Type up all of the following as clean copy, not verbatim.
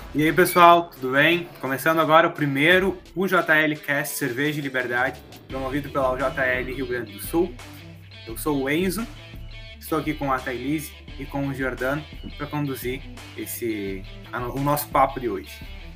E aí, pessoal, tudo bem? Começando agora o primeiro UJL Cast Cerveja e Liberdade, promovido pela UJL Rio Grande do Sul. Eu sou o Enzo, estou aqui com a Thailise e com o Giordano para conduzir o nosso papo de hoje.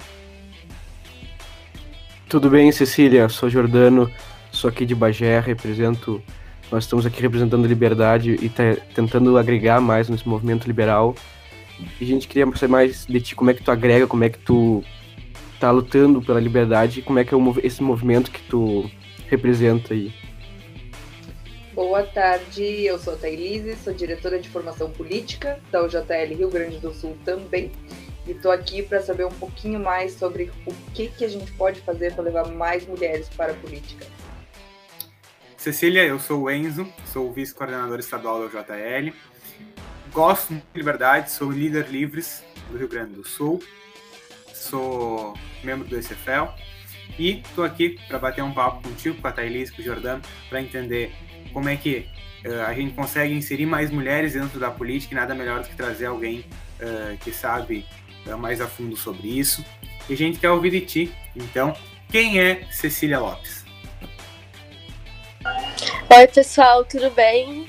Tudo bem, Cecília? Sou Giordano, sou aqui de Bagé, nós estamos aqui representando a Liberdade e tentando agregar mais nesse movimento liberal. E a gente queria saber mais de ti, como é que tu agrega, como é que tu tá lutando pela liberdade, como é que é esse movimento que tu representa aí. Boa tarde, eu sou a Thailise, sou diretora de formação política da UJL Rio Grande do Sul também. E estou aqui para saber um pouquinho mais sobre o que a gente pode fazer para levar mais mulheres para a política. Cecília, eu sou o Enzo, sou o vice-coordenador estadual da UJL. Gosto muito de liberdade, sou líder Livres do Rio Grande do Sul, sou membro do ECFL e estou aqui para bater um papo contigo, com a Thailise, com o Giordano, para entender como é que a gente consegue inserir mais mulheres dentro da política, e nada melhor do que trazer alguém que sabe mais a fundo sobre isso. E a gente quer ouvir de ti. Então, quem é Cecília Lopes? Oi, pessoal, tudo bem?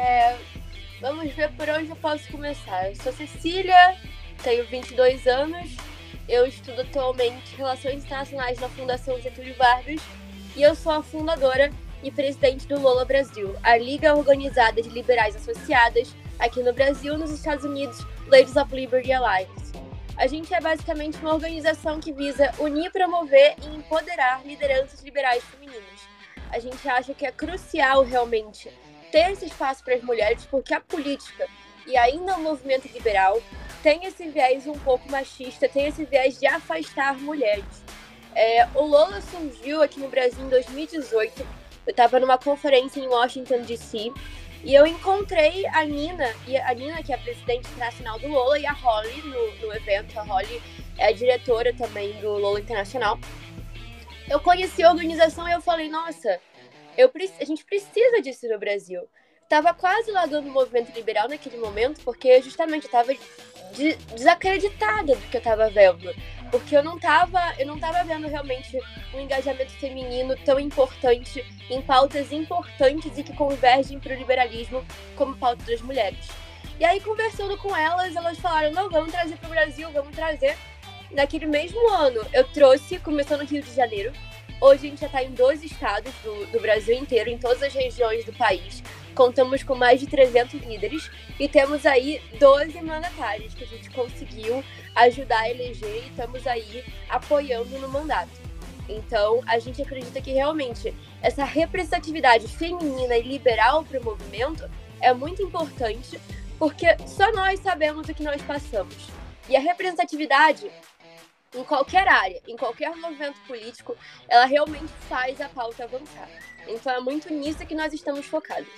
Vamos ver por onde eu posso começar. Eu sou Cecília, tenho 22 anos, eu estudo atualmente Relações Internacionais na Fundação Getúlio Vargas e eu sou a fundadora e presidente do Lola Brasil, a Liga Organizada de Liberais Associadas aqui no Brasil e nos Estados Unidos, Ladies of Liberty Alliance. A gente é basicamente uma organização que visa unir, promover e empoderar lideranças liberais femininas. A gente acha que é crucial realmente ter esse espaço para as mulheres, porque a política e ainda o movimento liberal tem esse viés um pouco machista, tem esse viés de afastar mulheres. O Lola surgiu aqui no Brasil em 2018, eu estava numa conferência em Washington, D.C., e eu encontrei a Nina, que é a presidente internacional do Lola, e a Holly no evento. A Holly é a diretora também do Lola Internacional. Eu conheci a organização e eu falei, nossa, a gente precisa disso no Brasil. Tava quase lá dando o movimento liberal naquele momento, porque justamente eu tava desacreditada do que eu tava vendo. Porque eu não tava vendo realmente um engajamento feminino tão importante em pautas importantes e que convergem para o liberalismo como pauta das mulheres. E aí, conversando com elas falaram, não, vamos trazer para o Brasil, vamos trazer. Naquele mesmo ano, eu trouxe, começou no Rio de Janeiro. Hoje a gente já está em 12 estados do Brasil inteiro, em todas as regiões do país. Contamos com mais de 300 líderes e temos aí 12 mandatários que a gente conseguiu ajudar a eleger e estamos aí apoiando no mandato. Então, a gente acredita que realmente essa representatividade feminina e liberal para o movimento é muito importante, porque só nós sabemos o que nós passamos. E a representatividade, em qualquer área, em qualquer movimento político, ela realmente faz a pauta avançar. Então é muito nisso que nós estamos focados.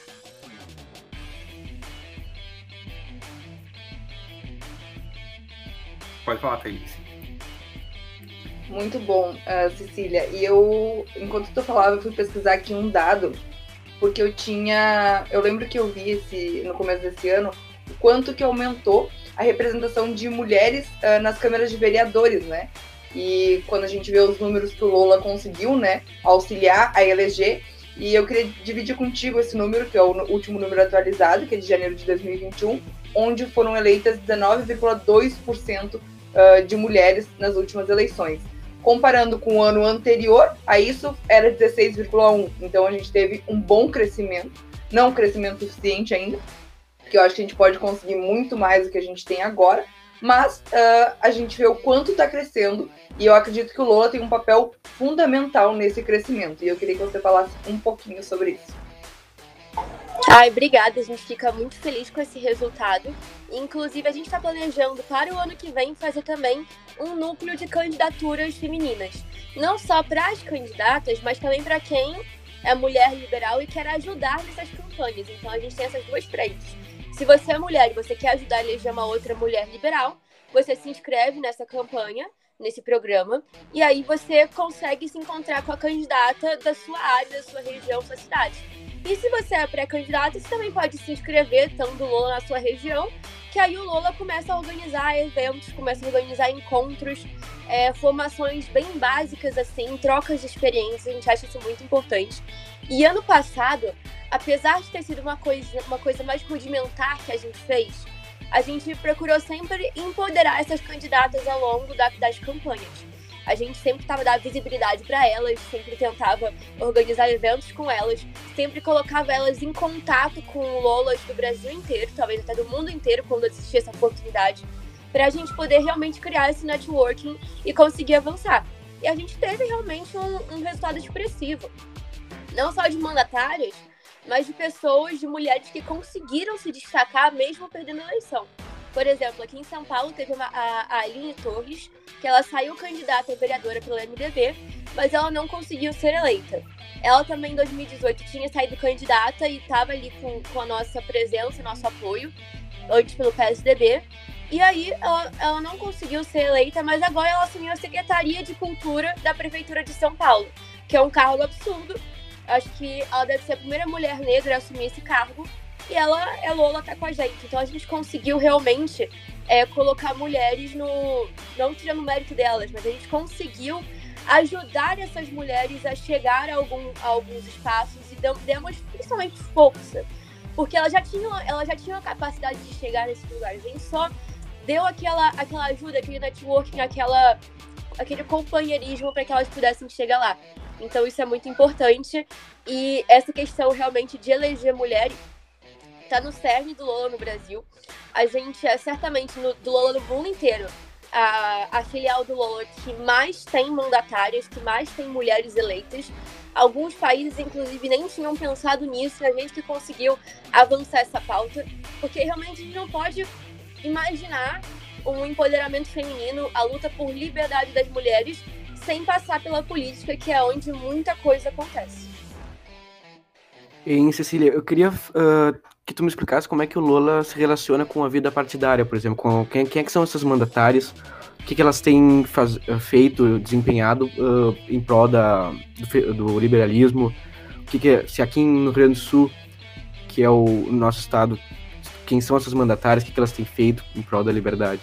Pode falar, Thailise. Muito bom, Cecília. E eu, enquanto tu falava, eu fui pesquisar aqui um dado, porque eu lembro que eu vi no começo desse ano, o quanto que aumentou a representação de mulheres nas câmaras de vereadores, né? E quando a gente vê os números que o Lola conseguiu, né, auxiliar a eleger, e eu queria dividir contigo esse número, que é o último número atualizado, que é de janeiro de 2021, onde foram eleitas 19,2% de mulheres nas últimas eleições. Comparando com o ano anterior, a isso era 16,1%. Então a gente teve um bom crescimento, não um crescimento suficiente ainda, porque eu acho que a gente pode conseguir muito mais do que a gente tem agora, mas a gente vê o quanto está crescendo e eu acredito que o Lola tem um papel fundamental nesse crescimento. E eu queria que você falasse um pouquinho sobre isso. Ai, obrigada, a gente fica muito feliz com esse resultado. Inclusive, a gente está planejando para o ano que vem fazer também um núcleo de candidaturas femininas. Não só para as candidatas, mas também para quem é mulher liberal e quer ajudar nessas campanhas. Então, a gente tem essas duas frentes. Se você é mulher e você quer ajudar a eleger uma outra mulher liberal, você se inscreve nessa campanha, nesse programa, e aí você consegue se encontrar com a candidata da sua área, da sua região, da sua cidade. E se você é pré-candidato, você também pode se inscrever, estando Lola na sua região, porque aí o Lola começa a organizar eventos, começa a organizar encontros, formações bem básicas, assim, trocas de experiências, a gente acha isso muito importante. E ano passado, apesar de ter sido uma coisa mais rudimentar que a gente fez, a gente procurou sempre empoderar essas candidatas ao longo das campanhas. A gente sempre tentava dar visibilidade para elas, sempre tentava organizar eventos com elas, sempre colocava elas em contato com Lolas do Brasil inteiro, talvez até do mundo inteiro, quando existia essa oportunidade, para a gente poder realmente criar esse networking e conseguir avançar. E a gente teve realmente um resultado expressivo, não só de mandatárias, mas de pessoas, de mulheres que conseguiram se destacar mesmo perdendo a eleição. Por exemplo, aqui em São Paulo teve a Aline Torres, que ela saiu candidata a vereadora pelo MDB, mas ela não conseguiu ser eleita. Ela também, em 2018, tinha saído candidata e estava ali com a nossa presença, nosso apoio, antes pelo PSDB. E aí ela não conseguiu ser eleita, mas agora ela assumiu a Secretaria de Cultura da Prefeitura de São Paulo, que é um cargo absurdo. Acho que ela deve ser a primeira mulher negra a assumir esse cargo. E ela é Lola, tá com a gente. Então a gente conseguiu realmente colocar mulheres não tirando o mérito delas, mas a gente conseguiu ajudar essas mulheres a chegar a alguns espaços e demos principalmente força. Porque elas já tinham a capacidade de chegar nesses lugares. A gente só deu aquela ajuda, aquele networking, aquele companheirismo para que elas pudessem chegar lá. Então isso é muito importante. E essa questão realmente de eleger mulheres tá no cerne do Lola no Brasil. A gente é certamente do Lola no mundo inteiro a filial do Lola que mais tem mandatárias, que mais tem mulheres eleitas. Alguns países, inclusive, nem tinham pensado nisso, e a gente que conseguiu avançar essa pauta, porque realmente a gente não pode imaginar um empoderamento feminino, a luta por liberdade das mulheres, sem passar pela política, que é onde muita coisa acontece. E, Cecília, eu queria que tu me explicasse como é que o Lola se relaciona com a vida partidária, por exemplo, com quem é que são essas mandatárias, o que elas têm feito, desempenhado em prol do liberalismo, se aqui no Rio Grande do Sul, que é o nosso estado, quem são essas mandatárias, o que elas têm feito em prol da liberdade?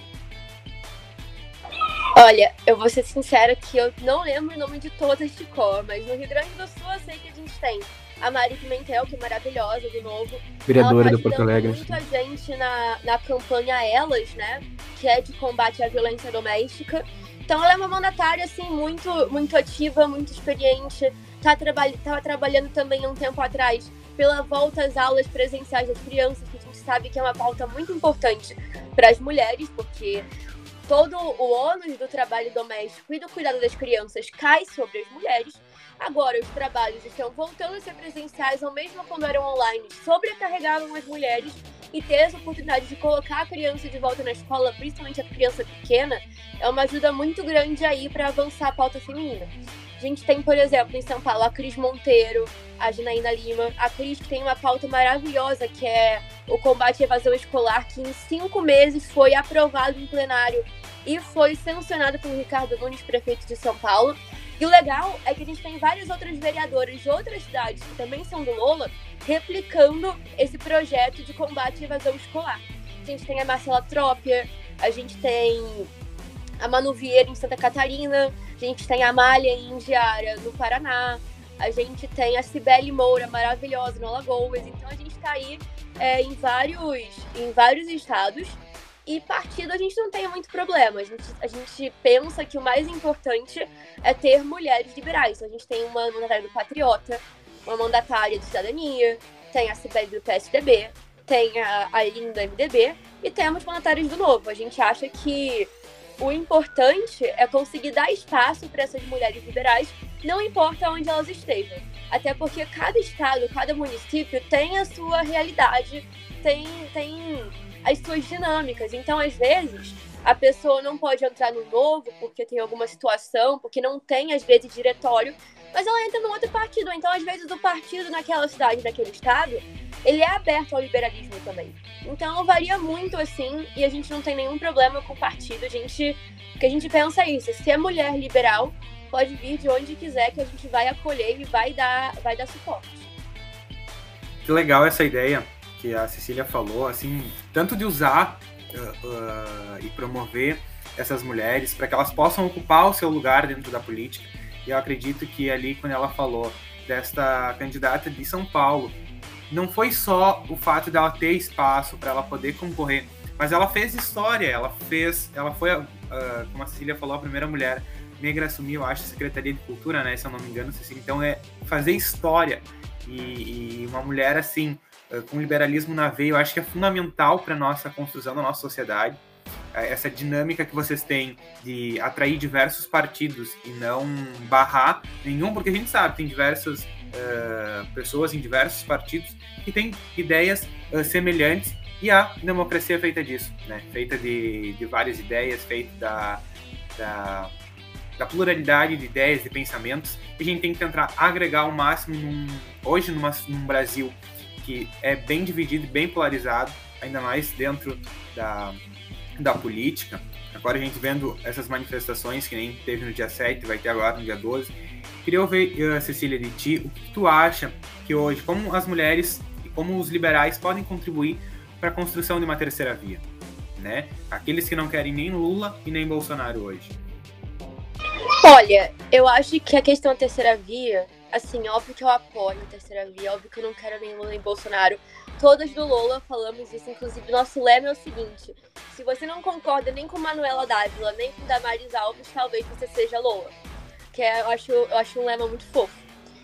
Olha, eu vou ser sincera que eu não lembro o nome de todas de cor, mas no Rio Grande do Sul eu sei que a gente tem a Mari Pimentel, que é maravilhosa, de novo. Vereadora da Porto Alegre. Ela tá ajudando muito a gente na campanha Elas, né? Que é de combate à violência doméstica. Então ela é uma mandatária, assim, muito, muito ativa, muito experiente. Tava trabalhando também há um tempo atrás pela volta às aulas presenciais das crianças, que a gente sabe que é uma pauta muito importante para as mulheres, porque todo o ônus do trabalho doméstico e do cuidado das crianças cai sobre as mulheres. Agora, os trabalhos estão voltando a ser presenciais, ou mesmo quando eram online, sobrecarregavam as mulheres, e ter essa oportunidade de colocar a criança de volta na escola, principalmente a criança pequena, é uma ajuda muito grande aí para avançar a pauta feminina. A gente tem, por exemplo, em São Paulo, a Cris Monteiro, a Janaína Lima. A Cris tem uma pauta maravilhosa, que é o combate à evasão escolar, que em 5 meses foi aprovado em plenário e foi sancionado pelo Ricardo Nunes, prefeito de São Paulo. E o legal é que a gente tem várias outras vereadoras de outras cidades, que também são do Lola, replicando esse projeto de combate à evasão escolar. A gente tem a Marcela Trópia, a gente tem a Manu Vieira em Santa Catarina, a gente tem a Amália em Indiara, no Paraná, a gente tem a Cibele Moura, maravilhosa, no Alagoas. Então a gente está aí em vários estados. E partido a gente não tem muito problema. A gente pensa que o mais importante é ter mulheres liberais. A gente tem uma mandatária do Patriota, uma mandatária de Cidadania, tem a Cibele do PSDB, tem a Aline do MDB e temos mandatários do Novo. A gente acha que o importante é conseguir dar espaço para essas mulheres liberais, não importa onde elas estejam. Até porque cada estado, cada município tem a sua realidade, tem as suas dinâmicas. Então, às vezes, a pessoa não pode entrar no Novo porque tem alguma situação, porque não tem, às vezes, diretório, mas ela entra num outro partido. Então, às vezes, o partido naquela cidade, naquele estado, ele é aberto ao liberalismo também. Então, varia muito, assim, e a gente não tem nenhum problema com o partido. O que a gente pensa é isso: se é mulher liberal, pode vir de onde quiser, que a gente vai acolher e vai dar suporte. Que legal essa ideia que a Cecília falou, assim, tanto de usar e promover essas mulheres para que elas possam ocupar o seu lugar dentro da política. E eu acredito que ali, quando ela falou desta candidata de São Paulo, não foi só o fato dela ter espaço para ela poder concorrer, mas ela fez história, ela foi, como a Cecília falou, a primeira mulher negra a assumir, eu acho, a Secretaria de Cultura, né, se eu não me engano, Cecília. Então é fazer história, e uma mulher assim, com liberalismo na veia, eu acho que é fundamental para a nossa construção da nossa sociedade. Essa dinâmica que vocês têm de atrair diversos partidos e não barrar nenhum, porque a gente sabe, tem diversas pessoas em diversos partidos que têm ideias semelhantes, e a democracia é feita disso, né? Feita de várias ideias, feita da pluralidade de ideias, de pensamentos, e a gente tem que tentar agregar ao máximo hoje num Brasil que é bem dividido e bem polarizado, ainda mais dentro da política. Agora a gente vendo essas manifestações que nem teve no dia 7, vai ter agora no dia 12. Queria ouvir, Cecília, de ti, o que tu acha que hoje, como as mulheres e como os liberais podem contribuir para a construção de uma terceira via, né? Aqueles que não querem nem Lula e nem Bolsonaro hoje. Olha, eu acho que a questão da terceira via, assim, óbvio que eu apoio a terceira via, óbvio que eu não quero nem Lula nem Bolsonaro. Todas do Lula falamos isso, inclusive nosso lema é o seguinte: se você não concorda nem com Manuela Dávila, nem com Damares Alves, talvez você seja Lula. Que eu acho um lema muito fofo.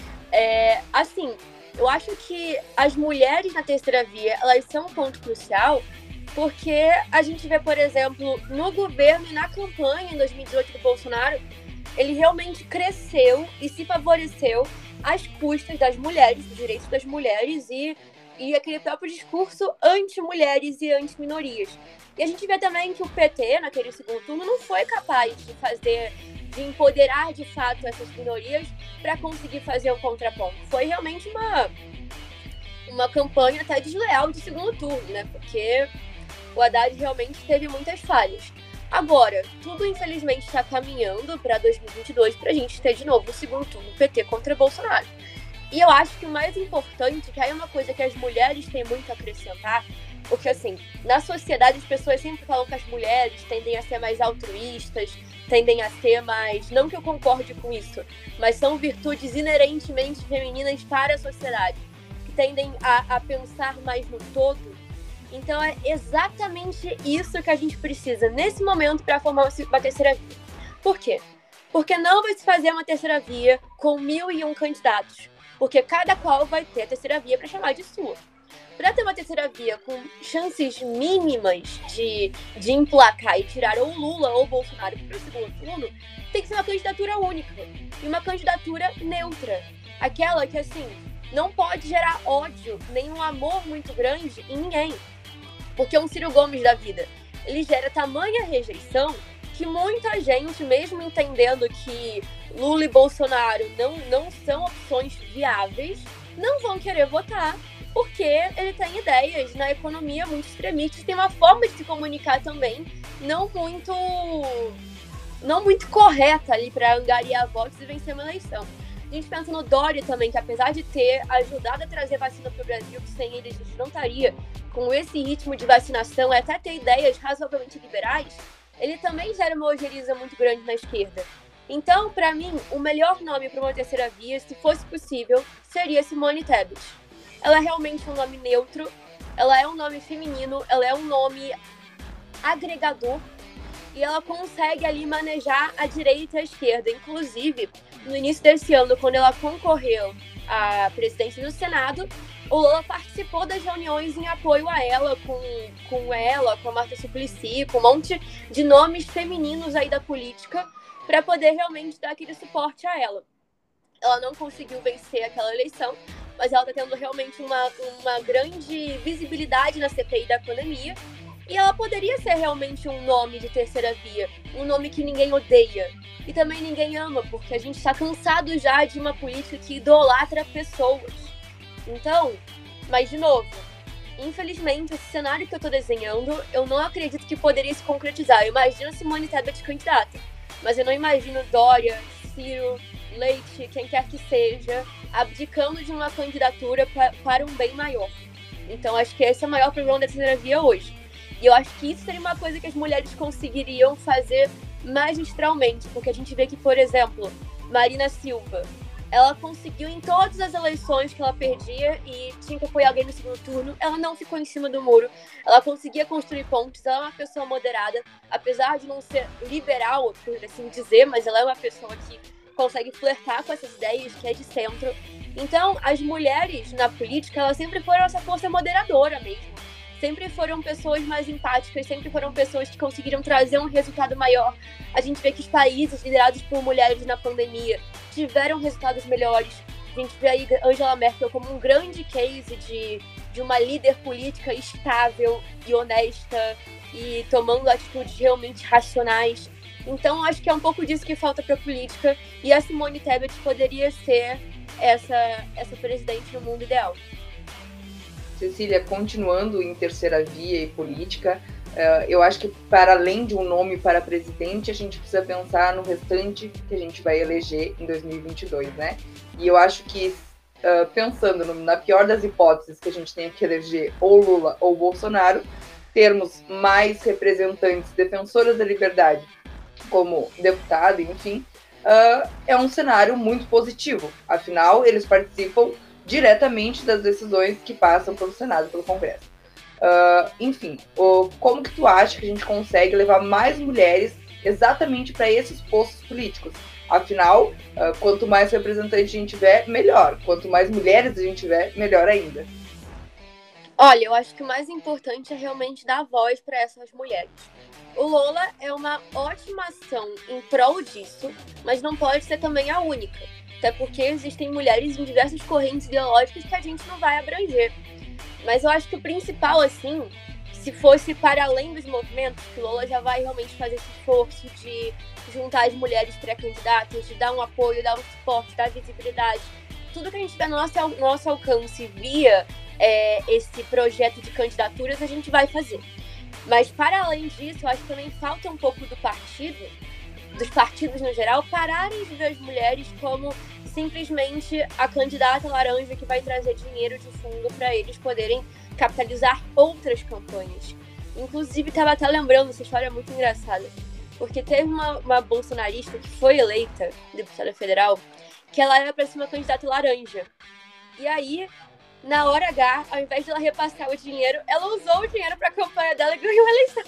Assim, eu acho que as mulheres na terceira via, elas são um ponto crucial, porque a gente vê, por exemplo, no governo e na campanha em 2018 do Bolsonaro, ele realmente cresceu e se favoreceu às custas das mulheres, dos direitos das mulheres e aquele próprio discurso anti-mulheres e anti-minorias. E a gente vê também que o PT, naquele segundo turno, não foi capaz de empoderar de fato essas minorias para conseguir fazer um contraponto. Foi realmente uma campanha até desleal de segundo turno, né? Porque o Haddad realmente teve muitas falhas. Agora, tudo infelizmente está caminhando para 2022 para a gente ter de novo o segundo turno PT contra Bolsonaro. E eu acho que o mais importante, que aí é uma coisa que as mulheres têm muito a acrescentar, porque assim, na sociedade as pessoas sempre falam que as mulheres tendem a ser mais altruístas, tendem a ser mais, não que eu concorde com isso, mas são virtudes inerentemente femininas para a sociedade, que tendem a pensar mais no todo. Então é exatamente isso que a gente precisa nesse momento para formar uma terceira via. Por quê? Porque não vai se fazer uma terceira via com 1.001 candidatos, porque cada qual vai ter a terceira via para chamar de sua. Para ter uma terceira via com chances mínimas de emplacar e tirar ou Lula ou Bolsonaro para o segundo turno, tem que ser uma candidatura única e uma candidatura neutra. Aquela que, assim, não pode gerar ódio nem um amor muito grande em ninguém. Porque um Ciro Gomes da vida, ele gera tamanha rejeição que muita gente, mesmo entendendo que Lula e Bolsonaro não são opções viáveis, não vão querer votar, porque ele tem ideias na economia muito extremistas, tem uma forma de se comunicar também não muito correta ali para angariar votos e vencer uma eleição. A gente pensa no Dória também, que apesar de ter ajudado a trazer vacina para o Brasil, que sem ele a gente não estaria com esse ritmo de vacinação, até ter ideias razoavelmente liberais, ele também gera uma ojeriza muito grande na esquerda. Então, para mim, o melhor nome para uma terceira via, se fosse possível, seria Simone Tebet. Ela é realmente um nome neutro, ela é um nome feminino, ela é um nome agregador, e ela consegue ali manejar a direita e a esquerda. Inclusive, no início desse ano, quando ela concorreu à presidência do Senado, o Lula participou das reuniões em apoio a ela, com a Marta Suplicy, com um monte de nomes femininos aí da política, para poder realmente dar aquele suporte a ela. Ela não conseguiu vencer aquela eleição, mas ela está tendo realmente uma grande visibilidade na CPI da pandemia, e ela poderia ser realmente um nome de terceira via, um nome que ninguém odeia e também ninguém ama, porque a gente está cansado já de uma política que idolatra pessoas. Então, mas de novo, infelizmente, esse cenário que eu estou desenhando, eu não acredito que poderia se concretizar. Eu imagino Simone Tebet candidata, mas eu não imagino Dória, Ciro, Leite, quem quer que seja, abdicando de uma candidatura para um bem maior. Então, acho que esse é o maior problema da terceira via hoje. E eu acho que isso seria uma coisa que as mulheres conseguiriam fazer magistralmente, porque a gente vê que, por exemplo, Marina Silva, ela conseguiu em todas as eleições que ela perdia e tinha que apoiar alguém no segundo turno, ela não ficou em cima do muro, ela conseguia construir pontes, ela é uma pessoa moderada, apesar de não ser liberal, por assim dizer, mas ela é uma pessoa que consegue flertar com essas ideias, que é de centro. Então, as mulheres na política, elas sempre foram essa força moderadora mesmo. Sempre foram pessoas mais empáticas, sempre foram pessoas que conseguiram trazer um resultado maior. A gente vê que os países liderados por mulheres na pandemia tiveram resultados melhores. A gente vê aí Angela Merkel como um grande case de uma líder política estável e honesta e tomando atitudes realmente racionais. Então, acho que é um pouco disso que falta para a política, e a Simone Tebet poderia ser essa presidente no mundo ideal. Cecília, continuando em terceira via e política, eu acho que para além de um nome para presidente, a gente precisa pensar no restante que a gente vai eleger em 2022, né? E eu acho que, pensando na pior das hipóteses, que a gente tenha que eleger ou Lula ou Bolsonaro, termos mais representantes, defensoras da liberdade, como deputado, enfim, é um cenário muito positivo. Afinal, eles participam diretamente das decisões que passam pelo Senado, pelo Congresso. Enfim, como que tu acha que a gente consegue levar mais mulheres exatamente para esses postos políticos? Afinal, quanto mais representantes a gente tiver, melhor. Quanto mais mulheres a gente tiver, melhor ainda. Olha, eu acho que o mais importante é realmente dar voz para essas mulheres. O Lola é uma ótima ação em prol disso, mas não pode ser também a única. Até porque existem mulheres em diversas correntes ideológicas que a gente não vai abranger. Mas eu acho que o principal, assim, se fosse para além dos movimentos, que o Lola já vai realmente fazer esse esforço de juntar as mulheres pré-candidatas, de dar um apoio, dar um suporte, dar visibilidade. Tudo que a gente tiver no nosso alcance via esse projeto de candidaturas, a gente vai fazer. Mas, para além disso, eu acho que também falta um pouco dos partidos no geral, pararem de ver as mulheres como simplesmente a candidata laranja que vai trazer dinheiro de fundo para eles poderem capitalizar outras campanhas. Inclusive, estava até lembrando, essa história é muito engraçada, porque teve uma bolsonarista que foi eleita deputada federal, que ela era para ser uma candidata laranja. E aí, na hora H, ao invés de ela repassar o dinheiro, ela usou o dinheiro para a campanha dela e ganhou a eleição.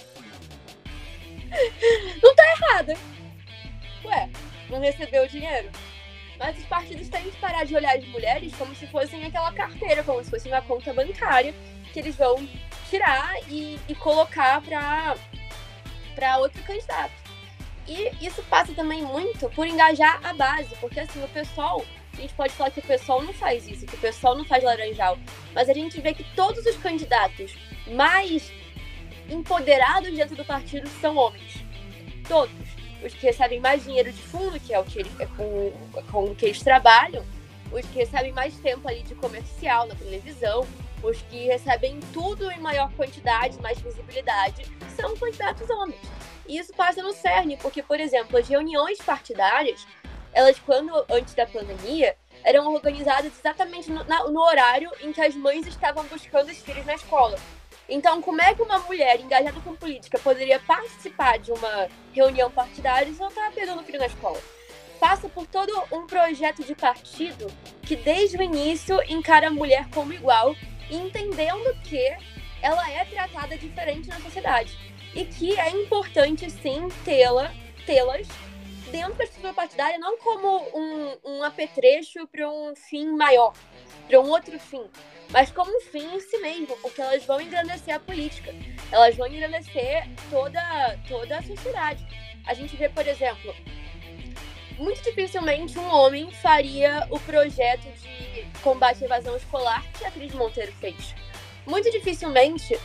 Não tá errada. Ué, não recebeu o dinheiro? Mas os partidos têm que parar de olhar as mulheres como se fossem aquela carteira, como se fosse uma conta bancária que eles vão tirar e colocar para outro candidato. E isso passa também muito por engajar a base, porque assim, o PSOL, a gente pode falar que o PSOL não faz isso, que o PSOL não faz laranjal, mas a gente vê que todos os candidatos mais empoderados dentro do partido são homens. Todos. Os que recebem mais dinheiro de fundo, que é o que com o que eles trabalham, os que recebem mais tempo ali de comercial na televisão, os que recebem tudo em maior quantidade, mais visibilidade, são candidatos homens. E isso passa no cerne, porque, por exemplo, as reuniões partidárias, elas, antes da pandemia, eram organizadas exatamente no horário em que as mães estavam buscando os filhos na escola. Então, como é que uma mulher engajada com política poderia participar de uma reunião partidária se não estava pegando o filho na escola? Passa por todo um projeto de partido que, desde o início, encara a mulher como igual, entendendo que ela é tratada diferente na sociedade. E que é importante, sim, tê-las dentro da estrutura partidária, não como um apetrecho para um fim maior, para um outro fim, mas como um fim em si mesmo, porque elas vão engrandecer a política, elas vão engrandecer toda a sociedade. A gente vê, por exemplo, muito dificilmente um homem faria o projeto de combate à evasão escolar que a Cris Monteiro fez. Muito dificilmente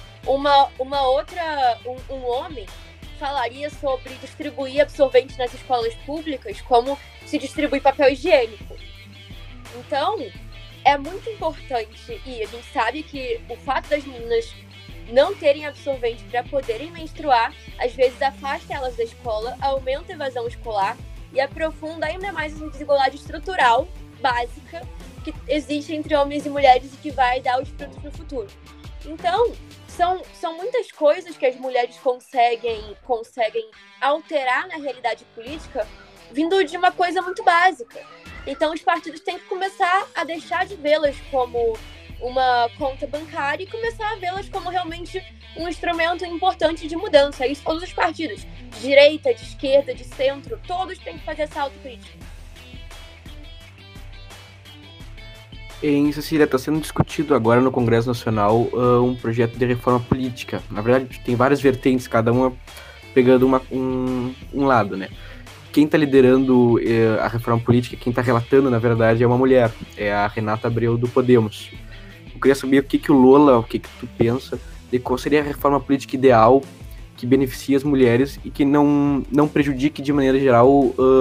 um homem falaria sobre distribuir absorvente nas escolas públicas como se distribui papel higiênico. Então, é muito importante, e a gente sabe que o fato das meninas não terem absorvente para poderem menstruar, às vezes afasta elas da escola, aumenta a evasão escolar e aprofunda ainda mais essa desigualdade estrutural básica que existe entre homens e mulheres e que vai dar os frutos no futuro. Então, são muitas coisas que as mulheres conseguem alterar na realidade política vindo de uma coisa muito básica. Então, os partidos têm que começar a deixar de vê-las como uma conta bancária e começar a vê-las como realmente um instrumento importante de mudança. Isso todos os partidos, de direita, de esquerda, de centro, todos têm que fazer essa autocrítica. Cecília, está sendo discutido agora no Congresso Nacional um projeto de reforma política. Na verdade, tem várias vertentes, cada uma pegando um lado, né? Quem está liderando a reforma política, quem está relatando, na verdade, é uma mulher. É a Renata Abreu, do Podemos. Eu queria saber o que o Lola, o que tu pensa de qual seria a reforma política ideal que beneficie as mulheres e que não prejudique, de maneira geral,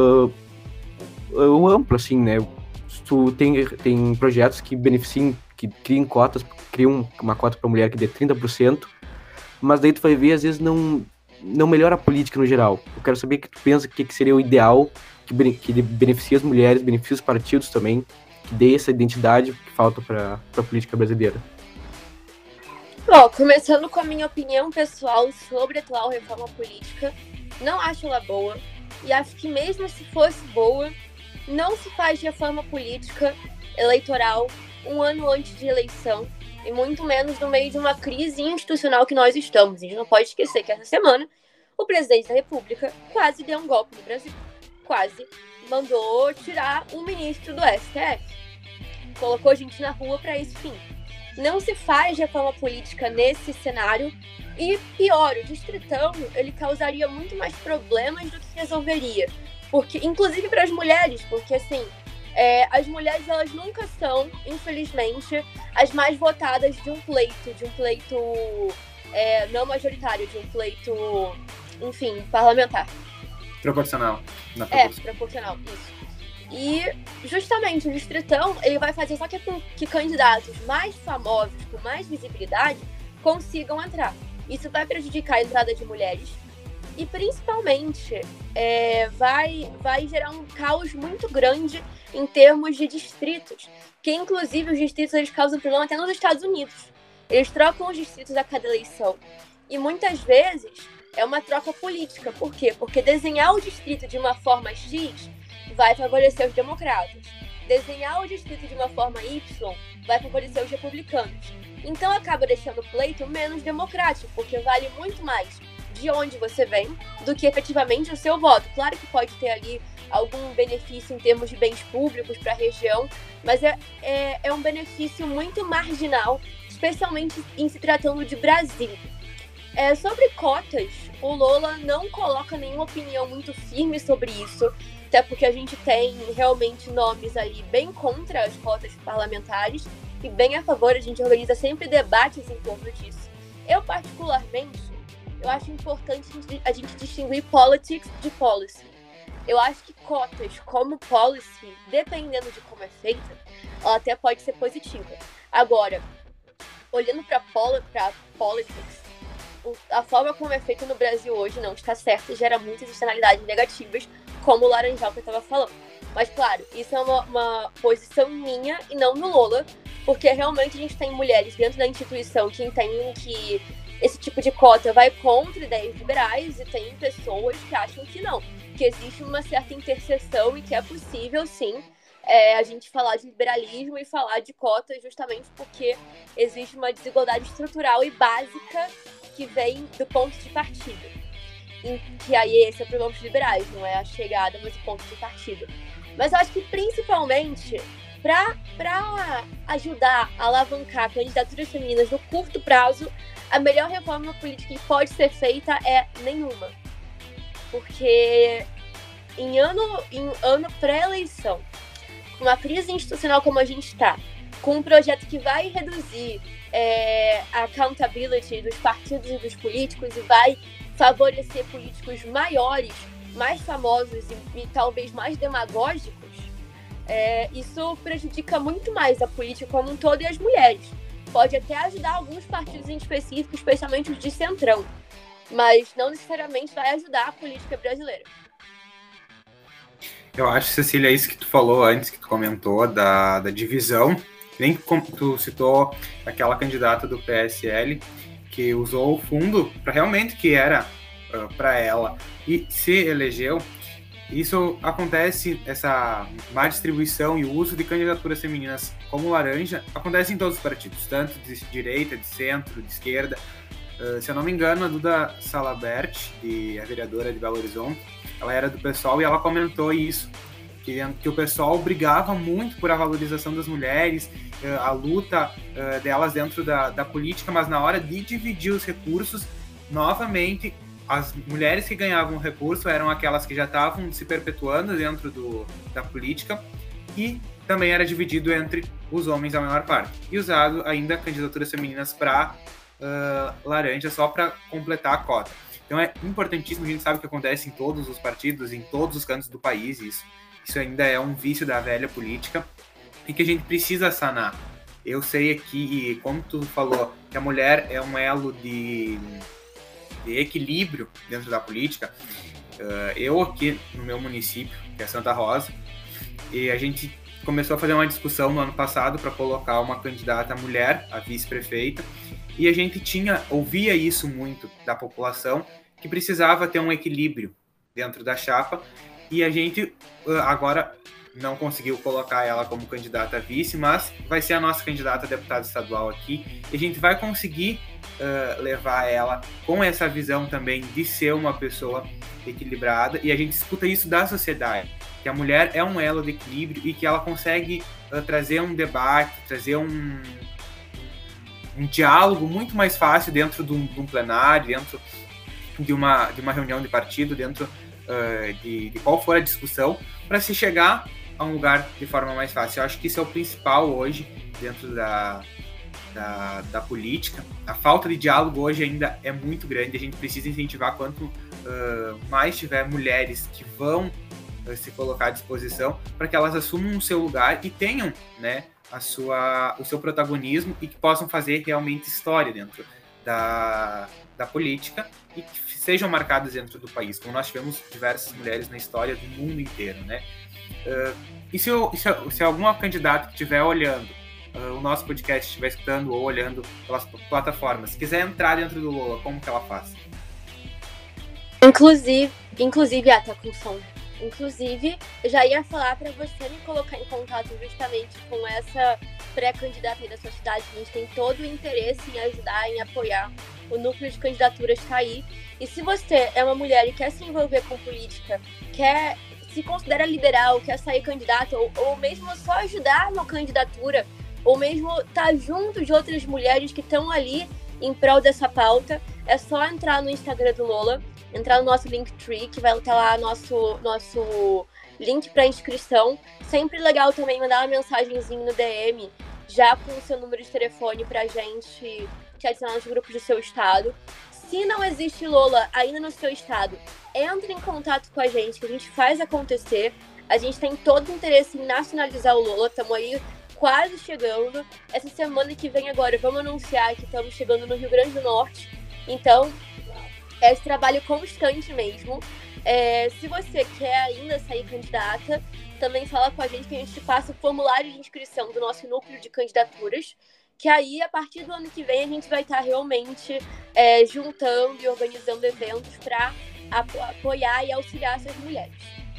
o amplo, assim, né? Tu tem projetos que beneficiem, que criem cotas, criam uma cota para mulher que dê 30%, mas daí tu vai ver, às vezes não melhora a política no geral. Eu quero saber o que tu pensa, o que seria o ideal, que beneficie as mulheres, beneficie os partidos também, que dê essa identidade que falta para a política brasileira. Bom, começando com a minha opinião pessoal sobre a atual reforma política, não acho ela boa, e acho que mesmo se fosse boa, não se faz reforma política eleitoral um ano antes de eleição, e muito menos no meio de uma crise institucional que nós estamos. A gente não pode esquecer que essa semana o presidente da República quase deu um golpe no Brasil. Quase mandou tirar um ministro do STF. Colocou gente na rua para esse fim. Não se faz reforma política nesse cenário. E pior, o distritão, ele causaria muito mais problemas do que resolveria. Porque, inclusive para as mulheres, porque assim, as mulheres elas nunca são, infelizmente, as mais votadas de um pleito não majoritário, de um pleito, enfim, parlamentar. Proporcional. Proporcional, isso. E justamente o distritão, ele vai fazer só que candidatos mais famosos, com mais visibilidade, consigam entrar. Isso vai prejudicar a entrada de mulheres. E principalmente vai gerar um caos muito grande em termos de distritos, que inclusive os distritos eles causam problema até nos Estados Unidos. Eles trocam os distritos a cada eleição. E muitas vezes é uma troca política. Por quê? Porque desenhar o distrito de uma forma X vai favorecer os democratas. Desenhar o distrito de uma forma Y vai favorecer os republicanos. Então acaba deixando o pleito menos democrático, porque vale muito mais de onde você vem do que efetivamente o seu voto. Claro que pode ter ali algum benefício em termos de bens públicos para a região, mas é um benefício muito marginal, especialmente em se tratando de Brasil. Sobre cotas, o Lola não coloca nenhuma opinião muito firme sobre isso, até porque a gente tem realmente nomes ali bem contra as cotas parlamentares e bem a favor. A gente organiza sempre debates em torno disso. Eu, particularmente, eu acho importante a gente distinguir politics de policy. Eu acho que cotas como policy, dependendo de como é feita, ela até pode ser positiva. Agora, olhando para politics, a forma como é feita no Brasil hoje não está certa e gera muitas externalidades negativas, como o Laranjal que eu estava falando. Mas, claro, isso é uma posição minha e não do Lola, porque realmente a gente tem mulheres dentro da instituição que entendem que esse tipo de cota vai contra ideias liberais e tem pessoas que acham que não, que existe uma certa interseção e que é possível, sim, a gente falar de liberalismo e falar de cotas justamente porque existe uma desigualdade estrutural e básica que vem do ponto de partida. Que aí esse é o problema dos liberais, não é a chegada, mas o ponto de partida. Mas eu acho que principalmente para ajudar a alavancar candidaturas femininas no curto prazo, a melhor reforma política que pode ser feita é nenhuma. Porque em ano pré-eleição, com uma crise institucional como a gente está, com um projeto que vai reduzir a accountability dos partidos e dos políticos e vai favorecer políticos maiores, mais famosos e talvez mais demagógicos, isso prejudica muito mais a política como um todo e as mulheres. Pode até ajudar alguns partidos em específico, especialmente os de centrão, mas não necessariamente vai ajudar a política brasileira. Eu acho, Cecília, isso que tu falou antes, que tu comentou, da divisão, nem como tu citou aquela candidata do PSL, que usou o fundo para realmente que era para ela e se elegeu. Isso acontece, essa má distribuição e o uso de candidaturas femininas como laranja, acontece em todos os partidos, tanto de direita, de centro, de esquerda. Se eu não me engano, a Duda Salabert, a vereadora de Belo Horizonte, ela era do PSOL e ela comentou isso, que o PSOL brigava muito por a valorização das mulheres, a luta delas dentro da política, mas na hora de dividir os recursos, novamente, as mulheres que ganhavam o recurso eram aquelas que já estavam se perpetuando dentro da política e também era dividido entre os homens a maior parte. E usado ainda candidaturas femininas para laranja só para completar a cota. Então é importantíssimo, a gente sabe que acontece em todos os partidos, em todos os cantos do país, isso ainda é um vício da velha política e que a gente precisa sanar. Eu sei aqui, e como tu falou, que a mulher é um elo de equilíbrio dentro da política. Eu aqui no meu município, que é Santa Rosa, e a gente começou a fazer uma discussão no ano passado para colocar uma candidata mulher, a vice-prefeita, e a gente ouvia isso muito da população, que precisava ter um equilíbrio dentro da chapa, e a gente agora não conseguiu colocar ela como candidata a vice, mas vai ser a nossa candidata a deputada estadual aqui, e a gente vai conseguir levar ela com essa visão também de ser uma pessoa equilibrada, e a gente escuta isso da sociedade, que a mulher é um elo de equilíbrio e que ela consegue trazer um debate, trazer um diálogo muito mais fácil dentro de um plenário, dentro de uma reunião de partido, dentro de qual for a discussão, para se chegar a um lugar de forma mais fácil. Eu acho que isso é o principal hoje dentro da política. A falta de diálogo hoje ainda é muito grande, a gente precisa incentivar quanto mais tiver mulheres que vão se colocar à disposição para que elas assumam o seu lugar e tenham, né, o seu protagonismo e que possam fazer realmente história dentro da política e que sejam marcadas dentro do país, como nós tivemos diversas mulheres na história do mundo inteiro, né? E se alguma candidata que estiver olhando o nosso podcast, estiver escutando ou olhando pelas plataformas, quiser entrar dentro do Lola, como que ela faz? Inclusive, tá com som. Inclusive, eu já ia falar para você me colocar em contato justamente com essa pré-candidata aí da sua cidade. A gente tem todo o interesse em ajudar, em apoiar. O núcleo de candidaturas está aí. E se você é uma mulher e quer se envolver com política, se considera liberal, quer sair candidata, ou mesmo só ajudar uma candidatura, ou mesmo estar junto de outras mulheres que estão ali em prol dessa pauta, é só entrar no Instagram do Lola, entrar no nosso Linktree, que vai estar lá nosso link para inscrição. Sempre legal também mandar uma mensagenzinha no DM, já com o seu número de telefone pra gente te adicionar nos grupos do seu estado. Se não existe Lola ainda no seu estado, entre em contato com a gente, que a gente faz acontecer. A gente tem todo o interesse em nacionalizar o Lola, estamos aí quase chegando. Essa semana que vem agora, vamos anunciar que estamos chegando no Rio Grande do Norte. Então, é esse trabalho constante mesmo. Se você quer ainda sair candidata, também fala com a gente que a gente passa o formulário de inscrição do nosso núcleo de candidaturas, que aí, a partir do ano que vem, a gente vai estar realmente juntando e organizando eventos para apoiar e auxiliar essas mulheres.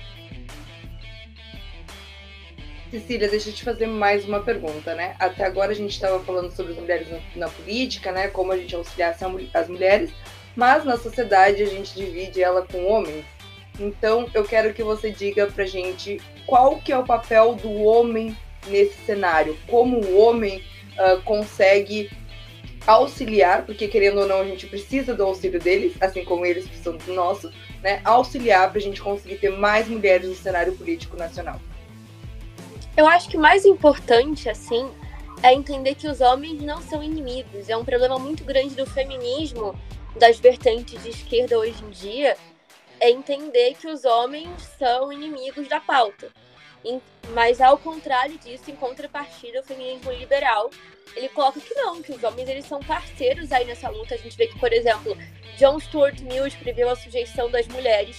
Cecília, deixa eu te fazer mais uma pergunta, né? Até agora a gente estava falando sobre as mulheres na política, né? Como a gente auxiliasse as mulheres, mas na sociedade a gente divide ela com homens. Então, eu quero que você diga pra gente qual que é o papel do homem nesse cenário. Como o homem consegue auxiliar, porque querendo ou não a gente precisa do auxílio deles, assim como eles precisam do nosso, né? Auxiliar pra gente conseguir ter mais mulheres no cenário político nacional. Eu acho que o mais importante, assim, é entender que os homens não são inimigos. É um problema muito grande do feminismo, das vertentes de esquerda hoje em dia, é entender que os homens são inimigos da pauta. Mas, ao contrário disso, em contrapartida, o feminismo liberal, ele coloca que não, que os homens eles são parceiros aí nessa luta. A gente vê que, por exemplo, John Stuart Mill escreveu A Sujeição das Mulheres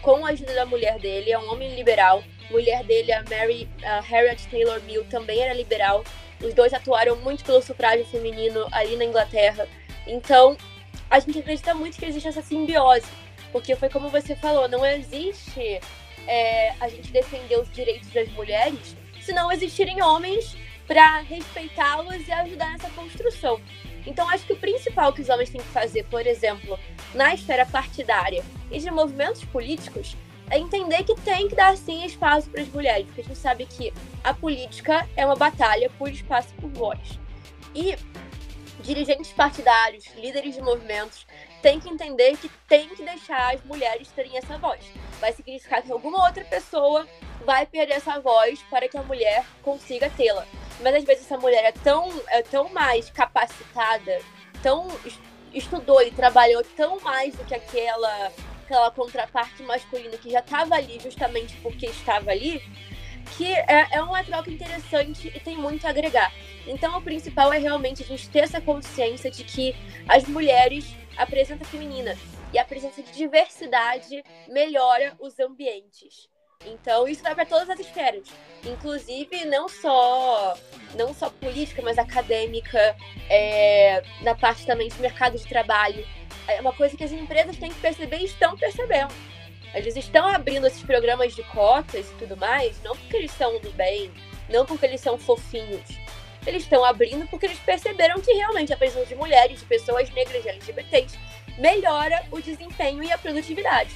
com a ajuda da mulher dele, é um homem liberal. A mulher dele, a Harriet Taylor Mill, também era liberal. Os dois atuaram muito pelo sufrágio feminino ali na Inglaterra. Então, a gente acredita muito que existe essa simbiose. Porque foi como você falou, não existe a gente defender os direitos das mulheres se não existirem homens para respeitá-los e ajudar nessa construção. Então, acho que o principal que os homens têm que fazer, por exemplo, na esfera partidária e de movimentos políticos, é entender que tem que dar, sim, espaço para as mulheres, porque a gente sabe que a política é uma batalha por espaço e por voz. E dirigentes partidários, líderes de movimentos, têm que entender que tem que deixar as mulheres terem essa voz. Vai significar que alguma outra pessoa vai perder essa voz para que a mulher consiga tê-la. Mas às vezes essa mulher é tão mais capacitada, estudou e trabalhou tão mais do que aquela contraparte masculina que já estava ali justamente porque estava ali, que é uma troca interessante e tem muito a agregar. Então o principal é realmente a gente ter essa consciência de que as mulheres, a presença feminina e a presença de diversidade melhora os ambientes. Então, isso vai para todas as esferas, inclusive não só política, mas acadêmica, na parte também de mercado de trabalho. É uma coisa que as empresas têm que perceber e estão percebendo. Eles estão abrindo esses programas de cotas e tudo mais, não porque eles são do bem, não porque eles são fofinhos. Eles estão abrindo porque eles perceberam que realmente a presença de mulheres, de pessoas negras, de LGBTs, melhora o desempenho e a produtividade.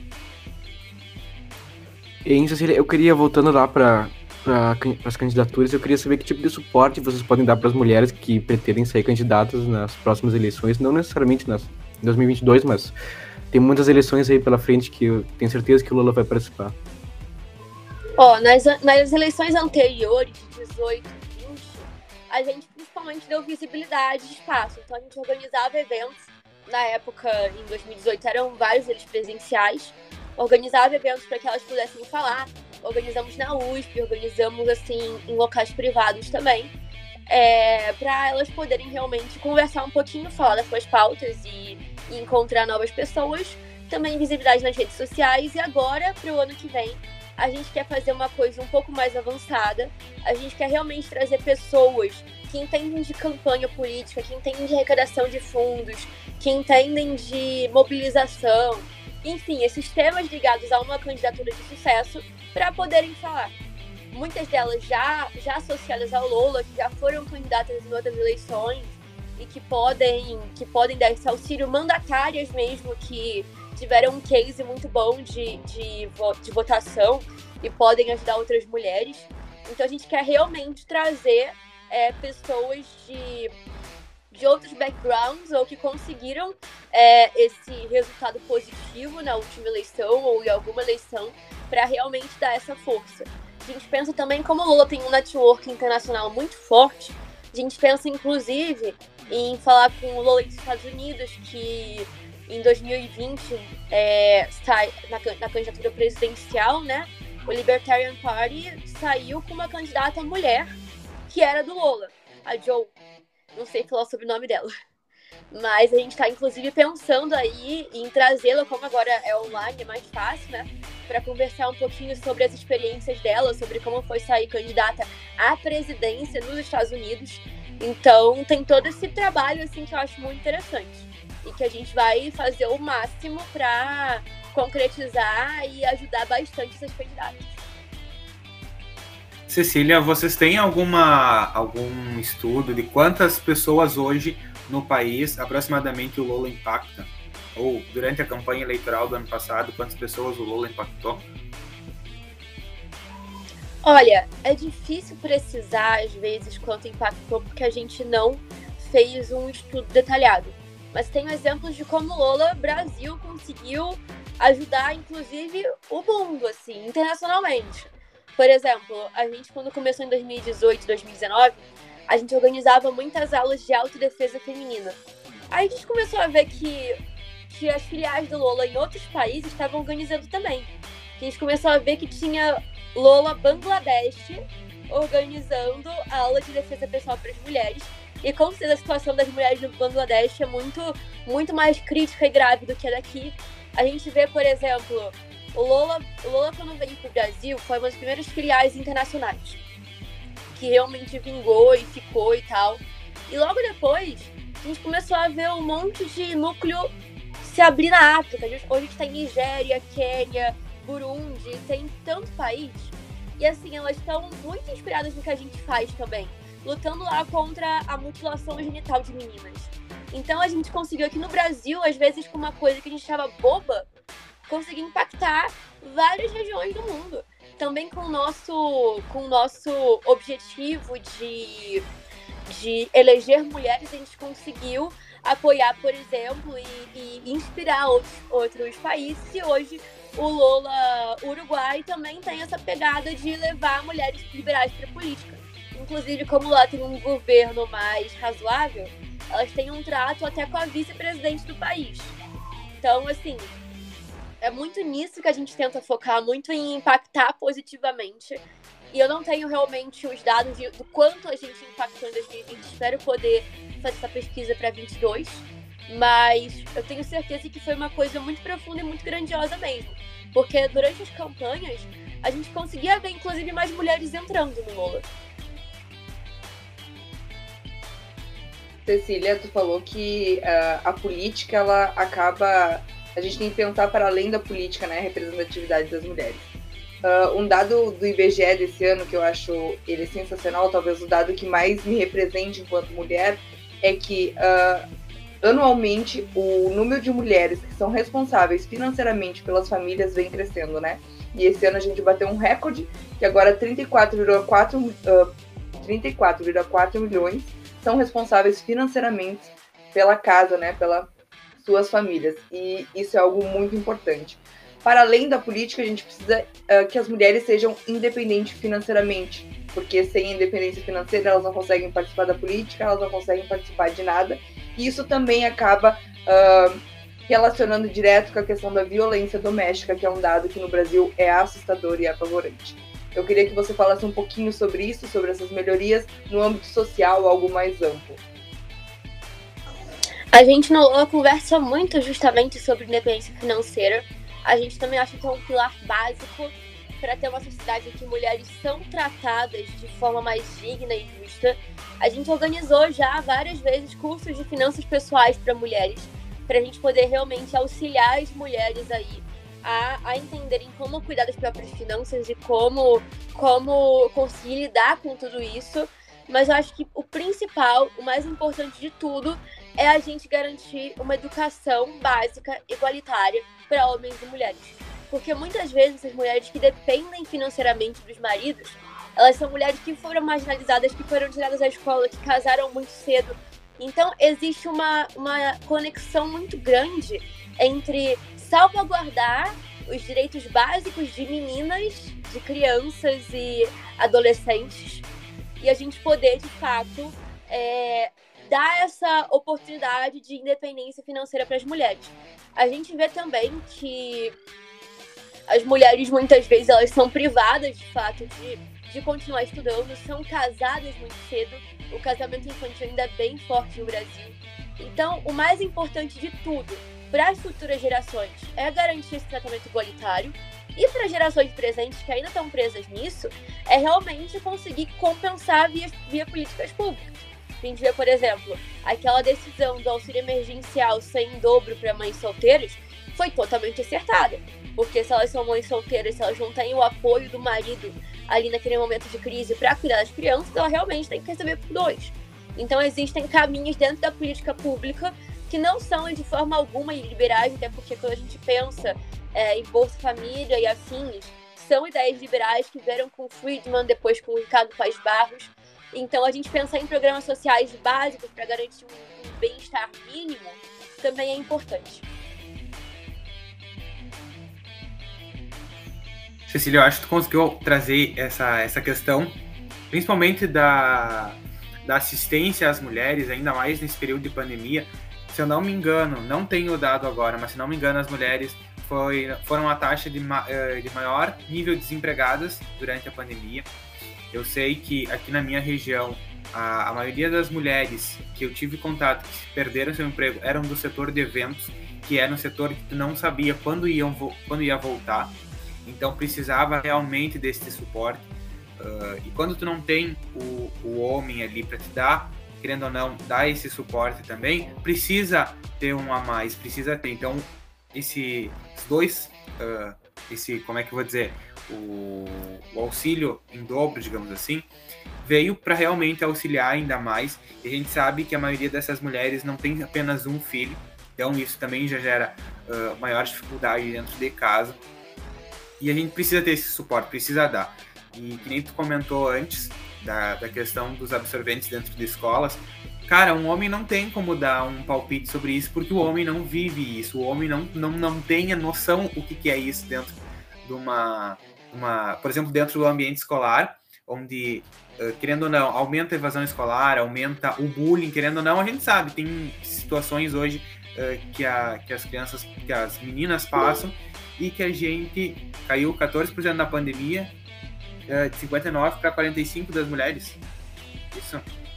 E, Cecília, eu queria, voltando lá para as candidaturas, eu queria saber que tipo de suporte vocês podem dar para as mulheres que pretendem ser candidatas nas próximas eleições, não necessariamente em 2022, mas tem muitas eleições aí pela frente que eu tenho certeza que o Lula vai participar. Nas eleições anteriores, de 18 e 20, a gente principalmente deu visibilidade e espaço. Então a gente organizava eventos. Na época, em 2018, eram vários eles presenciais. Organizava eventos para que elas pudessem falar. Organizamos na USP, organizamos assim em locais privados também, para elas poderem realmente conversar um pouquinho, falar das suas pautas e encontrar novas pessoas. Também visibilidade nas redes sociais. E agora, para o ano que vem, a gente quer fazer uma coisa um pouco mais avançada. A gente quer realmente trazer pessoas que entendem de campanha política, que entendem de arrecadação de fundos, que entendem de mobilização. Enfim, esses temas ligados a uma candidatura de sucesso para poderem falar. Muitas delas já associadas ao Lula, que já foram candidatas em outras eleições e que podem dar esse auxílio, mandatárias mesmo, que tiveram um case muito bom de votação e podem ajudar outras mulheres. Então a gente quer realmente trazer pessoas de outros backgrounds ou que conseguiram esse resultado positivo na última eleição ou em alguma eleição para realmente dar essa força. A gente pensa também como o Lula tem um network internacional muito forte. A gente pensa, inclusive, em falar com o Lula dos Estados Unidos, que em 2020 sai na candidatura presidencial, né? O Libertarian Party saiu com uma candidata mulher que era do Lula, a Jo. Não sei falar o sobrenome dela. Mas a gente está, inclusive, pensando aí em trazê-la, como agora é online, é mais fácil, né? Para conversar um pouquinho sobre as experiências dela, sobre como foi sair candidata à presidência nos Estados Unidos. Então, tem todo esse trabalho, assim, que eu acho muito interessante. E que a gente vai fazer o máximo para concretizar e ajudar bastante essas candidatas. Cecília, vocês têm algum estudo de quantas pessoas hoje no país aproximadamente o Lula impacta? Ou durante a campanha eleitoral do ano passado, quantas pessoas o Lula impactou? Olha, é difícil precisar às vezes quanto impactou porque a gente não fez um estudo detalhado. Mas tem exemplos de como o Lula Brasil conseguiu ajudar, inclusive, o mundo, assim, internacionalmente. Por exemplo, a gente, quando começou em 2018, 2019, a gente organizava muitas aulas de autodefesa feminina. Aí a gente começou a ver que as filiais do Lula em outros países estavam organizando também. A gente começou a ver que tinha Lula Bangladesh organizando a aula de defesa pessoal para as mulheres. E com certeza a situação das mulheres no Bangladesh é muito, muito mais crítica e grave do que a daqui. A gente vê, por exemplo, O Lola, quando veio pro Brasil, foi uma das primeiras filiais internacionais, que realmente vingou e ficou e tal. E logo depois, a gente começou a ver um monte de núcleo se abrir na África. Hoje a gente tem Nigéria, Quênia, Burundi, tem tanto país. E assim, elas estão muito inspiradas no que a gente faz também, lutando lá contra a mutilação genital de meninas. Então a gente conseguiu aqui no Brasil, às vezes com uma coisa que a gente achava boba, conseguir impactar várias regiões do mundo. Também com o nosso objetivo de eleger mulheres, a gente conseguiu apoiar, por exemplo, e inspirar outros países. E hoje o Lola Uruguai também tem essa pegada de levar mulheres liberais para a política. Inclusive, como lá tem um governo mais razoável, elas têm um trato até com a vice-presidente do país. Então, assim, é muito nisso que a gente tenta focar, muito em impactar positivamente. E eu não tenho realmente os dados do quanto a gente impactou em 2020. Espero poder fazer essa pesquisa para 2022. Mas eu tenho certeza que foi uma coisa muito profunda e muito grandiosa mesmo. Porque durante as campanhas, a gente conseguia ver, inclusive, mais mulheres entrando no Lola. Cecília, tu falou que a política, ela acaba... A gente tem que pensar para além da política, né? A representatividade das mulheres. Um dado do IBGE desse ano, que eu acho ele sensacional, talvez o dado que mais me represente enquanto mulher, é que anualmente o número de mulheres que são responsáveis financeiramente pelas famílias vem crescendo, né? E esse ano a gente bateu um recorde, que agora 34,4 milhões são responsáveis financeiramente pela casa, né? Pelas suas famílias. E isso é algo muito importante. Para além da política, a gente precisa que as mulheres sejam independentes financeiramente, porque sem independência financeira elas não conseguem participar da política, elas não conseguem participar de nada. E isso também acaba relacionando direto com a questão da violência doméstica, que é um dado que no Brasil é assustador e apavorante. Eu queria que você falasse um pouquinho sobre isso, sobre essas melhorias no âmbito social, algo mais amplo. A gente no Lola conversa muito justamente sobre independência financeira. A gente também acha que é um pilar básico para ter uma sociedade em que mulheres são tratadas de forma mais digna e justa. A gente organizou já várias vezes cursos de finanças pessoais para mulheres, para a gente poder realmente auxiliar as mulheres aí a entenderem como cuidar das próprias finanças e como conseguir lidar com tudo isso. Mas eu acho que o principal, o mais importante de tudo, é a gente garantir uma educação básica igualitária para homens e mulheres. Porque muitas vezes essas mulheres que dependem financeiramente dos maridos, elas são mulheres que foram marginalizadas, que foram tiradas da escola, que casaram muito cedo. Então existe uma conexão muito grande entre salvaguardar os direitos básicos de meninas, de crianças e adolescentes, e a gente poder, de fato, dar essa oportunidade de independência financeira para as mulheres. A gente vê também que as mulheres, muitas vezes, elas são privadas, de fato, de continuar estudando, são casadas muito cedo. O casamento infantil ainda é bem forte no Brasil. Então, o mais importante de tudo para as futuras gerações é garantir esse tratamento igualitário. E para as gerações presentes que ainda estão presas nisso, é realmente conseguir compensar via políticas públicas. A gente vê, por exemplo, aquela decisão do auxílio emergencial sem dobro para mães solteiras foi totalmente acertada. Porque se elas são mães solteiras, se elas não têm o apoio do marido ali naquele momento de crise para cuidar das crianças, ela realmente tem que receber por 2. Então existem caminhos dentro da política pública que não são de forma alguma liberais, até porque quando a gente pensa em Bolsa Família e afins, são ideias liberais que vieram com Friedman, depois com o Ricardo Paes Barros. Então a gente pensar em programas sociais básicos para garantir um bem-estar mínimo também é importante. Cecília, eu acho que tu conseguiu trazer essa questão, principalmente da assistência às mulheres, ainda mais nesse período de pandemia. Se eu não me engano, não tenho o dado agora, mas se não me engano, as mulheres foram a taxa de maior nível de desempregadas durante a pandemia. Eu sei que aqui na minha região, a maioria das mulheres que eu tive contato, que perderam seu emprego, eram do setor de eventos. que é no setor que tu não sabia quando ia voltar, então precisava realmente desse suporte. E quando tu não tem o homem ali para te dar, querendo ou não, dar esse suporte também, precisa ter um a mais, precisa ter. Então, esses dois, como é que eu vou dizer, o auxílio em dobro, digamos assim, veio para realmente auxiliar ainda mais. E a gente sabe que a maioria dessas mulheres não tem apenas um filho, então isso também já gera maior dificuldade dentro de casa. E a gente precisa ter esse suporte, precisa dar. E que nem tu comentou antes da questão dos absorventes dentro de escolas, cara, um homem não tem como dar um palpite sobre isso, porque o homem não vive isso, o homem não tem a noção o que é isso dentro de por exemplo, dentro do ambiente escolar, onde, querendo ou não, aumenta a evasão escolar, aumenta o bullying, querendo ou não, a gente sabe, tem situações hoje que as meninas passam, e que a gente caiu 14% na pandemia, de 59 para 45 das mulheres. Isso.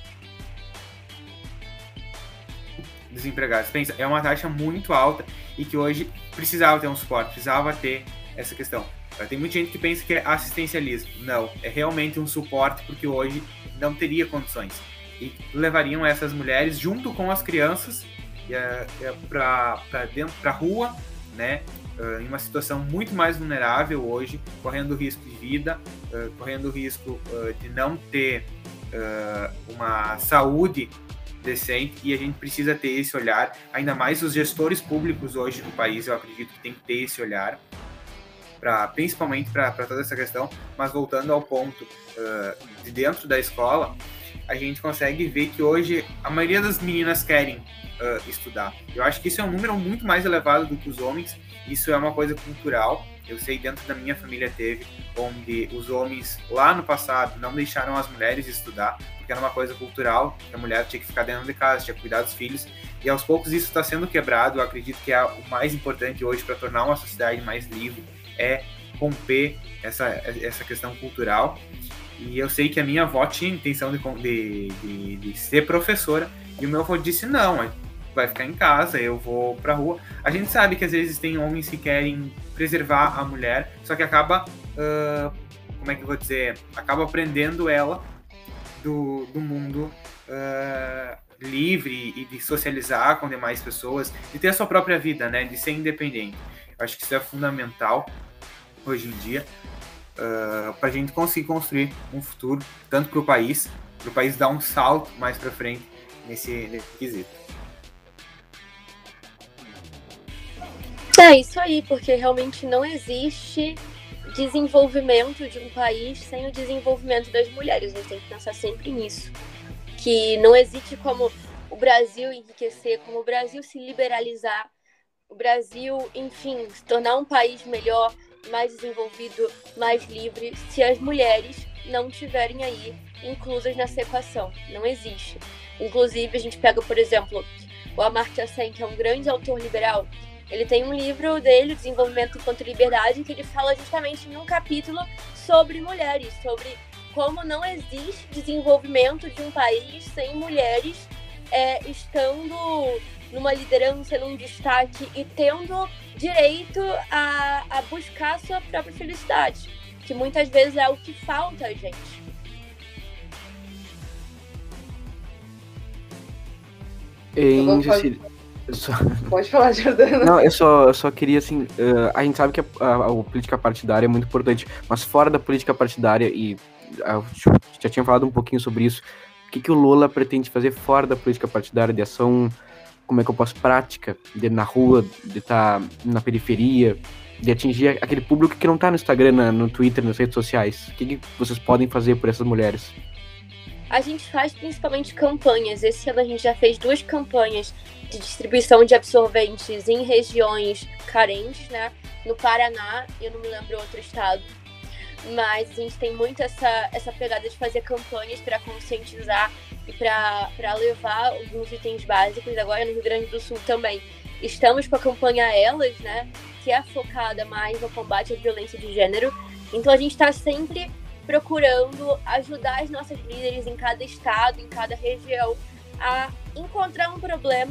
Desempregados. Pensa, é uma taxa muito alta e que hoje precisava ter um suporte, precisava ter essa questão. Tem muita gente que pensa que é assistencialismo. Não, é realmente um suporte, porque hoje não teria condições. E levariam essas mulheres junto com as crianças para a rua, né? Em uma situação muito mais vulnerável hoje, correndo risco de vida, correndo risco de não ter uma saúde decente, e a gente precisa ter esse olhar, ainda mais os gestores públicos hoje no país, eu acredito que tem que ter esse olhar, principalmente para toda essa questão. Mas voltando ao ponto de dentro da escola, a gente consegue ver que hoje a maioria das meninas querem estudar. Eu acho que isso é um número muito mais elevado do que os homens. Isso é uma coisa cultural. Eu sei, dentro da minha família teve, onde os homens lá no passado não deixaram as mulheres estudar, porque era uma coisa cultural, que a mulher tinha que ficar dentro de casa, tinha que cuidar dos filhos, e aos poucos isso está sendo quebrado. Eu acredito que o mais importante hoje para tornar uma sociedade mais livre é romper essa questão cultural. E eu sei que a minha avó tinha intenção de ser professora, e o meu avô disse, não, vai ficar em casa, eu vou pra rua. A gente sabe que às vezes tem homens que querem preservar a mulher, só que acaba, como é que eu vou dizer, acaba prendendo ela do mundo livre e de socializar com demais pessoas, de ter a sua própria vida, né, de ser independente. Eu acho que isso é fundamental hoje em dia, para a gente conseguir construir um futuro, tanto para o país dar um salto mais para frente nesse quesito. É isso aí, porque realmente não existe desenvolvimento de um país sem o desenvolvimento das mulheres. A gente tem que pensar sempre nisso. Que não existe como o Brasil enriquecer, como o Brasil se liberalizar, o Brasil, enfim, se tornar um país melhor, mais desenvolvido, mais livre, se as mulheres não estiverem aí inclusas nessa equação. Não existe. Inclusive, a gente pega, por exemplo, o Amartya Sen, que é um grande autor liberal. Ele tem um livro dele, Desenvolvimento enquanto Liberdade, que ele fala justamente em um capítulo sobre mulheres, sobre como não existe desenvolvimento de um país sem mulheres estando numa liderança, num destaque e tendo direito a buscar a sua própria felicidade, que muitas vezes é o que falta a gente. Pode falar, Jordana. Não, eu só queria, assim, a gente sabe que a política partidária é muito importante, mas fora da política partidária, e já tinha falado um pouquinho sobre isso, o que o Lula pretende fazer fora da política partidária, de ação, como é que eu posso, prática, de ir na rua, de estar na periferia, de atingir aquele público que não está no Instagram, no Twitter, nas redes sociais? O que vocês podem fazer por essas mulheres? A gente faz principalmente campanhas. Esse ano a gente já fez 2 campanhas de distribuição de absorventes em regiões carentes, né? No Paraná, eu não me lembro outro estado. Mas a gente tem muito essa pegada de fazer campanhas para conscientizar e para levar alguns itens básicos. Agora no Rio Grande do Sul também estamos com a campanha Elas, né? Que é focada mais no combate à violência de gênero. Então a gente está sempre procurando ajudar as nossas líderes em cada estado, em cada região, a encontrar um problema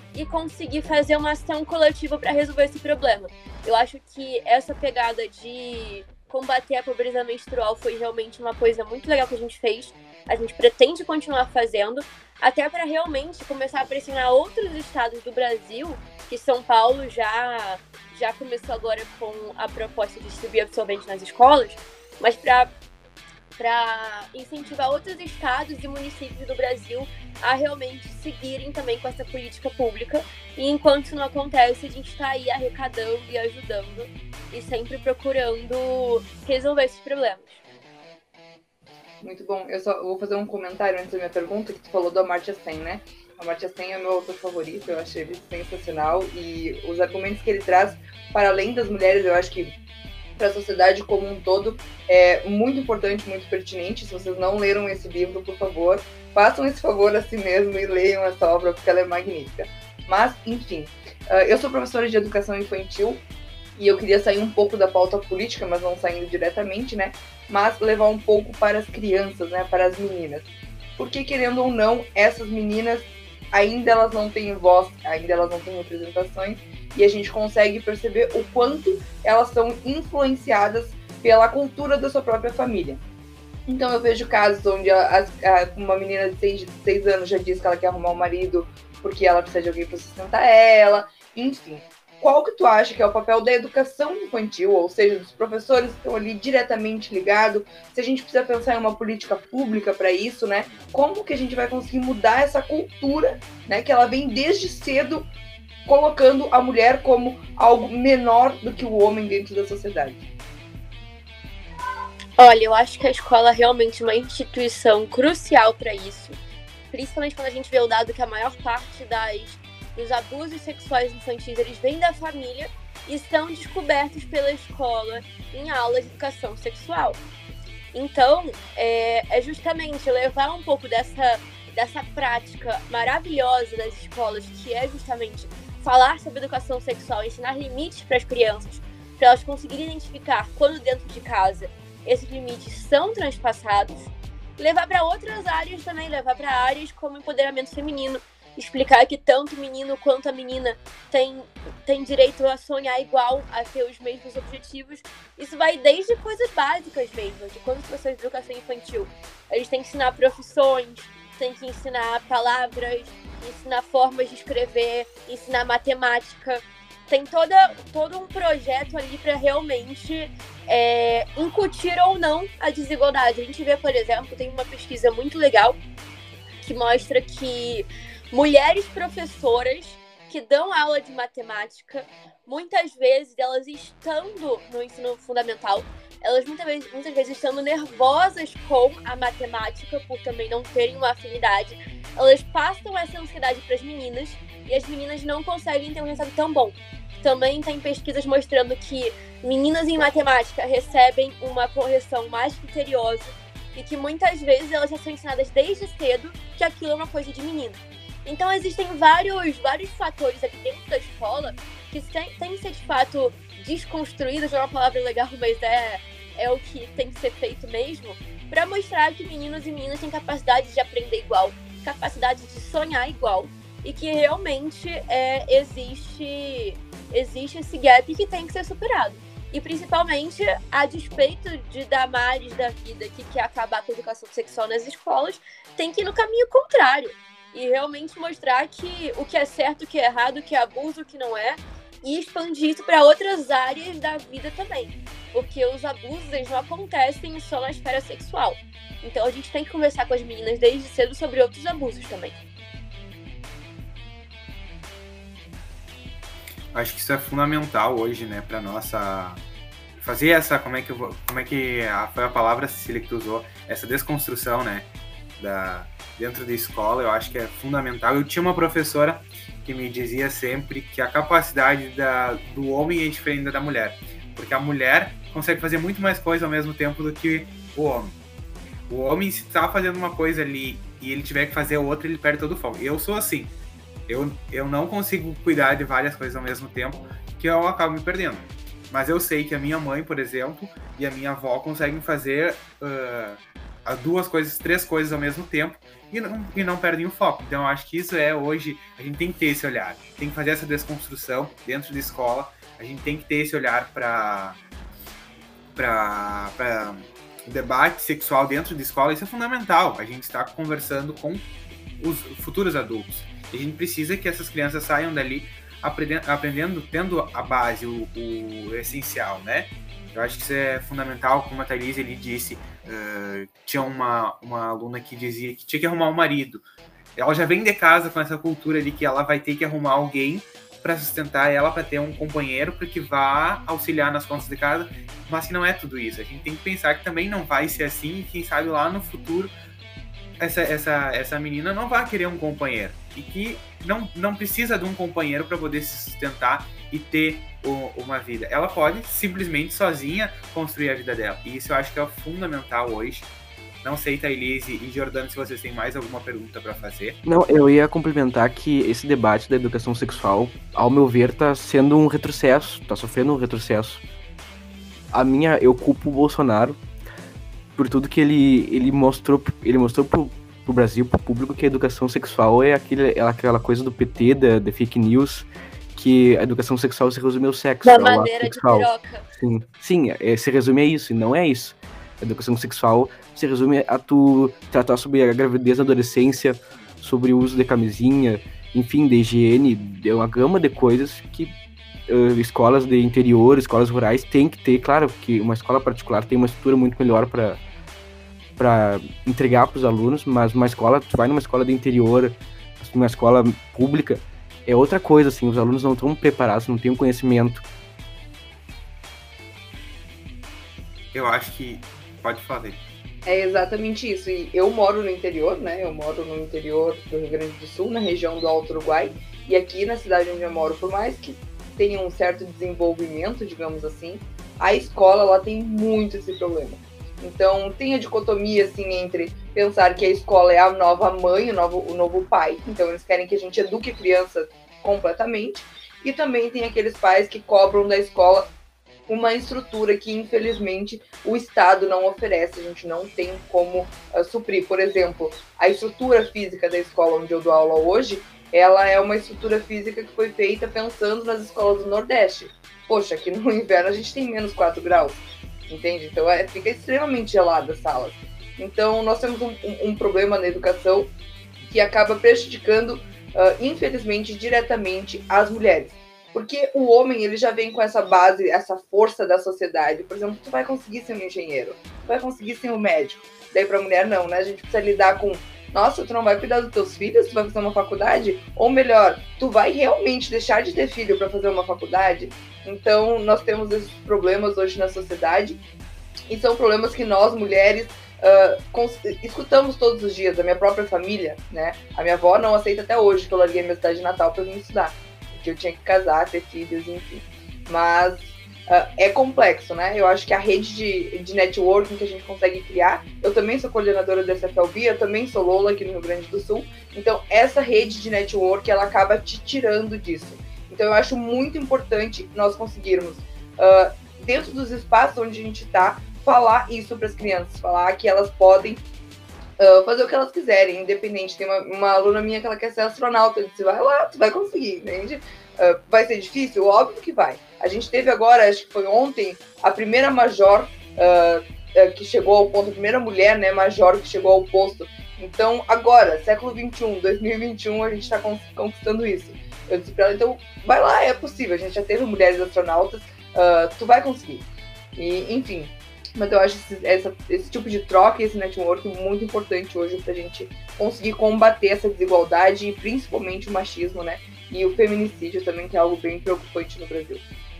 e conseguir fazer uma ação coletiva para resolver esse problema. Eu acho que essa pegada de combater a pobreza menstrual foi realmente uma coisa muito legal que a gente fez. A gente pretende continuar fazendo, até para realmente começar a pressionar outros estados do Brasil, que São Paulo já começou agora com a proposta de distribuir absorvente nas escolas, mas para incentivar outros estados e municípios do Brasil a realmente seguirem também com essa política pública. E enquanto isso não acontece, a gente está aí arrecadando e ajudando e sempre procurando resolver esses problemas. Muito bom. Eu só vou fazer um comentário antes da minha pergunta, que tu falou do Amartya Sen, né? O Amartya Sen é meu autor favorito, eu achei ele sensacional, e os argumentos que ele traz para além das mulheres, eu acho que para a sociedade como um todo é muito importante, muito pertinente. Se vocês não leram esse livro, por favor, façam esse favor a si mesmo e leiam essa obra, porque ela é magnífica. Mas, enfim, eu sou professora de educação infantil e eu queria sair um pouco da pauta política, mas não saindo diretamente, né? Mas levar um pouco para as crianças, né? Para as meninas. Porque, querendo ou não, essas meninas ainda elas não têm voz, ainda elas não têm representações, e a gente consegue perceber o quanto elas são influenciadas pela cultura da sua própria família. Então eu vejo casos onde uma menina de 6 anos já diz que ela quer arrumar um marido porque ela precisa de alguém para sustentar ela, enfim. Qual que tu acha que é o papel da educação infantil, ou seja, dos professores que estão ali diretamente ligados? Se a gente precisa pensar em uma política pública para isso, né? Como que a gente vai conseguir mudar essa cultura, né? Que ela vem desde cedo colocando a mulher como algo menor do que o homem dentro da sociedade? Olha, eu acho que a escola realmente é uma instituição crucial para isso, principalmente quando a gente vê o dado que a maior parte dos abusos sexuais infantis, eles vêm da família e são descobertos pela escola em aulas de educação sexual. Então, é justamente levar um pouco dessa prática maravilhosa das escolas, que é justamente falar sobre educação sexual, ensinar limites para as crianças, para elas conseguirem identificar quando dentro de casa esses limites são transpassados, levar para outras áreas também, levar para áreas como empoderamento feminino, explicar que tanto o menino quanto a menina tem direito a sonhar igual, a ter os mesmos objetivos. Isso vai desde coisas básicas mesmo, de quando os professores de educação infantil, eles têm que ensinar profissões, têm que ensinar palavras, ensinar formas de escrever, ensinar matemática. Tem todo um projeto ali para realmente incutir ou não a desigualdade. A gente vê, por exemplo, tem uma pesquisa muito legal que mostra que mulheres professoras que dão aula de matemática, muitas vezes elas estando no ensino fundamental, elas muitas vezes estando nervosas com a matemática, por também não terem uma afinidade, elas passam essa ansiedade para as meninas e as meninas não conseguem ter um resultado tão bom. Também tem pesquisas mostrando que meninas em matemática recebem uma correção mais criteriosa e que muitas vezes elas já são ensinadas desde cedo que aquilo é uma coisa de menina. Então existem vários fatores aqui dentro da escola que têm que ser de fato desconstruídos, não é uma palavra legal, mas é o que tem que ser feito mesmo, para mostrar que meninos e meninas têm capacidade de aprender igual, capacidade de sonhar igual, e que realmente existe esse gap que tem que ser superado. E principalmente, a despeito de Damares da vida que quer acabar com a educação sexual nas escolas, tem que ir no caminho contrário. E realmente mostrar que o que é certo, o que é errado, o que é abuso, o que não é, e expandir isso para outras áreas da vida também. Porque os abusos eles não acontecem só na esfera sexual. Então a gente tem que conversar com as meninas desde cedo sobre outros abusos também. Acho que isso é fundamental hoje, né, para nossa fazer essa, como é que foi a palavra, Cecília, que tu usou, essa desconstrução, né, dentro da escola. Eu acho que é fundamental. Eu tinha uma professora que me dizia sempre que a capacidade do homem é diferente da mulher, porque a mulher consegue fazer muito mais coisa ao mesmo tempo do que o homem. O homem, se tá fazendo uma coisa ali e ele tiver que fazer outra, ele perde todo o foco. Eu sou assim. Eu não consigo cuidar de várias coisas ao mesmo tempo, que eu acabo me perdendo. Mas eu sei que a minha mãe, por exemplo, e a minha avó conseguem fazer as duas coisas, três coisas ao mesmo tempo e não perdem o foco. Então, eu acho que isso hoje, a gente tem que ter esse olhar, tem que fazer essa desconstrução dentro da escola, a gente tem que ter esse olhar para o debate sexual dentro da escola. Isso é fundamental, a gente está conversando com os futuros adultos. E a gente precisa que essas crianças saiam dali aprendendo, tendo a base, o essencial, né? Eu acho que isso é fundamental, como a Thaís ele disse, tinha uma aluna que dizia que tinha que arrumar um marido. Ela já vem de casa com essa cultura de que ela vai ter que arrumar alguém para sustentar ela, para ter um companheiro, para que vá auxiliar nas contas de casa, mas que não é tudo isso. A gente tem que pensar que também não vai ser assim, e quem sabe lá no futuro essa menina não vai querer um companheiro, e que não precisa de um companheiro para poder se sustentar e ter uma vida. Ela pode simplesmente sozinha construir a vida dela, e isso eu acho que é fundamental hoje. Não sei, Thailise e Jordano, se vocês têm mais alguma pergunta para fazer. Não, eu ia complementar que esse debate da educação sexual, ao meu ver, tá sendo um retrocesso, tá sofrendo um retrocesso. Eu culpo o Bolsonaro por tudo que ele mostrou pro Brasil, pro público, que a educação sexual é aquela coisa do PT, da fake news, que a educação sexual se resume ao sexo. Da madeira de piroca. Sim, se resume a isso, e não é isso. A educação sexual se resume a tu tratar sobre a gravidez na adolescência, sobre o uso de camisinha, enfim, de higiene, é uma gama de coisas que escolas de interior, escolas rurais têm que ter. Claro que uma escola particular tem uma estrutura muito melhor para entregar para os alunos, mas tu vai numa escola de interior, uma escola pública, é outra coisa, assim, os alunos não estão preparados, não têm o conhecimento. Eu acho que pode fazer. É exatamente isso. E eu moro no interior, né? Eu moro no interior do Rio Grande do Sul, na região do Alto Uruguai. E aqui na cidade onde eu moro, por mais que tenha um certo desenvolvimento, digamos assim, a escola ela tem muito esse problema. Então tem a dicotomia assim entre pensar que a escola é a nova mãe, o novo pai. Então eles querem que a gente eduque a criança completamente. E também tem aqueles pais que cobram da escola uma estrutura que, infelizmente, o Estado não oferece, a gente não tem como suprir. Por exemplo, a estrutura física da escola onde eu dou aula hoje, ela é uma estrutura física que foi feita pensando nas escolas do Nordeste. Poxa, aqui no inverno a gente tem menos 4 graus, entende? Então fica extremamente gelada as salas. Então nós temos um problema na educação que acaba prejudicando, infelizmente, diretamente as mulheres. Porque o homem, ele já vem com essa base, essa força da sociedade. Por exemplo, tu vai conseguir ser um engenheiro, tu vai conseguir ser um médico. Daí pra mulher não, né? A gente precisa lidar com, nossa, tu não vai cuidar dos teus filhos, tu vai fazer uma faculdade? Ou melhor, tu vai realmente deixar de ter filho para fazer uma faculdade? Então, nós temos esses problemas hoje na sociedade. E são problemas que nós, mulheres, escutamos todos os dias, da minha própria família, né? A minha avó não aceita até hoje que eu larguei a minha cidade natal para vir estudar. Que eu tinha que casar, ter filhos, enfim. Mas é complexo, né? Eu acho que a rede de networking que a gente consegue criar, eu também sou coordenadora da SFLB, eu também sou Lola aqui no Rio Grande do Sul, então essa rede de network, ela acaba te tirando disso. Então eu acho muito importante nós conseguirmos, dentro dos espaços onde a gente está, falar isso para as crianças, falar que elas podem fazer o que elas quiserem, independente. Tem uma aluna minha que ela quer ser astronauta, eu disse, vai lá, tu vai conseguir, entende? Vai ser difícil? Óbvio que vai. A gente teve agora, acho que foi ontem, a primeira major que chegou ao ponto, a primeira mulher, né, major que chegou ao posto. Então, agora, século XXI, 2021, a gente está conquistando isso. Eu disse pra ela, então, vai lá, é possível. A gente já teve mulheres astronautas, tu vai conseguir. E, enfim... Mas eu acho esse tipo de troca e esse network muito importante hoje pra gente conseguir combater essa desigualdade e principalmente o machismo, né? E o feminicídio também, que é algo bem preocupante no Brasil.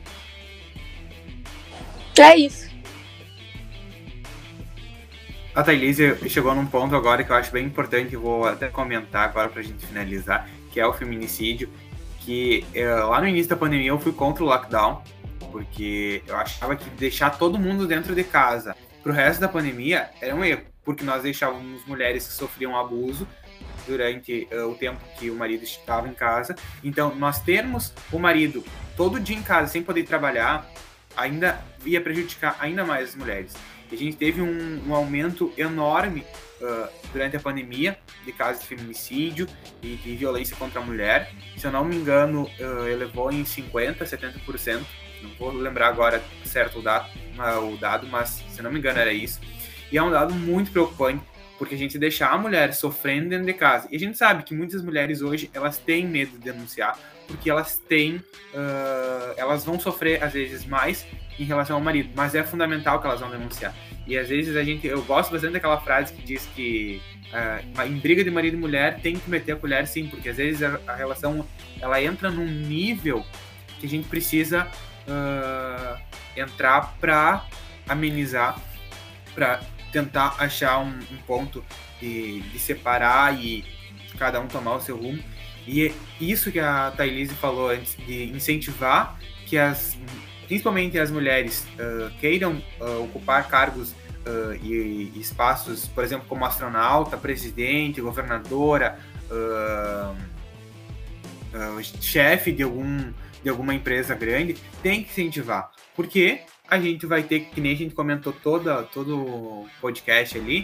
É isso. A Thailise chegou num ponto agora que eu acho bem importante, eu vou até comentar agora pra gente finalizar, que é o feminicídio, que lá no início da pandemia eu fui contra o lockdown, porque eu achava que deixar todo mundo dentro de casa pro resto da pandemia era um erro, porque nós deixávamos mulheres que sofriam abuso durante o tempo que o marido estava em casa. Então, nós termos o marido todo dia em casa sem poder trabalhar ainda ia prejudicar ainda mais as mulheres. A gente teve um aumento enorme durante a pandemia de casos de feminicídio e de violência contra a mulher. Se eu não me engano, elevou em 50%, 70%. Não vou lembrar agora certo o dado, mas se não me engano era isso. E é um dado muito preocupante, porque a gente deixa a mulher sofrendo dentro de casa. E a gente sabe que muitas mulheres hoje, elas têm medo de denunciar, porque elas vão sofrer, às vezes, mais em relação ao marido. Mas é fundamental que elas vão denunciar. E às vezes eu gosto bastante daquela frase que diz que em briga de marido e mulher tem que meter a colher, sim, porque às vezes a relação, ela entra num nível que a gente precisa entrar para amenizar, para tentar achar um ponto de separar e cada um tomar o seu rumo. E é isso que a Thailise falou antes, de incentivar que principalmente as mulheres queiram ocupar cargos e espaços, por exemplo, como astronauta, presidente, governadora, chefe de alguma empresa grande, tem que incentivar. Porque a gente vai ter, que nem a gente comentou todo o podcast ali,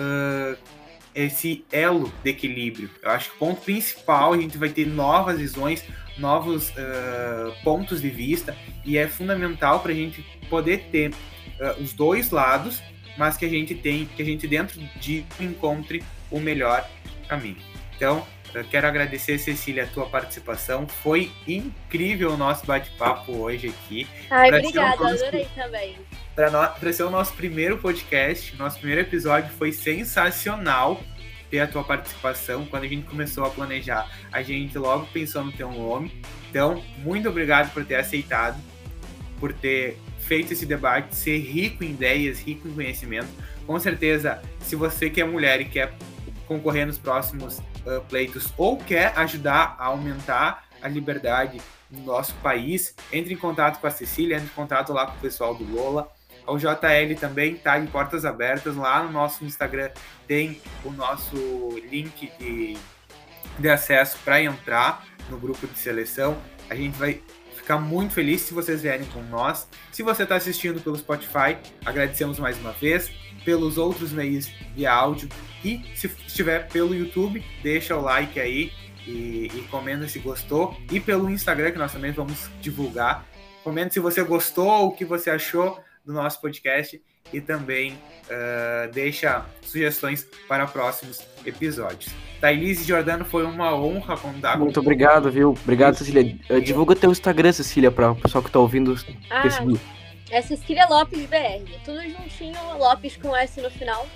esse elo de equilíbrio. Eu acho que o ponto principal, a gente vai ter novas visões, novos pontos de vista, e é fundamental para a gente poder ter os dois lados, mas que a gente dentro de encontre o melhor caminho. Então, eu quero agradecer, Cecília, a tua participação. Foi incrível o nosso bate-papo hoje aqui. Obrigada, adorei também. Para ser o nosso primeiro podcast, nosso primeiro episódio, foi sensacional ter a tua participação. Quando a gente começou a planejar, a gente logo pensou no teu nome. Então, muito obrigado por ter aceitado, por ter feito esse debate, ser rico em ideias, rico em conhecimento. Com certeza, se você que é mulher e quer concorrer nos próximos pleitos ou quer ajudar a aumentar a liberdade no nosso país, entre em contato com a Cecília, entre em contato lá com o pessoal do Lola. O JL também está de portas abertas. Lá no nosso Instagram tem o nosso link de acesso para entrar no grupo de seleção. A gente vai ficar muito feliz se vocês vierem com nós. Se você está assistindo pelo Spotify, agradecemos mais uma vez. Pelos outros meios de áudio, e se estiver pelo YouTube, deixa o like aí e comenta se gostou, e pelo Instagram, que nós também vamos divulgar. Comenta se você gostou, o que você achou do nosso podcast, e também deixa sugestões para próximos episódios. Thailise Giordano, foi uma honra contar. Muito obrigado, viu? Obrigado, Cecília. Divulga teu Instagram, Cecília, para o pessoal que está ouvindo seguir. É Cecília Lopes BR. Tudo juntinho, Lopes com S no final.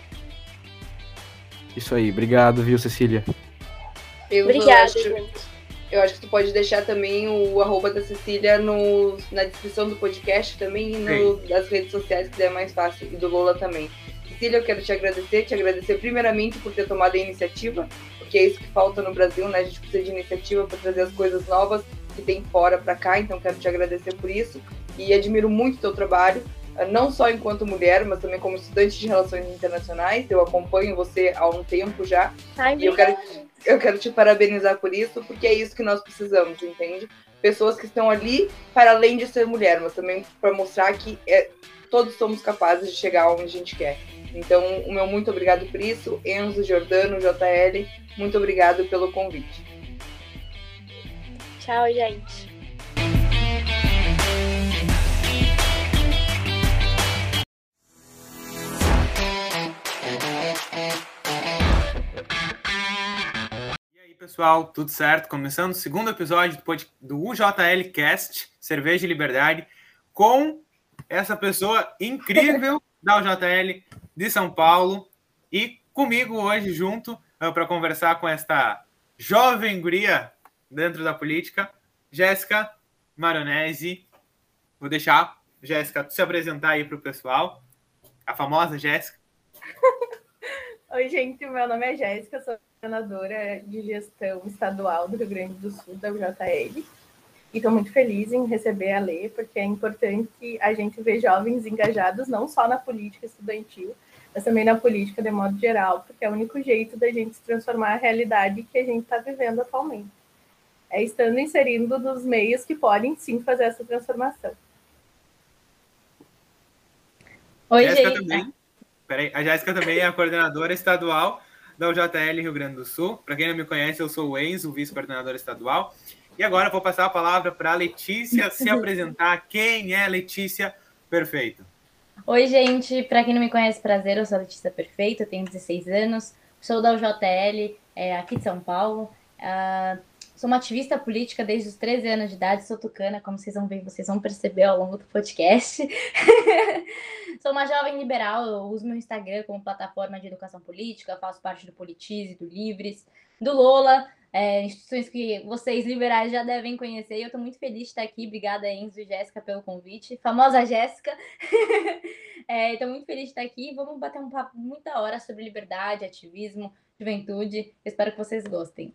Isso aí. Obrigado, viu, Cecília? Obrigada, gente. Eu acho que tu pode deixar também o @ da Cecília na descrição do podcast também e das redes sociais, que é mais fácil, e do Lola também. Cecília, eu quero te agradecer primeiramente por ter tomado a iniciativa, porque é isso que falta no Brasil, né? A gente precisa de iniciativa para trazer as coisas novas que tem fora para cá, então quero te agradecer por isso. E admiro muito o teu trabalho, não só enquanto mulher, mas também como estudante de Relações Internacionais. Eu acompanho você há um tempo já. E eu quero te parabenizar por isso, porque é isso que nós precisamos, entende? Pessoas que estão ali para além de ser mulher, mas também para mostrar que todos somos capazes de chegar onde a gente quer. Então, o meu muito obrigado por isso. Enzo, Giordano, JL, muito obrigado pelo convite. Tchau, gente. Pessoal, tudo certo? Começando o segundo episódio do UJL Cast, Cerveja e Liberdade, com essa pessoa incrível da UJL de São Paulo, e comigo hoje junto para conversar com esta jovem guria dentro da política, Jéssica Maronese. Vou deixar, Jéssica, tu se apresentar aí para o pessoal, a famosa Jéssica. Oi, gente, meu nome é Jéssica, sou coordenadora de gestão estadual do Rio Grande do Sul, da UJL, e estou muito feliz em receber a Lê, porque é importante a gente ver jovens engajados não só na política estudantil, mas também na política de modo geral, porque é o único jeito da gente se transformar a realidade que a gente está vivendo atualmente. É estando inserindo nos meios que podem sim fazer essa transformação. Oi, Jéssica gente. também. Peraí, a Jéssica também é a coordenadora estadual da UJL Rio Grande do Sul. Para quem não me conhece, eu sou o Enzo, vice-coordenador estadual. E agora eu vou passar a palavra para a Letícia se apresentar. Quem é Letícia Perfeito? Oi, gente. Para quem não me conhece, prazer. Eu sou a Letícia Perfeito, eu tenho 16 anos, sou da UJL, aqui de São Paulo. Sou uma ativista política desde os 13 anos de idade, sou tucana, como vocês vão ver, vocês vão perceber ao longo do podcast. Sou uma jovem liberal, eu uso meu Instagram como plataforma de educação política, faço parte do Politize, do Livres, do Lola, instituições que vocês liberais já devem conhecer. E eu estou muito feliz de estar aqui. Obrigada, Enzo e Jéssica, pelo convite. Famosa Jéssica. Estou muito feliz de estar aqui. Vamos bater um papo muito da hora sobre liberdade, ativismo, juventude. Espero que vocês gostem.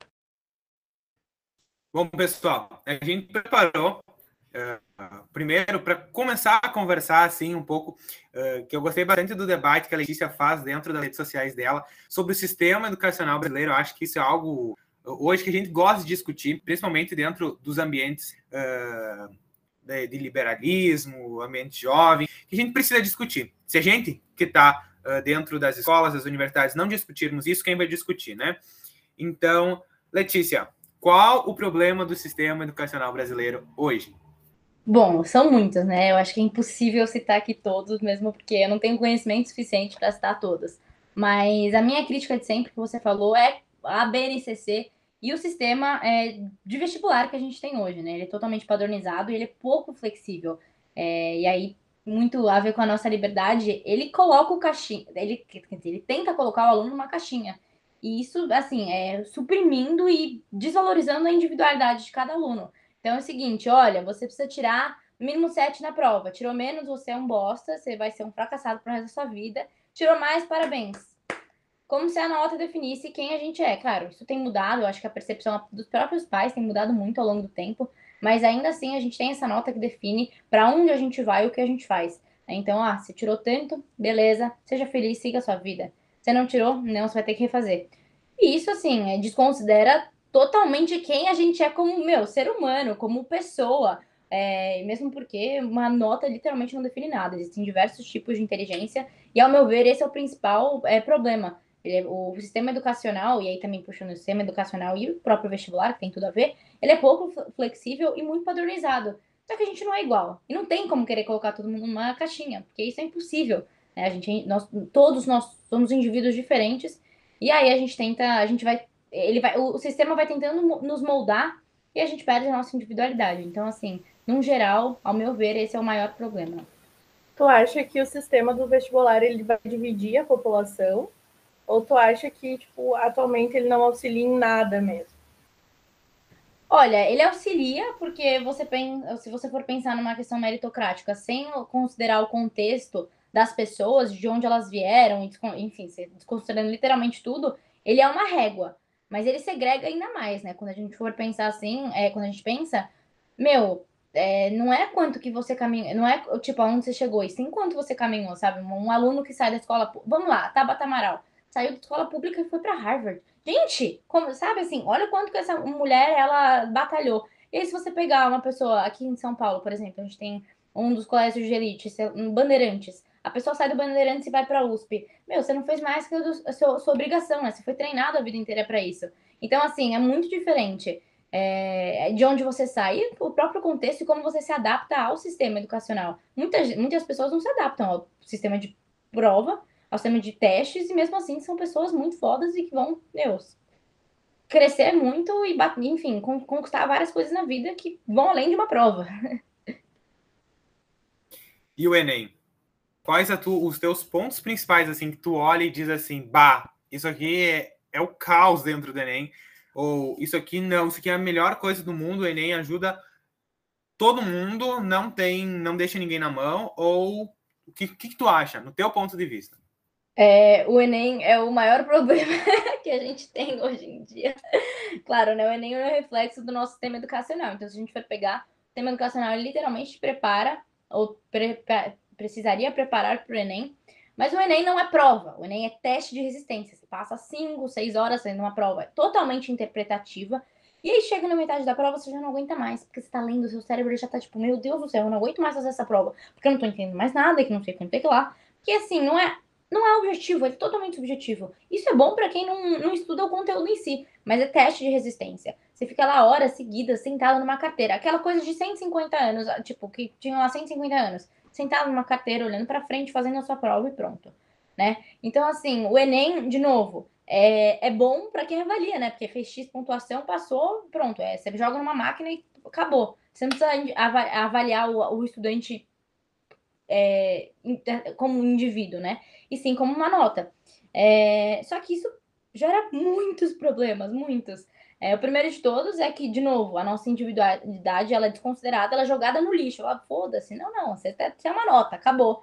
Bom, pessoal, a gente preparou primeiro para começar a conversar assim um pouco, que eu gostei bastante do debate que a Letícia faz dentro das redes sociais dela sobre o sistema educacional brasileiro. Eu acho que isso é algo hoje que a gente gosta de discutir, principalmente dentro dos ambientes de liberalismo, ambiente jovem, que a gente precisa discutir. Se a gente que está dentro das escolas, das universidades, não discutirmos isso, quem vai discutir, né? Então, Letícia, qual o problema do sistema educacional brasileiro hoje? Bom, são muitos, né? Eu acho que é impossível citar aqui todos, mesmo porque eu não tenho conhecimento suficiente para citar todos. Mas a minha crítica de sempre que você falou é a BNCC e o sistema de vestibular que a gente tem hoje, né? Ele é totalmente padronizado e ele é pouco flexível. E aí, muito a ver com a nossa liberdade, ele coloca o caixinha, ele tenta colocar o aluno numa caixinha. E isso, assim, suprimindo e desvalorizando a individualidade de cada aluno. Então é o seguinte, olha, você precisa tirar no mínimo 7 na prova. Tirou menos, você é um bosta, você vai ser um fracassado pro resto da sua vida. Tirou mais, parabéns. Como se a nota definisse quem a gente é. Claro, isso tem mudado, eu acho que a percepção dos próprios pais tem mudado muito ao longo do tempo, mas ainda assim a gente tem essa nota que define para onde a gente vai e o que a gente faz. Então, você tirou tanto, beleza, seja feliz, siga a sua vida. Você não tirou? Não, você vai ter que refazer. E isso, assim, desconsidera totalmente quem a gente é como, ser humano, como pessoa. Mesmo porque uma nota literalmente não define nada. Existem diversos tipos de inteligência e, ao meu ver, esse é o principal problema. O sistema educacional, e aí também puxando o sistema educacional e o próprio vestibular, que tem tudo a ver, ele é pouco flexível e muito padronizado. Só que a gente não é igual. E não tem como querer colocar todo mundo numa caixinha, porque isso é impossível. Né? Todos nós somos indivíduos diferentes. E aí o sistema vai tentando nos moldar e a gente perde a nossa individualidade. Então, assim, num geral, ao meu ver, esse é o maior problema. Tu acha que o sistema do vestibular ele vai dividir a população? Ou tu acha que, atualmente ele não auxilia em nada mesmo? Olha, ele auxilia porque se você for pensar numa questão meritocrática, sem considerar o contexto das pessoas, de onde elas vieram, enfim, desconsiderando literalmente tudo, ele é uma régua. Mas ele segrega ainda mais, né? Quando a gente for pensar assim, quando a gente pensa, não é quanto que você caminhou, não é tipo aonde você chegou, e sim quanto você caminhou, sabe? Um aluno que sai da escola, vamos lá, Tabata Amaral, saiu da escola pública e foi para Harvard. Gente, como, sabe assim, olha quanto que essa mulher, ela batalhou. E aí, se você pegar uma pessoa aqui em São Paulo, por exemplo, a gente tem um dos colégios de elite, Bandeirantes. A pessoa sai do Bandeirantes e vai pra USP. Você não fez mais que a sua obrigação, né? Você foi treinado a vida inteira para isso. Então, assim, é muito diferente de onde você sai, o próprio contexto e como você se adapta ao sistema educacional. Muitas pessoas não se adaptam ao sistema de prova, ao sistema de testes, e mesmo assim são pessoas muito fodas e que vão, crescer muito e, enfim, conquistar várias coisas na vida que vão além de uma prova. E o Enem? Quais os teus pontos principais, assim, que tu olha e diz assim, isso aqui é o caos dentro do Enem, ou isso aqui é a melhor coisa do mundo, o Enem ajuda todo mundo, não deixa ninguém na mão, ou o que tu acha, no teu ponto de vista? O Enem é o maior problema que a gente tem hoje em dia. Claro, né? O Enem é um reflexo do nosso sistema educacional. Então, se a gente for pegar, o sistema educacional ele literalmente prepara, ou precisaria preparar para o Enem, mas o Enem não é prova. O Enem é teste de resistência. Você passa 5, 6 horas fazendo uma prova totalmente interpretativa, e aí chega na metade da prova, você já não aguenta mais, porque você tá lendo, o seu cérebro já tá tipo, meu Deus do céu, eu não aguento mais fazer essa prova, porque eu não tô entendendo mais nada, que não sei quanto é que lá. Porque assim, não é não é objetivo, é totalmente subjetivo. Isso é bom para quem não estuda o conteúdo em si, mas é teste de resistência. Você fica lá horas seguidas sentado numa carteira. Aquela coisa de 150 anos, tipo, que tinham lá 150 anos, sentado numa carteira, olhando para frente, fazendo a sua prova e pronto, né? Então, assim, o Enem, de novo, é bom para quem avalia, né? Porque fez X pontuação, passou, pronto. Você joga numa máquina e acabou. Você não precisa avaliar o estudante como um indivíduo, né? E sim como uma nota. Só que isso gera muitos problemas, muitos. O primeiro de todos é que, de novo, a nossa individualidade ela é desconsiderada, ela é jogada no lixo. Ela, foda-se, não, você é uma nota, acabou.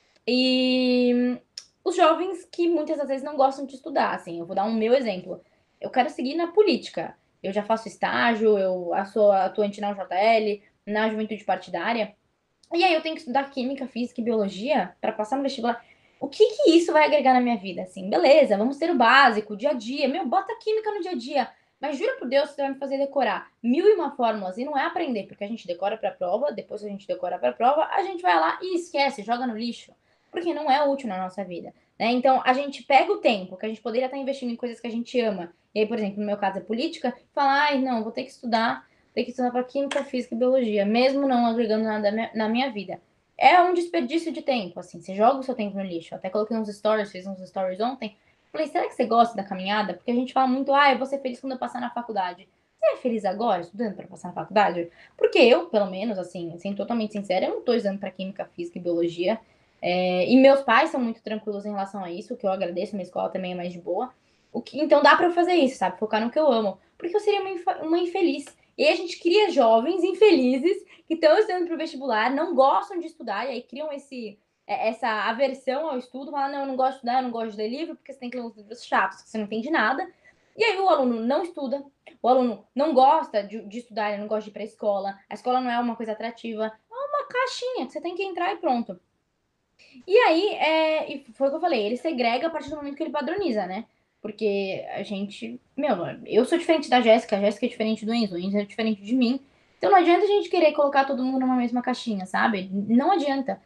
E os jovens que muitas das vezes não gostam de estudar, assim, eu vou dar um meu exemplo. Eu quero seguir na política. Eu já faço estágio, eu sou atuante na UJL, na juventude partidária. E aí eu tenho que estudar química, física e biologia para passar no vestibular. O que isso vai agregar na minha vida? Assim, beleza, vamos ter o básico, o dia a dia. Meu, bota química no dia a dia. Mas jura por Deus, você vai me fazer decorar 1001 fórmulas e não é aprender, porque a gente decora para a prova, depois que a gente decora para a prova, a gente vai lá e esquece, joga no lixo, porque não é útil na nossa vida, né? Então, a gente pega o tempo que a gente poderia estar investindo em coisas que a gente ama. E aí, por exemplo, no meu caso é política, fala, ai, não, vou ter que estudar para química, física e biologia, mesmo não agregando nada na minha vida. É um desperdício de tempo, assim, você joga o seu tempo no lixo. Até coloquei uns stories, fiz uns stories ontem. Falei, será que você gosta da caminhada? Porque a gente fala muito, eu vou ser feliz quando eu passar na faculdade. Você é feliz agora, estudando para passar na faculdade? Porque eu, pelo menos, assim, sendo totalmente sincera, eu não estou estudando para química, física e biologia. E meus pais são muito tranquilos em relação a isso, que eu agradeço, minha escola também é mais de boa. Então dá para eu fazer isso, sabe? Focar no que eu amo. Porque eu seria uma infeliz. E aí a gente cria jovens infelizes que estão estudando para o vestibular, não gostam de estudar, e aí criam essa aversão ao estudo, falam, não, eu não gosto de estudar, eu não gosto de ler livro, porque você tem que ler uns livros chatos, que você não entende nada. E aí o aluno não estuda, o aluno não gosta de estudar, ele não gosta de ir para a escola não é uma coisa atrativa, é uma caixinha que você tem que entrar e pronto. E aí, e foi o que eu falei, ele segrega a partir do momento que ele padroniza, né? Porque a gente, eu sou diferente da Jéssica, a Jéssica é diferente do Enzo, o Enzo é diferente de mim. Então não adianta a gente querer colocar todo mundo numa mesma caixinha, sabe? Não adianta.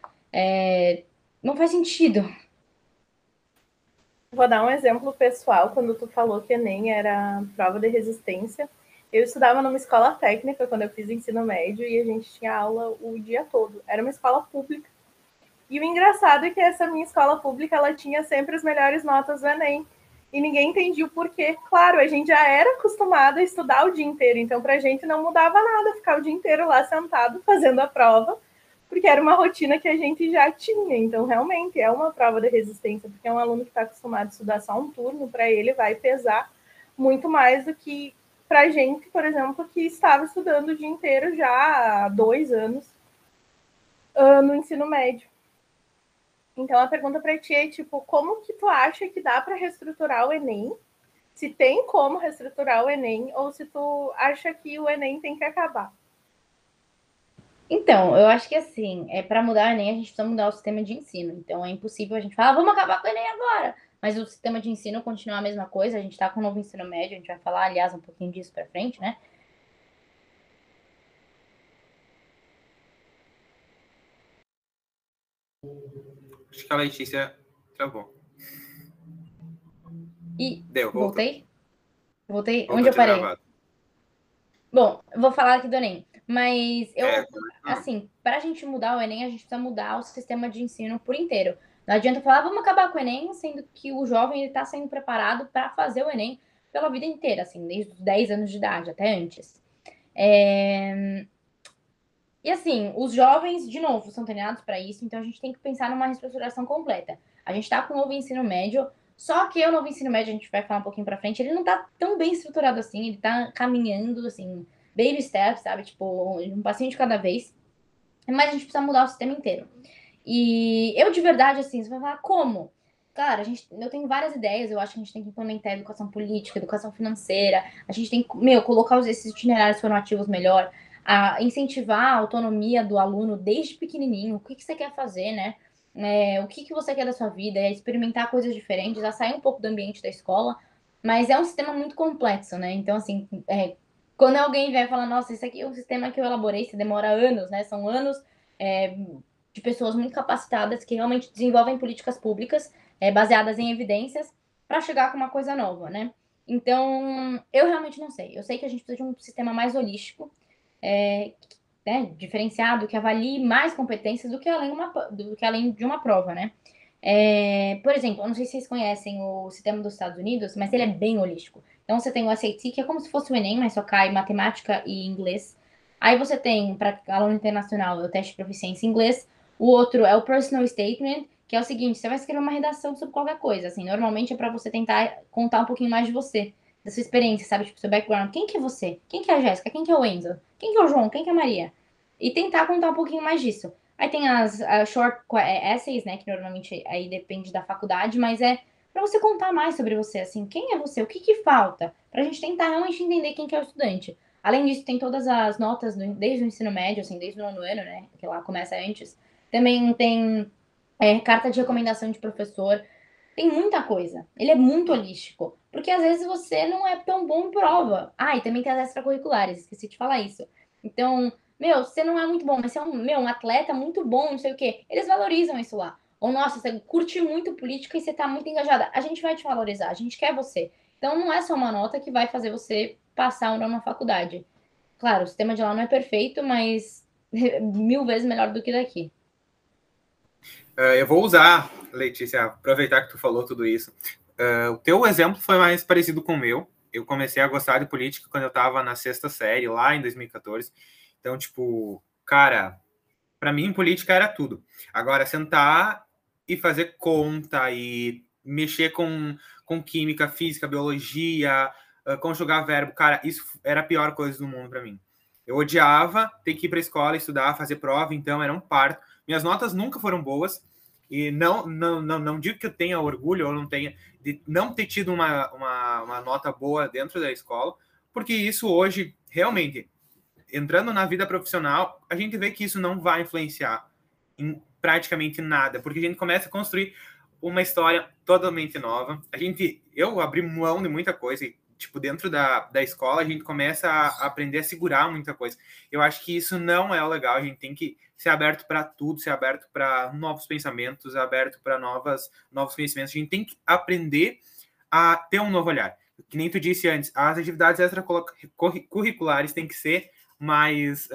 Não faz sentido. Vou dar um exemplo pessoal, quando tu falou que Enem era prova de resistência. Eu estudava numa escola técnica quando eu fiz ensino médio e a gente tinha aula o dia todo. Era uma escola pública. E o engraçado é que essa minha escola pública, ela tinha sempre as melhores notas do Enem. E ninguém entendia o porquê. Claro, a gente já era acostumado a estudar o dia inteiro, então pra gente não mudava nada ficar o dia inteiro lá sentado fazendo a prova, porque era uma rotina que a gente já tinha. Então, realmente, é uma prova de resistência, porque é um aluno que está acostumado a estudar só um turno, para ele vai pesar muito mais do que pra gente, por exemplo, que estava estudando o dia inteiro já há 2 anos no ensino médio. Então, a pergunta para ti é, tipo, como que tu acha que dá para reestruturar o Enem? Se tem como reestruturar o Enem, ou se tu acha que o Enem tem que acabar? Então, eu acho que assim, para mudar o Enem, a gente precisa mudar o sistema de ensino. Então, é impossível a gente falar, vamos acabar com o Enem agora. Mas o sistema de ensino continua a mesma coisa. A gente está com o novo ensino médio, a gente vai falar, aliás, um pouquinho disso para frente, né? Acho que a Letícia travou. Voltei? Voltei? Voltou, onde eu parei? Gravado. Bom, eu vou falar aqui do Enem. Mas assim, para a gente mudar o Enem, a gente precisa mudar o sistema de ensino por inteiro. Não adianta falar, vamos acabar com o Enem, sendo que o jovem está sendo preparado para fazer o Enem pela vida inteira, assim, desde os 10 anos de idade, até antes. E assim, os jovens, de novo, são treinados para isso, então a gente tem que pensar numa reestruturação completa. A gente está com o novo ensino médio, só que o novo ensino médio, a gente vai falar um pouquinho para frente, ele não está tão bem estruturado assim, ele está caminhando, assim, baby steps, sabe? Tipo, um passinho de cada vez. Mas a gente precisa mudar o sistema inteiro. E eu, de verdade, assim, você vai falar, como? Cara, eu tenho várias ideias, eu acho que a gente tem que implementar educação política, educação financeira, a gente tem que, colocar esses itinerários formativos melhor, a incentivar a autonomia do aluno desde pequenininho, o que você quer fazer, né? O que você quer da sua vida, experimentar coisas diferentes, a sair um pouco do ambiente da escola, mas é um sistema muito complexo, né? Então, assim, quando alguém vai falar, nossa, isso aqui é um sistema que eu elaborei, isso demora anos, né? São anos de pessoas muito capacitadas que realmente desenvolvem políticas públicas baseadas em evidências para chegar com uma coisa nova, né? Então, eu realmente não sei. Eu sei que a gente precisa de um sistema mais holístico, né, diferenciado, que avalie mais competências do que além de uma prova, né? Por exemplo, eu não sei se vocês conhecem o sistema dos Estados Unidos, mas ele é bem holístico. Então, você tem o SAT, que é como se fosse o Enem, mas só cai matemática e inglês. Aí você tem, para aluno internacional, o teste de proficiência em inglês. O outro é o Personal Statement, que é o seguinte, você vai escrever uma redação sobre qualquer coisa, assim, normalmente é para você tentar contar um pouquinho mais de você, da sua experiência, sabe, tipo, seu background. Quem que é você? Quem que é a Jéssica? Quem que é o Enzo? Quem que é o João? Quem que é a Maria? E tentar contar um pouquinho mais disso. Aí tem as short essays, né, que normalmente aí depende da faculdade, mas é para você contar mais sobre você, assim, quem é você, o que que falta, pra gente tentar realmente entender quem que é o estudante. Além disso, tem todas as notas desde o ensino médio, assim, desde o nono ano, né, que lá começa antes. Também tem carta de recomendação de professor. Tem muita coisa. Ele é muito holístico. Porque às vezes você não é tão bom em prova. Ah, e também tem as extracurriculares, esqueci de falar isso. Então, você não é muito bom, mas você é um atleta muito bom, não sei o quê. Eles valorizam isso lá. Ou, nossa, você curte muito política e você tá muito engajada. A gente vai te valorizar, a gente quer você. Então, não é só uma nota que vai fazer você passar ou não na faculdade. Claro, o sistema de lá não é perfeito, mas 1000 vezes melhor do que daqui. Eu vou usar, Letícia, aproveitar que tu falou tudo isso. O teu exemplo foi mais parecido com o meu. Eu comecei a gostar de política quando eu estava na 6ª série, lá em 2014. Então, tipo, cara, para mim, política era tudo. Agora, sentar e fazer conta e mexer com química, física, biologia, conjugar verbo, cara, isso era a pior coisa do mundo para mim. Eu odiava ter que ir para a escola, estudar, fazer prova, então era um parto. Minhas notas nunca foram boas, e não digo que eu tenha orgulho ou não tenha de não ter tido uma nota boa dentro da escola, porque isso hoje, realmente, entrando na vida profissional, a gente vê que isso não vai influenciar em praticamente nada, porque a gente começa a construir uma história totalmente nova. Eu abri mão de muita coisa, e, tipo, dentro da escola, a gente começa a aprender a segurar muita coisa. Eu acho que isso não é o legal, a gente tem que ser aberto para tudo, ser aberto para novos pensamentos, aberto para novos conhecimentos. A gente tem que aprender a ter um novo olhar. Que nem tu disse antes, as atividades extracurriculares têm que ser mais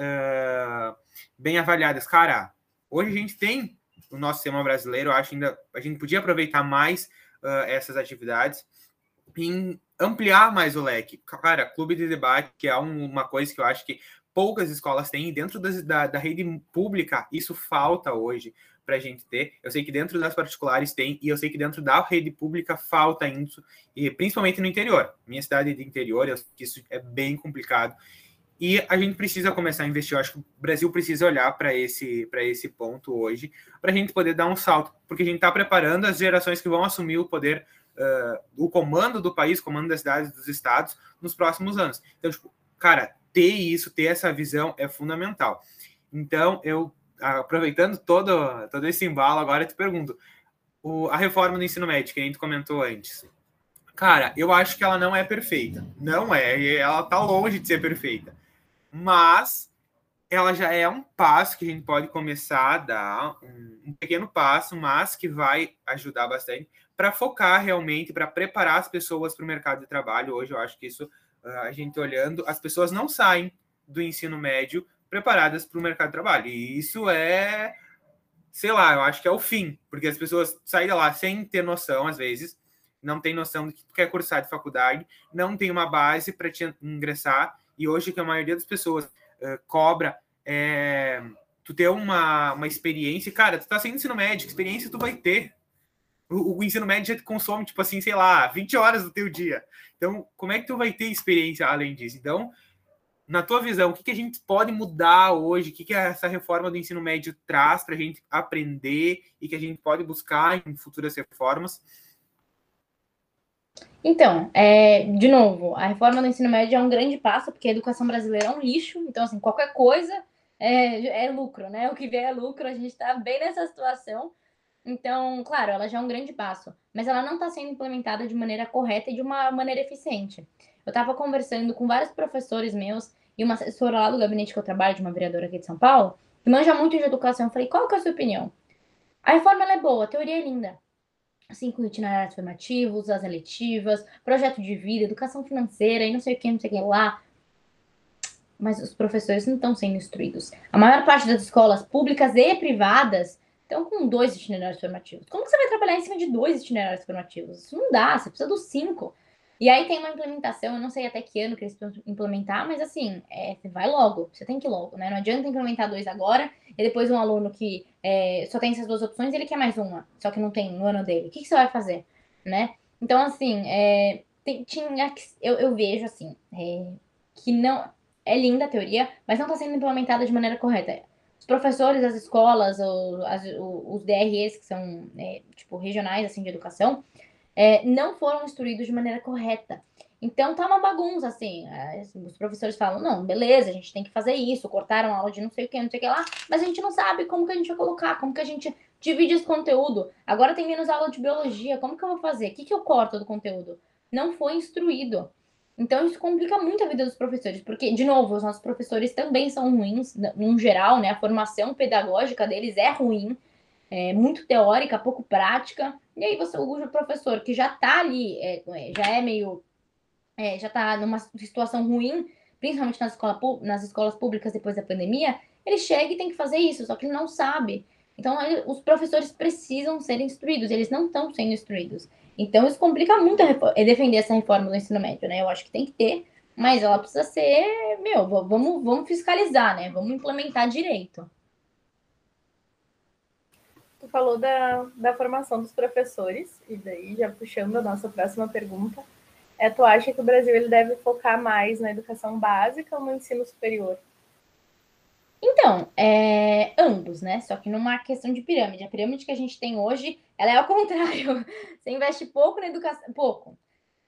bem avaliadas. Cara, hoje a gente tem o nosso sistema brasileiro, eu acho que ainda a gente podia aproveitar mais essas atividades e ampliar mais o leque. Cara, clube de debate, que é uma coisa que eu acho que poucas escolas têm, e dentro da rede pública, isso falta hoje para a gente ter. Eu sei que dentro das particulares tem, e eu sei que dentro da rede pública falta isso, e principalmente no interior. Minha cidade é de interior, eu sei que isso é bem complicado. E a gente precisa começar a investir. Eu acho que o Brasil precisa olhar para esse ponto hoje, para a gente poder dar um salto, porque a gente está preparando as gerações que vão assumir o poder, o comando do país, comando das cidades, dos estados, nos próximos anos. Então, tipo, cara, ter essa visão é fundamental. Então, eu, aproveitando todo esse embalo, agora eu te pergunto, a reforma do ensino médio, que a gente comentou antes, cara, eu acho que ela não é perfeita. Não é, ela tá longe de ser perfeita. Mas ela já é um passo que a gente pode começar a dar, um pequeno passo, mas que vai ajudar bastante para focar realmente, para preparar as pessoas para o mercado de trabalho. Hoje eu acho que isso, a gente olhando, as pessoas não saem do ensino médio preparadas para o mercado de trabalho. E isso é, sei lá, eu acho que é o fim, porque as pessoas saem de lá sem ter noção, às vezes, não tem noção do que tu quer cursar de faculdade, não tem uma base para te ingressar, e hoje que a maioria das pessoas cobra tu ter uma experiência, cara, tu tá sem ensino médio, que experiência tu vai ter? O ensino médio já te consome, tipo assim, sei lá, 20 horas do teu dia. Então, como é que tu vai ter experiência além disso? Então, na tua visão, o que a gente pode mudar hoje? O que essa reforma do ensino médio traz para a gente aprender e que a gente pode buscar em futuras reformas? Então, de novo, a reforma do ensino médio é um grande passo, porque a educação brasileira é um lixo, então, assim, qualquer coisa é lucro, né? O que vier é lucro, a gente está bem nessa situação. Então, claro, ela já é um grande passo, mas ela não está sendo implementada de maneira correta e de uma maneira eficiente. Eu estava conversando com vários professores meus e uma assessora lá do gabinete que eu trabalho, de uma vereadora aqui de São Paulo, que manja muito de educação. Eu falei, qual que é a sua opinião? A reforma ela é boa, a teoria é linda. 5 itinerários formativos, as eletivas, projeto de vida, educação financeira e não sei o que lá. Mas os professores não estão sendo instruídos. A maior parte das escolas públicas e privadas estão com 2 itinerários formativos. Como que você vai trabalhar em cima de 2 itinerários formativos? Isso não dá, você precisa dos 5. E aí tem uma implementação, eu não sei até que ano que eles vão implementar, mas assim, você vai logo, você tem que ir logo, né? Não adianta implementar 2 agora, e depois um aluno que só tem essas 2 opções, ele quer mais uma, só que não tem no ano dele. O que você vai fazer, né? Então, assim, eu vejo, assim, que não... É linda a teoria, mas não está sendo implementada de maneira correta. Os professores, as escolas, os DREs, que são tipo regionais assim de educação, não foram instruídos de maneira correta. Então tá uma bagunça, assim. Os professores falam, não, beleza, a gente tem que fazer isso, cortaram a aula de não sei o que lá, mas a gente não sabe como que a gente vai colocar, como que a gente divide esse conteúdo. Agora tem menos aula de biologia, como que eu vou fazer? O que eu corto do conteúdo? Não foi instruído. Então isso complica muito a vida dos professores, porque, de novo, os nossos professores também são ruins, no geral, né? A formação pedagógica deles é ruim, muito teórica, pouco prática. E aí o professor que já tá ali, já é meio... já tá numa situação ruim, principalmente nas escolas públicas depois da pandemia, ele chega e tem que fazer isso, só que ele não sabe. Então, os professores precisam ser instruídos, eles não estão sendo instruídos. Então, isso complica muito defender essa reforma do ensino médio, né? Eu acho que tem que ter, mas ela precisa ser, vamos fiscalizar, né? Vamos implementar direito. Tu falou da formação dos professores, e daí, já puxando a nossa próxima pergunta, tu acha que o Brasil ele deve focar mais na educação básica ou no ensino superior? Então, ambos, né? Só que numa questão de pirâmide. A pirâmide que a gente tem hoje, ela é ao contrário. Você investe pouco na educação. Pouco.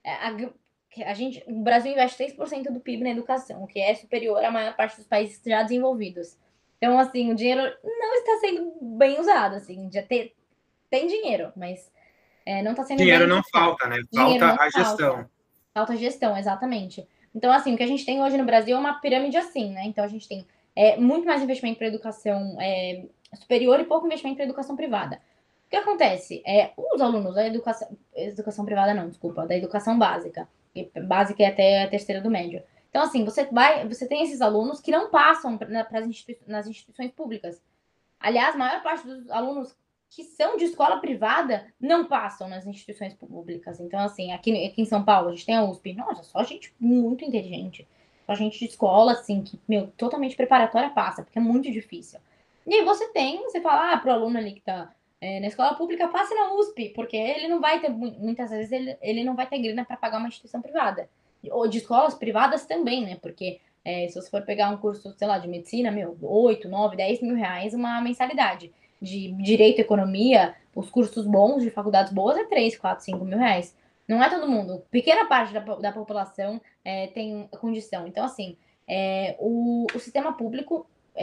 O Brasil investe 6% do PIB na educação, o que é superior à maior parte dos países já desenvolvidos. Então, assim, o dinheiro não está sendo bem usado, assim, tem dinheiro, mas não está sendo Dinheiro bem não usado. falta, né? Dinheiro Falta não a gestão. Falta gestão, exatamente. Então, assim, o que a gente tem hoje no Brasil é uma pirâmide assim, né? Então, a gente tem muito mais investimento para educação superior e pouco investimento para educação privada. O que acontece? Os alunos da educação privada não, desculpa, da educação básica. Básica é até a terceira do médio. Então, assim, você tem esses alunos que não passam nas instituições públicas. Aliás, a maior parte dos alunos que são de escola privada não passam nas instituições públicas. Então, assim, aqui em São Paulo, a gente tem a USP. Nossa, só gente muito inteligente. Só gente de escola, assim, que, totalmente preparatória passa, porque é muito difícil. E aí você fala, pro aluno ali que tá na escola pública, passe na USP, porque ele não vai ter, muitas vezes, ele não vai ter grana para pagar uma instituição privada. Ou de escolas privadas também, né? Porque se você for pegar um curso, sei lá, de medicina, 8, 9, 10 mil reais uma mensalidade. De direito e economia, os cursos bons de faculdades boas é 3, 4, 5 mil reais. Não é todo mundo. Pequena parte da população tem condição. Então, assim, o sistema público,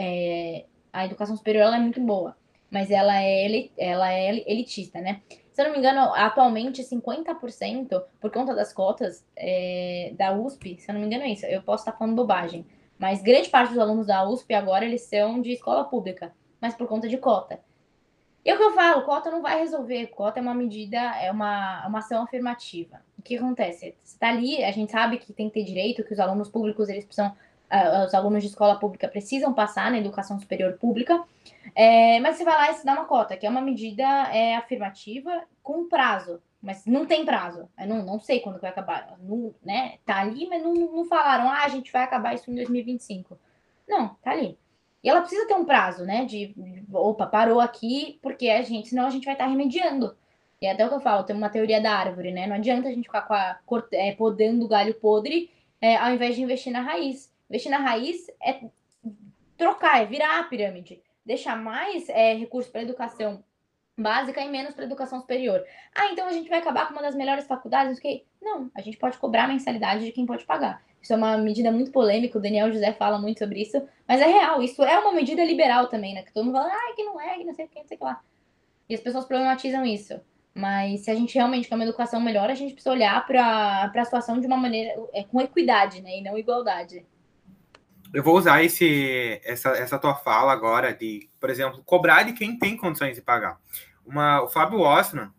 a educação superior ela é muito boa, mas ela é elitista, né? Se eu não me engano, atualmente 50%, por conta das cotas da USP, se eu não me engano é isso, eu posso estar falando bobagem, mas grande parte dos alunos da USP agora eles são de escola pública, mas por conta de cota. E o que eu falo, cota não vai resolver, cota é uma medida, é uma ação afirmativa. O que acontece? Você está ali, a gente sabe que tem que ter direito, que os alunos públicos, eles precisam, os alunos de escola pública precisam passar na educação superior pública, mas você vai lá e se dá uma cota, que é uma medida afirmativa com prazo, mas não tem prazo. Eu não sei quando que vai acabar, né? Tá ali, mas não falaram, a gente vai acabar isso em 2025. Não, tá ali. E ela precisa ter um prazo, né? Opa, parou aqui, porque senão a gente vai estar remediando. E até o que eu falo, tem uma teoria da árvore, né? Não adianta a gente ficar podando o galho podre ao invés de investir na raiz. Investir na raiz é trocar, é virar a pirâmide. Deixar mais recursos para educação básica e menos para educação superior. Então a gente vai acabar com uma das melhores faculdades? Não, a gente pode cobrar a mensalidade de quem pode pagar. Isso é uma medida muito polêmica, o Daniel José fala muito sobre isso, mas é real, isso é uma medida liberal também, né? Que todo mundo fala, que não é, que não sei o que, não sei o que lá. E as pessoas problematizam isso. Mas se a gente realmente quer uma educação melhor, a gente precisa olhar para a situação de uma maneira com equidade, né? E não igualdade. Eu vou usar essa tua fala agora de, por exemplo, cobrar de quem tem condições de pagar. O Fábio Ossman,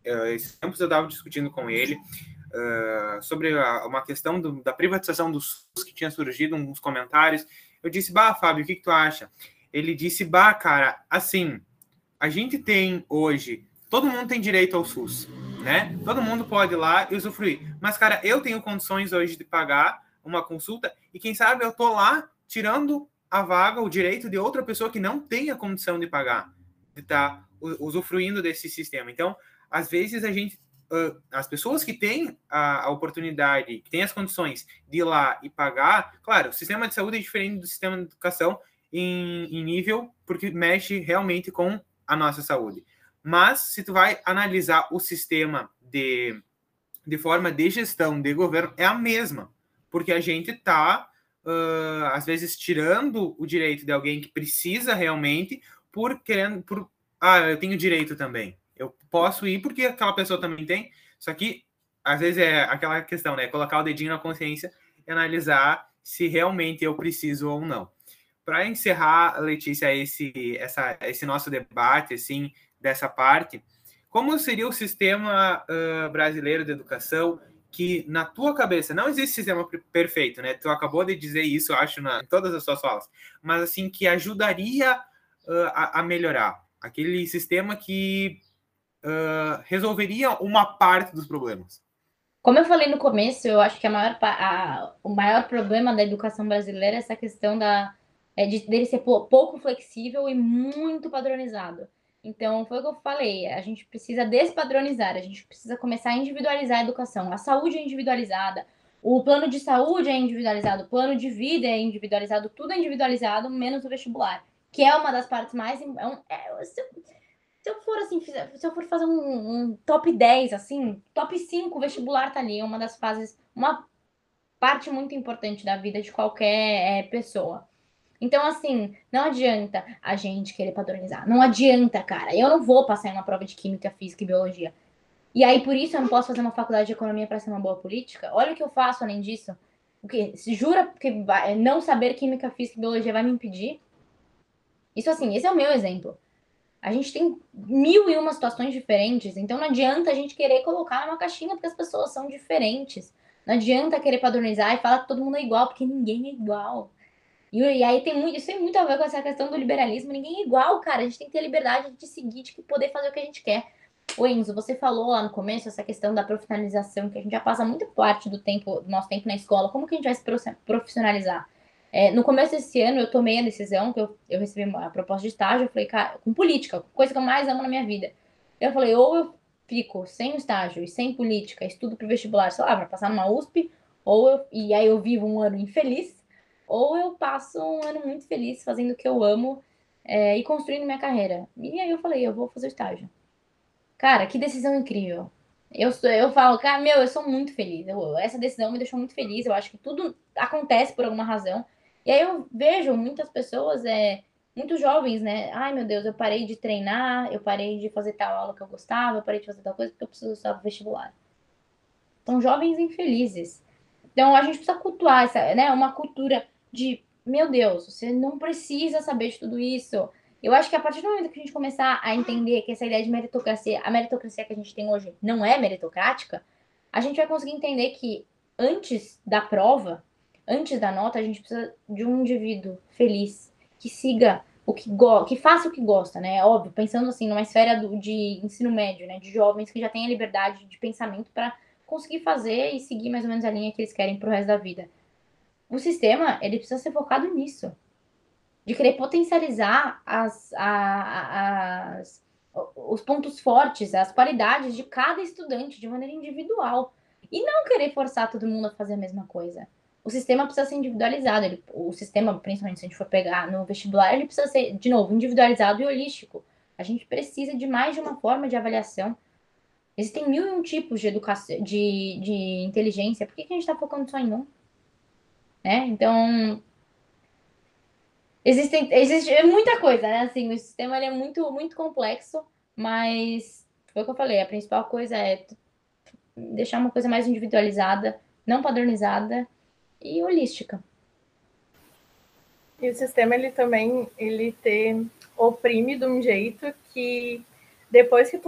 esses tempos eu estava discutindo com ele sobre uma questão da privatização do SUS que tinha surgido, uns comentários. Eu disse, Fábio, o que tu acha? Ele disse, cara, assim, a gente tem hoje, todo mundo tem direito ao SUS, né? Todo mundo pode ir lá e usufruir. Mas, cara, eu tenho condições hoje de pagar uma consulta e, quem sabe, eu tô lá tirando a vaga, o direito de outra pessoa que não tem a condição de pagar, de estar usufruindo desse sistema. Então, às vezes, as pessoas que têm a oportunidade, que têm as condições de ir lá e pagar, claro, o sistema de saúde é diferente do sistema de educação em nível, porque mexe realmente com a nossa saúde. Mas, se tu vai analisar o sistema de forma de gestão de governo, é a mesma, porque a gente está, às vezes, tirando o direito de alguém que precisa realmente eu tenho direito também. Eu posso ir porque aquela pessoa também tem, só que, às vezes, é aquela questão, né? Colocar o dedinho na consciência e analisar se realmente eu preciso ou não. Para encerrar, Letícia, esse nosso debate, assim, dessa parte, como seria o sistema brasileiro de educação que, na tua cabeça, não existe sistema perfeito, né? Tu acabou de dizer isso, eu acho, em todas as suas falas, mas, assim, que ajudaria a melhorar. Aquele sistema que resolveria uma parte dos problemas. Como eu falei no começo, eu acho que o maior problema da educação brasileira é essa questão dele ser pouco flexível e muito padronizado. Então, foi o que eu falei, a gente precisa despadronizar, a gente precisa começar a individualizar a educação. A saúde é individualizada, o plano de saúde é individualizado, o plano de vida é individualizado, tudo é individualizado, menos o vestibular, que é uma das partes mais... Se eu for fazer um top 10, assim, top 5, o vestibular tá ali, uma das fases, uma parte muito importante da vida de qualquer pessoa. Então, assim, não adianta a gente querer padronizar. Não adianta, cara. Eu não vou passar em uma prova de química, física e biologia. E aí, por isso, eu não posso fazer uma faculdade de economia para ser uma boa política? Olha o que eu faço além disso. O quê? Se jura que não saber química, física e biologia vai me impedir? Isso, assim, esse é o meu exemplo. A gente tem 1001 situações diferentes, então não adianta a gente querer colocar numa caixinha porque as pessoas são diferentes. Não adianta querer padronizar e falar que todo mundo é igual, porque ninguém é igual. E aí isso tem muito a ver com essa questão do liberalismo. Ninguém é igual, cara. A gente tem que ter liberdade de seguir, de poder fazer o que a gente quer. Ô Enzo, você falou lá no começo essa questão da profissionalização, que a gente já passa muita parte do nosso tempo na escola. Como que a gente vai se profissionalizar? No começo desse ano, eu tomei a decisão, que eu recebi uma proposta de estágio, eu falei, cara, com política, coisa que eu mais amo na minha vida. Eu falei, ou eu fico sem o estágio e sem política, estudo pro vestibular, sei lá, pra passar numa USP, e aí eu vivo um ano infeliz, ou eu passo um ano muito feliz fazendo o que eu amo e construindo minha carreira. E aí eu falei, eu vou fazer o estágio. Cara, que decisão incrível. Eu falo, cara, eu sou muito feliz. Essa decisão me deixou muito feliz. Eu acho que tudo acontece por alguma razão. E aí eu vejo muitas pessoas, muito jovens, né? Ai, meu Deus, eu parei de treinar, eu parei de fazer tal aula que eu gostava, eu parei de fazer tal coisa porque eu preciso estudar pro vestibular. São jovens infelizes. Então a gente precisa cultuar uma cultura de, meu Deus, você não precisa saber de tudo isso. Eu acho que a partir do momento que a gente começar a entender que essa ideia de meritocracia, a meritocracia que a gente tem hoje não é meritocrática, a gente vai conseguir entender que antes da prova, antes da nota, a gente precisa de um indivíduo feliz, que siga que faça o que gosta, né? Óbvio, pensando assim, numa esfera de ensino médio, né? De jovens que já têm a liberdade de pensamento para conseguir fazer e seguir mais ou menos a linha que eles querem pro resto da vida. O sistema, ele precisa ser focado nisso. De querer potencializar os pontos fortes, as qualidades de cada estudante de maneira individual. E não querer forçar todo mundo a fazer a mesma coisa. O sistema precisa ser individualizado. O sistema, principalmente se a gente for pegar no vestibular, ele precisa ser, de novo, individualizado e holístico. A gente precisa de mais de uma forma de avaliação. Existem 1001 tipos de educação, de inteligência. Por que a gente está focando só em um? Então, existe muita coisa, né? Assim, o sistema ele é muito, muito complexo, mas foi o que eu falei. A principal coisa é deixar uma coisa mais individualizada, não padronizada e holística. E o sistema, ele também, ele oprime de um jeito que depois que tu vai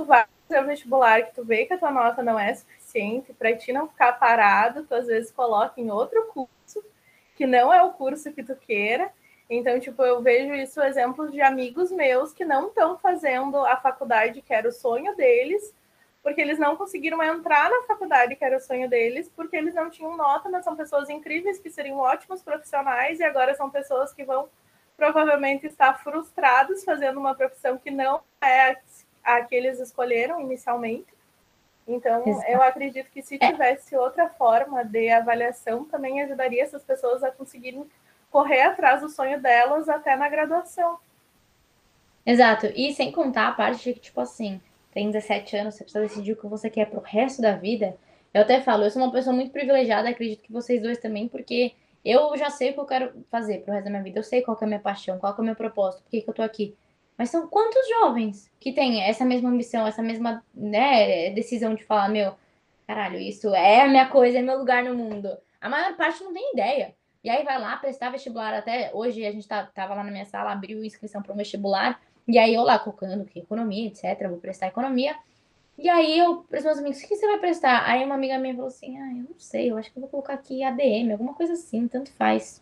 fazer o vestibular, que tu vê que a tua nota não é suficiente, para ti não ficar parado, tu às vezes coloca em outro curso, que não é o curso que tu queira. Então, tipo, eu vejo isso, exemplos de amigos meus que não estão fazendo a faculdade que era o sonho deles, porque eles não conseguiram entrar na faculdade que era o sonho deles, porque eles não tinham nota, mas são pessoas incríveis que seriam ótimos profissionais, e agora são pessoas que vão provavelmente estar frustrados fazendo uma profissão que não é a que eles escolheram inicialmente. Então, eu acredito que se tivesse outra forma de avaliação, também ajudaria essas pessoas a conseguirem correr atrás do sonho delas até na graduação. Exato. E sem contar a parte de que, tipo assim, tem 17 anos, você precisa decidir o que você quer pro resto da vida. Eu até falo, eu sou uma pessoa muito privilegiada, acredito que vocês dois também, porque eu já sei o que eu quero fazer pro resto da minha vida. Eu sei qual que é a minha paixão, qual que é o meu propósito, por que que eu tô aqui. Mas são quantos jovens que têm essa mesma ambição, essa mesma, né, decisão de falar, meu, caralho, isso é a minha coisa, é meu lugar no mundo. A maior parte não tem ideia. E aí vai lá prestar vestibular. Até hoje a gente tava lá na minha sala, abriu inscrição para um vestibular. E aí eu lá colocando que economia, etc. Vou prestar economia. E aí eu, para os meus amigos, o que você vai prestar? Aí uma amiga minha falou assim, eu não sei, eu acho que eu vou colocar aqui ADM, alguma coisa assim, tanto faz.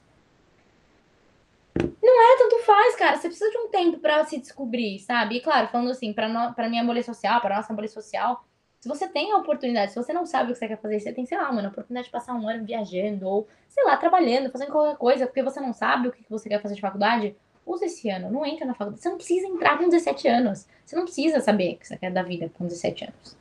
Tanto faz, cara. Você precisa de um tempo pra se descobrir, sabe? E claro, falando assim, pra minha bolha social, pra nossa bolha social, se você tem a oportunidade, se você não sabe o que você quer fazer, você tem, sei lá, mano, a oportunidade de passar um ano viajando, ou, sei lá, trabalhando, fazendo qualquer coisa, porque você não sabe o que você quer fazer de faculdade, usa esse ano, não entra na faculdade. Você não precisa entrar com 17 anos. Você não precisa saber o que você quer da vida com 17 anos.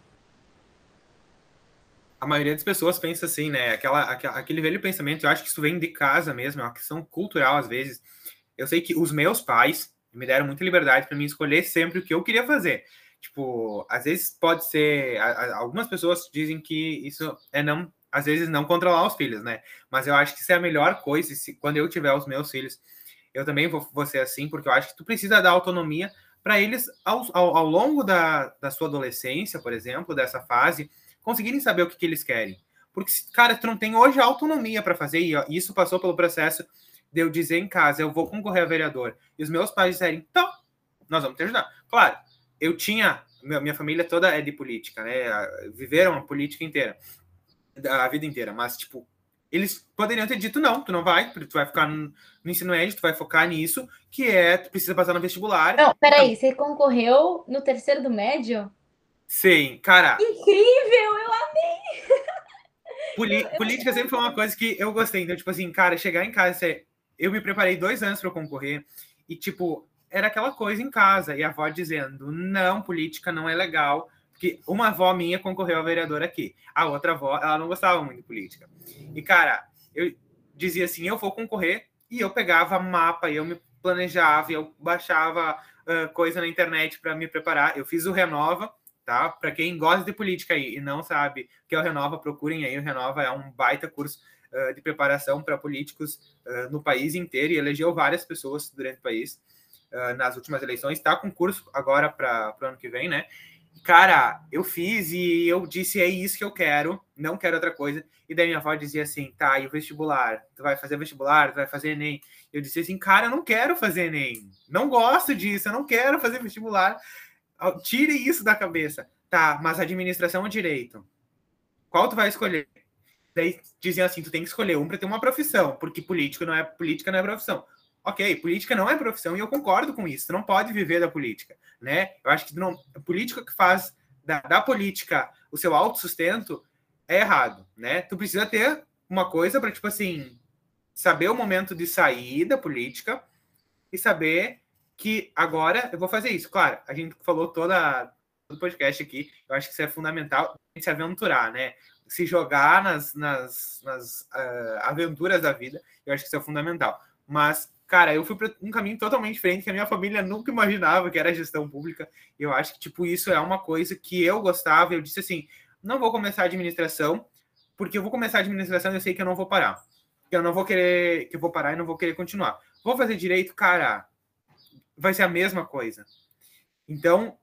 A maioria das pessoas pensa assim, né? Aquele velho pensamento, eu acho que isso vem de casa mesmo, é uma questão cultural às vezes. Eu sei que os meus pais me deram muita liberdade para mim escolher sempre o que eu queria fazer. Tipo, às vezes pode ser. Algumas pessoas dizem que isso é não, às vezes não controlar os filhos, né? Mas eu acho que isso é a melhor coisa. Quando eu tiver os meus filhos, eu também vou ser assim, porque eu acho que tu precisa dar autonomia para eles ao longo da sua adolescência, por exemplo, dessa fase, conseguirem saber o que eles querem. Porque, cara, tu não tem hoje a autonomia para fazer, e isso passou pelo processo de eu dizer em casa, eu vou concorrer a vereador. E os meus pais disseram, então, nós vamos te ajudar. Claro, eu tinha, minha família toda é de política, né? Viveram a política inteira, a vida inteira, mas, tipo, eles poderiam ter dito, não, tu não vai, tu vai ficar no ensino médio, tu vai focar nisso, que é, tu precisa passar no vestibular. Não, peraí, você concorreu no terceiro do médio? Sim, cara. Incrível, eu amei! Política sempre foi uma coisa que eu gostei. Então, tipo assim, cara, chegar em casa, eu me preparei 2 anos para concorrer e, tipo, era aquela coisa em casa. E a avó dizendo, não, política não é legal. Porque uma avó minha concorreu a vereadora aqui. A outra avó, ela não gostava muito de política. E, cara, eu dizia assim, eu vou concorrer. E eu pegava mapa, e eu me planejava, e eu baixava coisa na internet para me preparar. Eu fiz o Renova, tá? Para quem gosta de política aí e não sabe o que é o Renova, procurem aí. O Renova é um baita curso de preparação para políticos no país inteiro e elegeu várias pessoas durante o país nas últimas eleições. Está com curso agora para o ano que vem, né? Cara, eu fiz e eu disse, é isso que eu quero, não quero outra coisa. E daí minha avó dizia assim, tá, e o vestibular? Tu vai fazer vestibular? Tu vai fazer Enem? Eu disse assim, cara, eu não quero fazer Enem. Não gosto disso, eu não quero fazer vestibular. Tire isso da cabeça. Tá, mas administração ou direito? Qual tu vai escolher? Daí diziam assim, tu tem que escolher um para ter uma profissão, porque política não é profissão. Ok, política não é profissão e eu concordo com isso. Tu não pode viver da política, né? Eu acho que a política que faz da política o seu autossustento é errado, né? Tu precisa ter uma coisa para, tipo assim, saber o momento de sair da política e saber que agora eu vou fazer isso. Claro, a gente falou todo o podcast aqui, eu acho que isso é fundamental, a gente se aventurar, né? Se jogar nas aventuras da vida, eu acho que isso é fundamental. Mas, cara, eu fui para um caminho totalmente diferente que a minha família nunca imaginava, que era a gestão pública. E eu acho que, tipo, isso é uma coisa que eu gostava. Eu disse assim, não vou começar a administração, porque eu vou começar a administração e eu sei que eu não vou parar. Que eu não vou querer, que eu vou parar e não vou querer continuar. Vou fazer direito, cara, vai ser a mesma coisa. Então,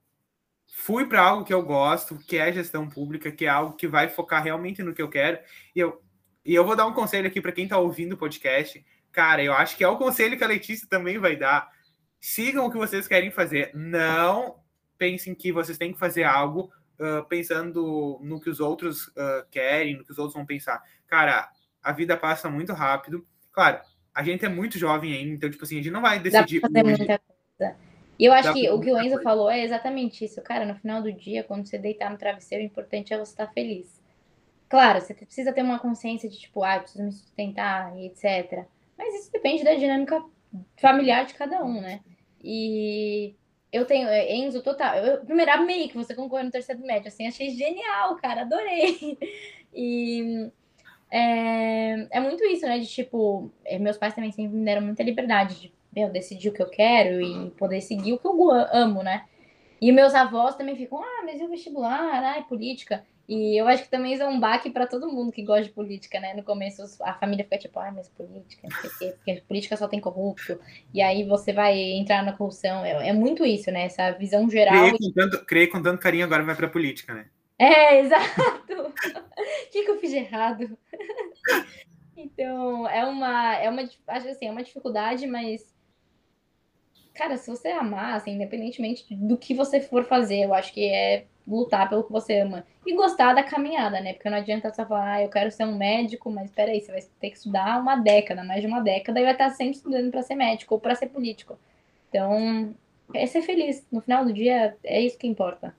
fui para algo que eu gosto, que é gestão pública, que é algo que vai focar realmente no que eu quero. E eu vou dar um conselho aqui para quem está ouvindo o podcast. Cara, eu acho que é o conselho que a Letícia também vai dar. Sigam o que vocês querem fazer. Não pensem que vocês têm que fazer algo pensando no que os outros querem, no que os outros vão pensar. Cara, a vida passa muito rápido. Claro, a gente é muito jovem ainda, então, tipo assim, a gente não vai Dá pra decidir fazer hoje. muita coisa. E eu acho Dá que pra o que o muita Enzo coisa. falou é exatamente isso. Cara, no final do dia, quando você deitar no travesseiro, o importante é você estar feliz. Claro, você precisa ter uma consciência de, tipo, eu preciso me sustentar e etc. Mas isso depende da dinâmica familiar de cada um, né? E eu tenho, Enzo, total. Eu primeiro amei que você concorreu no terceiro médio, assim, achei genial, cara, adorei. E é muito isso, né? De tipo, meus pais também sempre me deram muita liberdade de, decidir o que eu quero e poder seguir o que eu amo, né? E meus avós também ficam, mas e o vestibular? Política. E eu acho que também isso é um baque para todo mundo que gosta de política, né? No começo a família fica tipo, mas política, não sei o quê, porque política só tem corrupto. E aí você vai entrar na corrupção. É muito isso, né? Essa visão geral. Criei com tanto carinho, agora vai pra política, né? Exato. O que eu fiz de errado? Então, acho assim, é uma dificuldade, mas cara, se você amar, assim, independentemente do que você for fazer, eu acho que é lutar pelo que você ama. E gostar da caminhada, né? Porque não adianta só falar, eu quero ser um médico, mas peraí, você vai ter que estudar uma década, mais de uma década, e vai estar sempre estudando para ser médico ou para ser político. Então, é ser feliz. No final do dia, é isso que importa.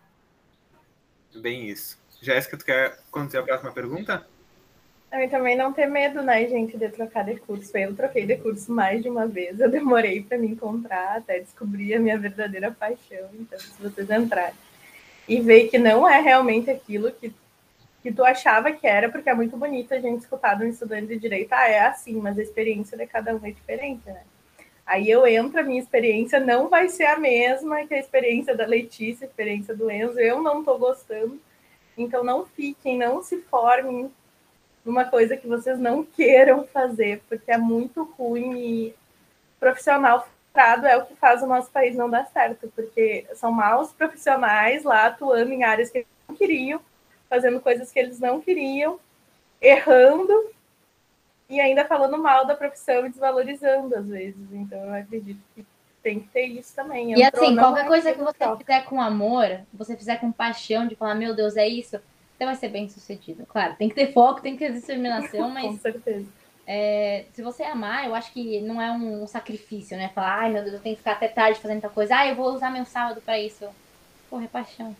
Bem isso. Jéssica, tu quer conduzir a próxima pergunta? E também não ter medo, né, gente, de trocar de curso. Eu troquei de curso mais de uma vez, eu demorei para me encontrar, até descobrir a minha verdadeira paixão. Então, se vocês entrarem e ver que não é realmente aquilo que tu achava que era, porque é muito bonito a gente escutar de um estudante de direito, é assim, mas a experiência de cada um é diferente, né? Aí eu entro, a minha experiência não vai ser a mesma que a experiência da Letícia, a experiência do Enzo, eu não estou gostando. Então não fiquem, não se formem numa coisa que vocês não queiram fazer, porque é muito ruim e profissional frustrado é o que faz o nosso país não dar certo, porque são maus profissionais lá atuando em áreas que eles não queriam, fazendo coisas que eles não queriam, errando e ainda falando mal da profissão e desvalorizando às vezes. Então eu acredito que tem que ter isso também. E assim, qualquer coisa que você fizer com amor, você fizer com paixão, de falar, meu Deus, é isso, você vai ser bem sucedido. Claro, tem que ter foco, tem que ter determinação, mas com certeza. Se você amar, eu acho que não é um sacrifício, né? Falar, meu Deus, eu tenho que ficar até tarde fazendo tal coisa. Eu vou usar meu sábado para isso. Porra, é paixão.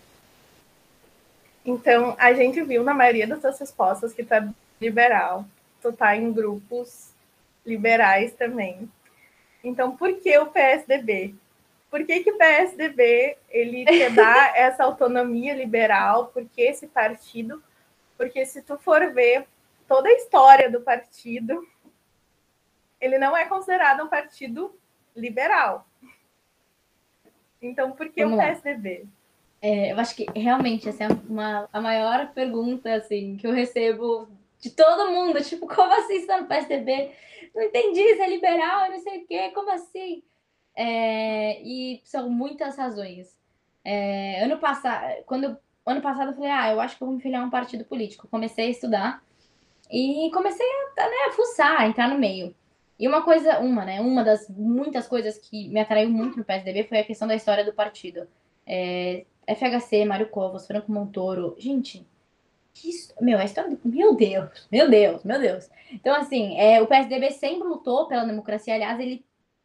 Então, a gente viu na maioria das suas respostas que tu é liberal. Tu tá em grupos liberais também. Então, por que o PSDB? Por que o PSDB ele te dá essa autonomia liberal? Por que esse partido? Porque se tu for ver toda a história do partido, ele não é considerado um partido liberal. Então, por que o PSDB? Eu acho que realmente essa é a maior pergunta assim, que eu recebo de todo mundo. Tipo, como assim está no PSDB? Não entendi, isso é liberal, eu não sei o quê, como assim? E são muitas razões. Ano passado eu falei, eu acho que eu vou me filiar a um partido político. Comecei a estudar e comecei a fuçar, a entrar no meio. E uma das muitas coisas que me atraiu muito no PSDB foi a questão da história do partido. FHC, Mário Covas, Franco Montoro. Gente, a história do. Meu Deus, meu Deus, meu Deus. Então, assim, o PSDB sempre lutou pela democracia. Aliás, ele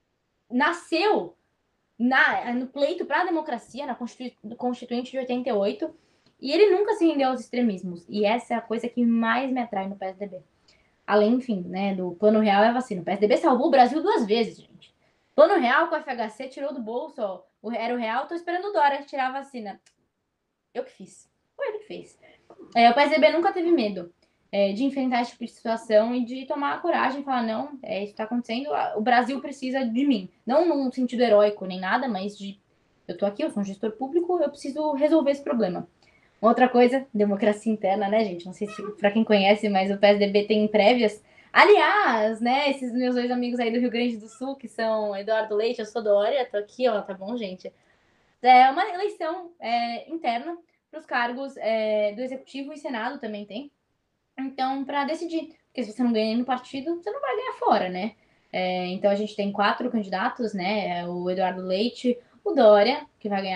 nasceu no pleito para a democracia, na Constituinte de 88, e ele nunca se rendeu aos extremismos. E essa é a coisa que mais me atrai no PSDB. Além, enfim, né, do Plano Real e a vacina. O PSDB salvou o Brasil 2 vezes, gente. Plano Real com a FHC tirou do bolso, era o real, tô esperando o Dória tirar a vacina. Eu que fiz. Foi ele que fez. O PSDB nunca teve medo de enfrentar esse tipo de situação e de tomar a coragem e falar, não, isso está acontecendo, o Brasil precisa de mim. Não num sentido heróico nem nada, mas eu tô aqui, eu sou um gestor público, eu preciso resolver esse problema. Outra coisa, democracia interna, né, gente? Não sei se para quem conhece, mas o PSDB tem prévias. Aliás, né, esses meus 2 amigos aí do Rio Grande do Sul, que são Eduardo Leite, eu sou Dória, tô aqui, tá bom, gente? É uma eleição interna para os cargos do Executivo e Senado também tem. Então, para decidir. Porque se você não ganha no partido, você não vai ganhar fora, né? Então, a gente tem 4 candidatos, né? O Eduardo Leite, o Dória, que vai ganhar,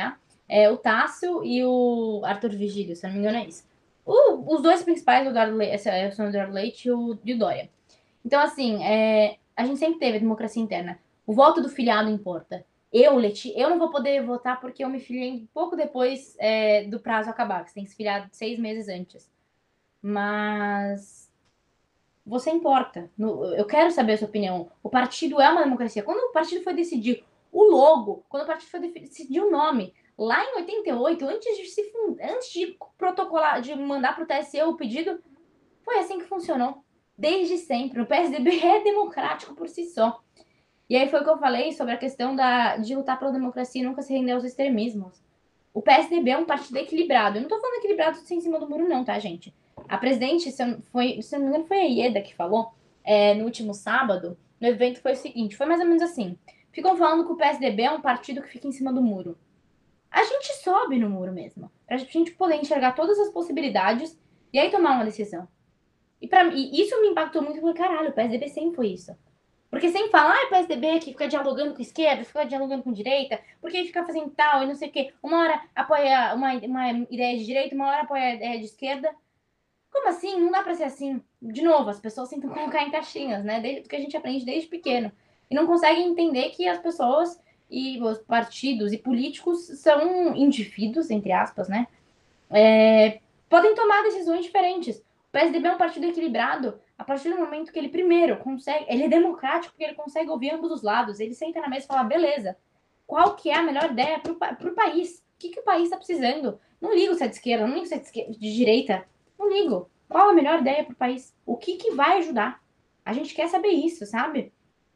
o Tássio e o Arthur Vigílio, se eu não me engano é isso. Os dois principais, o senador Eduardo Leite e o Dória. Então, assim, a gente sempre teve a democracia interna. O voto do filiado importa. Eu não vou poder votar porque eu me filiei pouco depois do prazo acabar, que você tem que se filiar 6 meses antes. Mas você importa. Eu quero saber a sua opinião. O partido é uma democracia. Quando o partido foi decidir o logo, quando o partido foi decidir o nome, lá em 88, antes de protocolar, de mandar para o TSE o pedido, foi assim que funcionou. Desde sempre. O PSDB é democrático por si só. E aí foi o que eu falei sobre a questão de lutar pela democracia e nunca se render aos extremismos. O PSDB é um partido equilibrado. Eu não tô falando equilibrado em cima do muro não, tá, gente? A presidente, se eu não me engano, foi a Ieda que falou no último sábado, no evento foi o seguinte, foi mais ou menos assim. Ficam falando que o PSDB é um partido que fica em cima do muro. A gente sobe no muro mesmo, pra gente poder enxergar todas as possibilidades e aí tomar uma decisão. E isso me impactou muito, porque caralho, o PSDB sempre foi isso. Porque sempre fala, o PSDB que fica dialogando com a esquerda, fica dialogando com a direita, porque fica fazendo tal e não sei o quê. Uma hora apoia uma ideia de direita, uma hora apoia a ideia de esquerda. Como assim? Não dá pra ser assim. De novo, as pessoas tentam colocar em caixinhas, né? Do que a gente aprende desde pequeno. E não conseguem entender que as pessoas e os partidos e políticos são indivíduos, entre aspas, né? Podem tomar decisões diferentes. O PSDB é um partido equilibrado a partir do momento que ele, primeiro, ele é democrático, porque ele consegue ouvir ambos os lados. Ele senta na mesa e fala, beleza, qual que é a melhor ideia pro país? O que o país está precisando? Não ligo se é de esquerda, não ligo se é de direita. Não ligo. Qual a melhor ideia pro país? O que vai ajudar? A gente quer saber isso, sabe?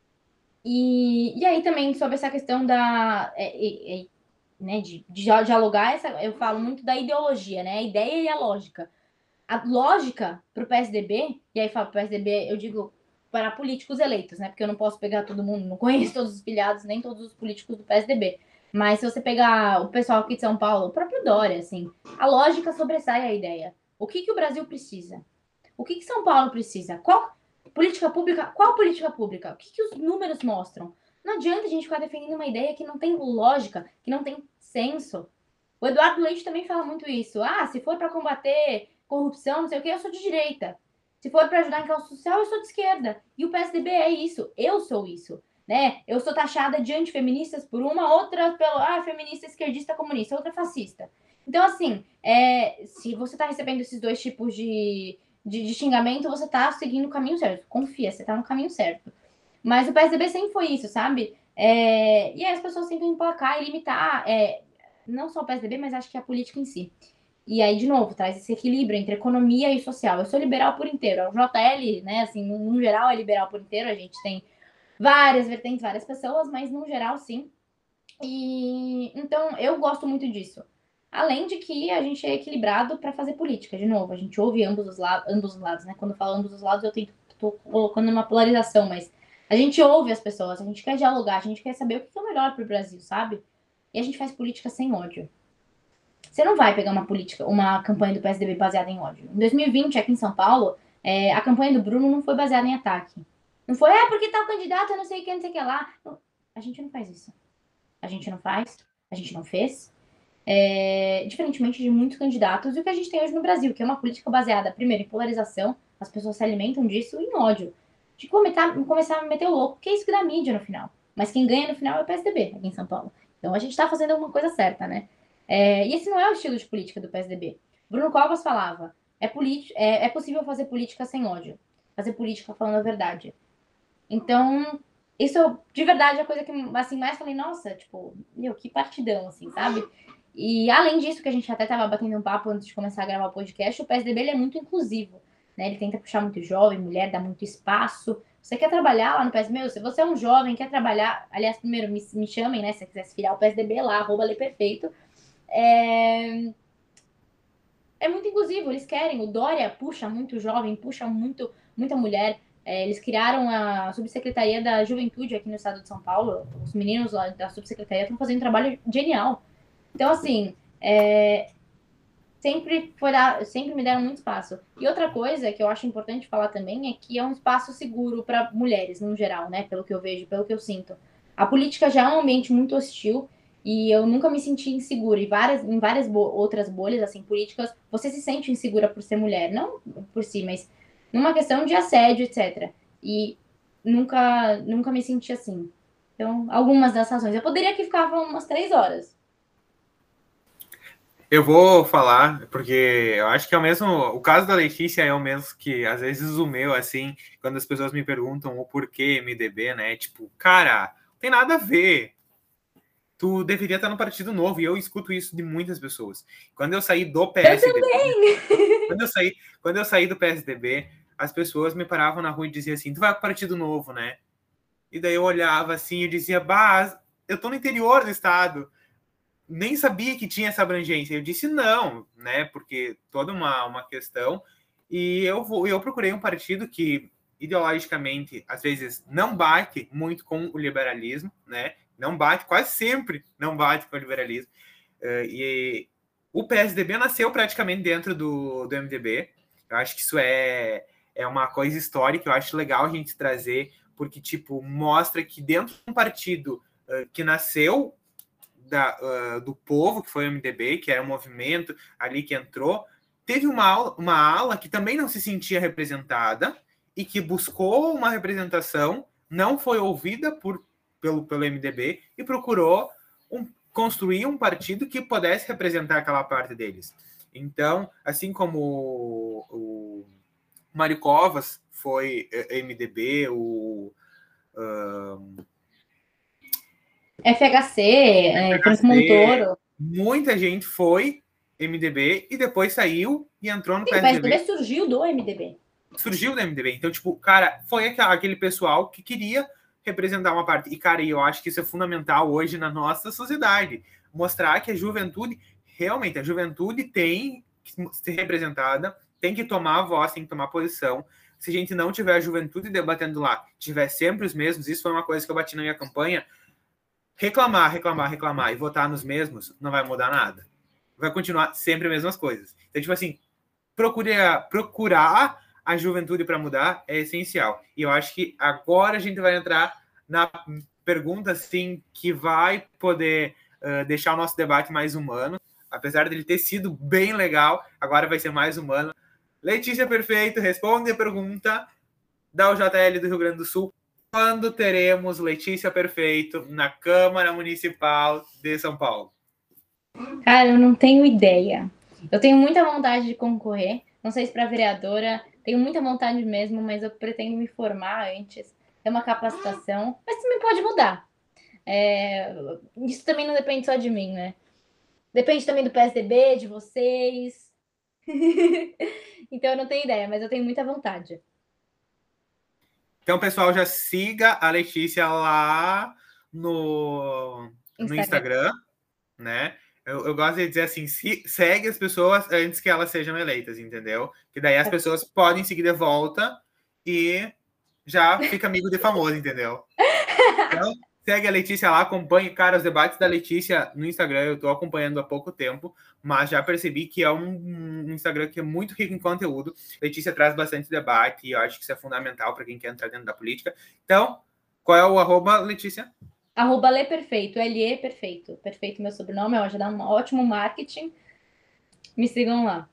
E aí também sobre essa questão né, de dialogar, eu falo muito da ideologia, né? A ideia e a lógica. A lógica para o PSDB, e aí falo PSDB, eu digo para políticos eleitos, né? Porque eu não posso pegar todo mundo, não conheço todos os filiados, nem todos os políticos do PSDB. Mas se você pegar o pessoal aqui de São Paulo, o próprio Dória, assim, a lógica sobressai a ideia. O que o Brasil precisa? O que São Paulo precisa? Qual política pública? O que os números mostram? Não adianta a gente ficar defendendo uma ideia que não tem lógica, que não tem senso. O Eduardo Leite também fala muito isso. Se for para combater corrupção, não sei o que, eu sou de direita. Se for para ajudar em causa social, eu sou de esquerda. E o PSDB é isso. Eu sou isso. Né? Eu sou taxada de antifeministas por uma, outra pelo feminista, esquerdista, comunista, outra fascista. Então, assim, se você está recebendo esses dois tipos de xingamento, você está seguindo o caminho certo. Confia, você está no caminho certo. Mas o PSDB sempre foi isso, sabe? E aí as pessoas tentam emplacar e limitar, não só o PSDB, mas acho que a política em si. E aí, de novo, traz esse equilíbrio entre economia e social. Eu sou liberal por inteiro. O JL, né, assim, no geral é liberal por inteiro. A gente tem várias vertentes, várias pessoas, mas no geral, sim. E então, eu gosto muito disso. Além de que a gente é equilibrado para fazer política. De novo, a gente ouve ambos os lados, né? Quando eu falo ambos os lados, eu tô colocando uma polarização, mas a gente ouve as pessoas, a gente quer dialogar, a gente quer saber o que é o melhor para o Brasil, sabe? E a gente faz política sem ódio. Você não vai pegar uma campanha do PSDB baseada em ódio. Em 2020, aqui em São Paulo, a campanha do Bruno não foi baseada em ataque. Não foi, porque tal candidato, eu não sei o que, não sei o que lá. Não, a gente não faz isso. A gente não faz, a gente não fez. Diferentemente de muitos candidatos, e o que a gente tem hoje no Brasil, que é uma política baseada, primeiro, em polarização, as pessoas se alimentam disso, e em ódio. De começar a meter o louco, que é isso que dá mídia no final. Mas quem ganha no final é o PSDB, aqui em São Paulo. Então a gente tá fazendo alguma coisa certa, né? E esse não é o estilo de política do PSDB. Bruno Covas falava, é possível fazer política sem ódio. Fazer política falando a verdade. Então, isso, de verdade, é a coisa que assim, mais falei, nossa, tipo, que partidão, assim, sabe? E além disso, que a gente até tava batendo um papo antes de começar a gravar o podcast, o PSDB ele é muito inclusivo, né? Ele tenta puxar muito jovem, mulher, dá muito espaço. Você quer trabalhar lá no PSDB? Se você é um jovem, quer trabalhar... Aliás, primeiro, me chamem, né? Se você quiser se filiar ao PSDB lá, @leperfeito. É muito inclusivo, eles querem. O Dória puxa muito jovem, puxa muita mulher. Eles criaram a Subsecretaria da Juventude aqui no estado de São Paulo. Os meninos lá da Subsecretaria estão fazendo um trabalho genial. Então, assim, sempre me deram muito espaço. E outra coisa que eu acho importante falar também é que é um espaço seguro para mulheres, no geral, né? Pelo que eu vejo, pelo que eu sinto. A política já é um ambiente muito hostil. E eu nunca me senti insegura. E em várias outras bolhas, assim, políticas, você se sente insegura por ser mulher. Não por si, mas numa questão de assédio, etc. E nunca me senti assim. Então, algumas das razões. Eu poderia aqui ficar umas 3 horas. Eu vou falar, porque eu acho que é o mesmo. O caso da Letícia é o mesmo que, às vezes, o meu, assim, quando as pessoas me perguntam o porquê MDB, né? Tipo, cara, não tem nada a ver. Tu deveria estar no Partido Novo, e eu escuto isso de muitas pessoas. Quando eu saí do PSDB. Eu também! Quando eu saí do PSDB, as pessoas me paravam na rua e diziam assim: tu vai pro Partido Novo, né? E daí eu olhava assim e dizia: bah, eu tô no interior do estado. Nem sabia que tinha essa abrangência. Eu disse não, né? Porque toda uma questão. E eu procurei um partido que, ideologicamente, às vezes não bate muito com o liberalismo, né? Não bate, quase sempre não bate com o liberalismo. E o PSDB nasceu praticamente dentro do MDB. Eu acho que isso é uma coisa histórica, eu acho legal a gente trazer, porque, tipo, mostra que dentro de um partido que nasceu do povo, que foi o MDB, que era um movimento ali que entrou, teve uma ala que também não se sentia representada e que buscou uma representação, não foi ouvida pelo MDB e procurou construir um partido que pudesse representar aquela parte deles. Então, assim como o Mário Covas foi MDB, FHC, Franco Montoro. Muita gente foi MDB e depois saiu e entrou no Sim, o PSDB surgiu do MDB. Surgiu do MDB. Então, tipo, cara, foi aquele pessoal que queria representar uma parte. E, cara, eu acho que isso é fundamental hoje na nossa sociedade. Mostrar que a juventude, realmente, a juventude tem que ser representada, tem que tomar voz, tem que tomar posição. Se a gente não tiver a juventude debatendo lá, tiver sempre os mesmos, isso foi uma coisa que eu bati na minha campanha, reclamar e votar nos mesmos não vai mudar nada. Vai continuar sempre as mesmas coisas. Então, tipo assim, procurar a juventude para mudar é essencial. E eu acho que agora a gente vai entrar na pergunta, assim, que vai poder deixar o nosso debate mais humano. Apesar dele ter sido bem legal, agora vai ser mais humano. Letícia Perfeito, responde a pergunta da UJL do Rio Grande do Sul. Quando teremos Letícia Perfeito na Câmara Municipal de São Paulo? Cara, eu não tenho ideia. Eu tenho muita vontade de concorrer. Não sei se para vereadora, tenho muita vontade mesmo, mas eu pretendo me formar antes, ter uma capacitação. Mas também pode mudar. Isso também não depende só de mim, né? Depende também do PSDB, de vocês. Então eu não tenho ideia, mas eu tenho muita vontade. Então, pessoal, já siga a Letícia lá no Instagram, né? Eu gosto de dizer assim, segue as pessoas antes que elas sejam eleitas, entendeu? Que daí as pessoas podem seguir de volta e já fica amigo de famoso, entendeu? Então, segue a Letícia lá, acompanhe, cara, os debates da Letícia no Instagram, eu tô acompanhando há pouco tempo, mas já percebi que é um Instagram que é muito rico em conteúdo. Letícia traz bastante debate e eu acho que isso é fundamental para quem quer entrar dentro da política. Então, qual é o arroba, Letícia? @LePerfeito, LE Perfeito. Perfeito meu sobrenome, já dá um ótimo marketing. Me sigam lá.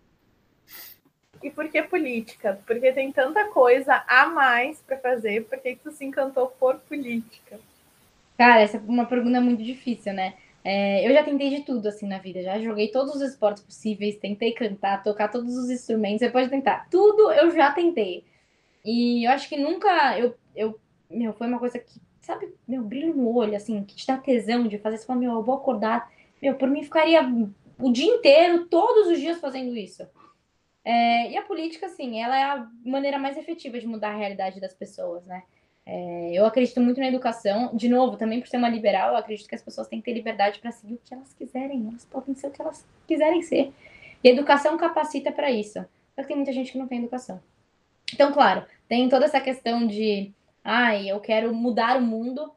E por que política? Porque tem tanta coisa a mais para fazer, por que tu se encantou por política? Cara, essa é uma pergunta muito difícil, né? Eu já tentei de tudo, assim, na vida. Já joguei todos os esportes possíveis, tentei cantar, tocar todos os instrumentos. Você pode tentar. Tudo eu já tentei. E eu acho que nunca... foi uma coisa que, sabe, brilho no olho, assim, que te dá tesão de fazer. Você fala, eu vou acordar. Por mim, ficaria o dia inteiro, todos os dias fazendo isso. E a política, assim, ela é a maneira mais efetiva de mudar a realidade das pessoas, né? Eu acredito muito na educação. De novo, também por ser uma liberal, eu acredito que as pessoas têm que ter liberdade para seguir o que elas quiserem. Elas podem ser o que elas quiserem ser. E a educação capacita para isso. Só que tem muita gente que não tem educação. Então, claro, tem toda essa questão de eu quero mudar o mundo.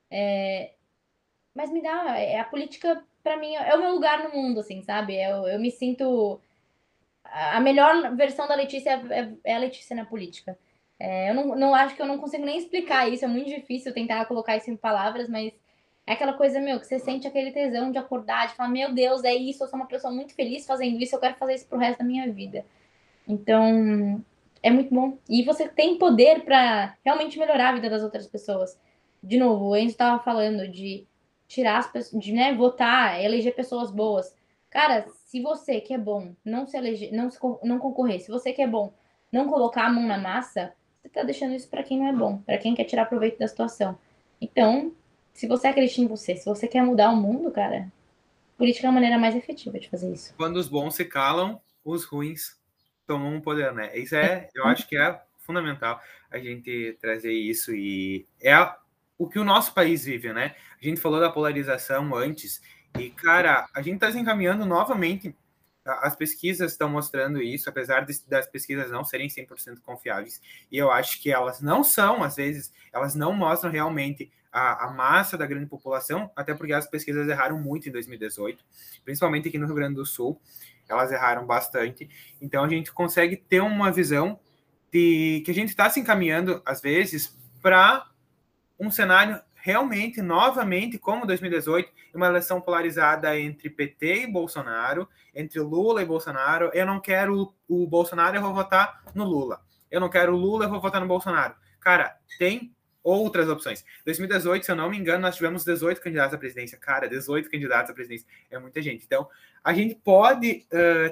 Mas me dá... a política, para mim, é o meu lugar no mundo, assim, sabe? Eu me sinto... A melhor versão da Letícia é a Letícia na política. Eu não acho que eu não consigo nem explicar isso, é muito difícil tentar colocar isso em palavras, mas É aquela coisa, meu, que você sente aquele tesão de acordar, de falar, meu Deus, é isso, eu sou uma pessoa muito feliz fazendo isso, eu quero fazer isso pro resto da minha vida. Então, é muito bom. E você tem poder pra realmente melhorar a vida das outras pessoas. De novo, o Enzo tava falando de tirar as pessoas, de, né, votar, eleger pessoas boas. Cara, se você que é bom não se eleger, não concorrer, se você que é bom não colocar a mão na massa, você tá deixando isso pra quem não é bom, pra quem quer tirar proveito da situação. Então, se você acredita em você, se você quer mudar o mundo, cara, política é a maneira mais efetiva de fazer isso. Quando os bons se calam, os ruins tomam o poder, né? Isso eu acho que é fundamental a gente trazer isso, e é o que o nosso país vive, né? A gente falou da polarização antes, e, cara, a gente está se encaminhando novamente. As pesquisas estão mostrando isso, apesar das pesquisas não serem 100% confiáveis. E eu acho que elas não são, às vezes, elas não mostram realmente a massa da grande população, até porque as pesquisas erraram muito em 2018, principalmente aqui no Rio Grande do Sul, elas erraram bastante. Então a gente consegue ter uma visão de que a gente está se encaminhando, às vezes, para um cenário realmente, novamente, como 2018, uma eleição polarizada entre PT e Bolsonaro, entre Lula e Bolsonaro. Eu não quero o Bolsonaro, eu vou votar no Lula. Eu não quero o Lula, eu vou votar no Bolsonaro. Cara, tem outras opções. 2018, se eu não me engano, nós tivemos 18 candidatos à presidência. Cara, 18 candidatos à presidência é muita gente. Então, a gente pode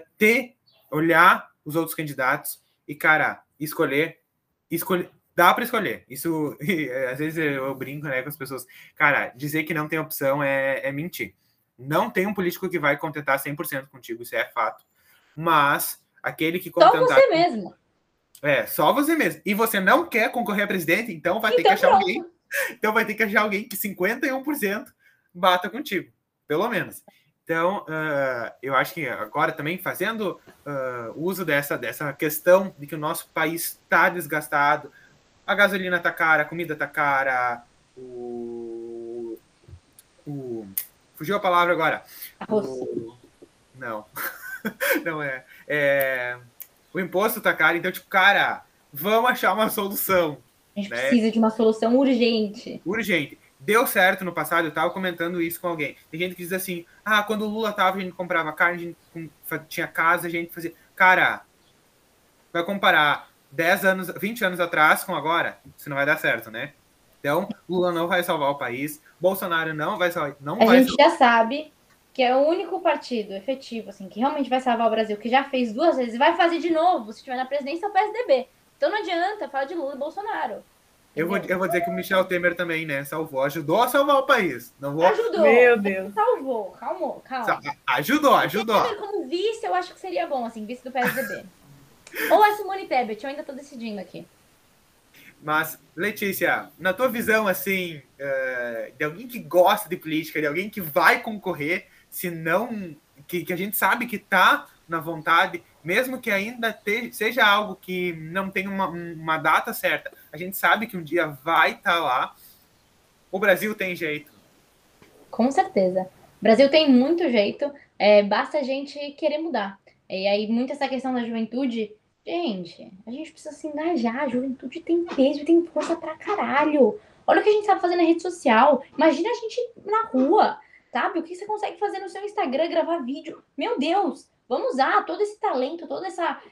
olhar os outros candidatos e, cara, escolher. Dá para escolher. Isso, às vezes eu brinco, né, com as pessoas. Cara, dizer que não tem opção é mentir. Não tem um político que vai contentar 100% contigo, isso é fato. Mas aquele que contentar... Só você mesmo. Só você mesmo. E você não quer concorrer a presidente, então vai ter que achar alguém. Então vai ter que achar alguém que 51% bata contigo, pelo menos. Então, eu acho que agora também fazendo uso dessa questão de que o nosso país está desgastado, a gasolina tá cara, a comida tá cara, fugiu a palavra agora. Não. Não é. O imposto tá caro, então, tipo, cara, vamos achar uma solução. A gente precisa de uma solução urgente. Urgente. Deu certo no passado, eu tava comentando isso com alguém. Tem gente que diz assim, quando o Lula tava, a gente comprava carne, a gente tinha casa, a gente fazia... Cara, vai comparar 10 anos, 20 anos atrás com agora, isso não vai dar certo, né? Então, Lula não vai salvar o país, Bolsonaro não vai salvar... A gente já sabe que é o único partido efetivo, assim, que realmente vai salvar o Brasil, que já fez 2 vezes e vai fazer de novo, se estiver na presidência, é o PSDB. Então não adianta falar de Lula e Bolsonaro. Eu vou dizer que o Michel Temer também, né, salvou, ajudou a salvar o país. Não vou... Ajudou. Meu Deus. Salvou, calma. Ajudou. Temer como vice, eu acho que seria bom, assim, vice do PSDB. Ou a Simone Tebet, eu ainda tô decidindo aqui. Mas, Letícia, na tua visão, assim, de alguém que gosta de política, de alguém que vai concorrer, se não... Que a gente sabe que tá na vontade, mesmo que ainda seja algo que não tem uma data certa, a gente sabe que um dia vai estar lá. O Brasil tem jeito. Com certeza. O Brasil tem muito jeito, basta a gente querer mudar. E aí, muito essa questão da juventude... Gente, a gente precisa se engajar. A juventude tem peso e tem força pra caralho. Olha o que a gente sabe fazer na rede social. Imagina a gente na rua, sabe? O que você consegue fazer no seu Instagram, gravar vídeo. Meu Deus, vamos usar todo esse talento, toda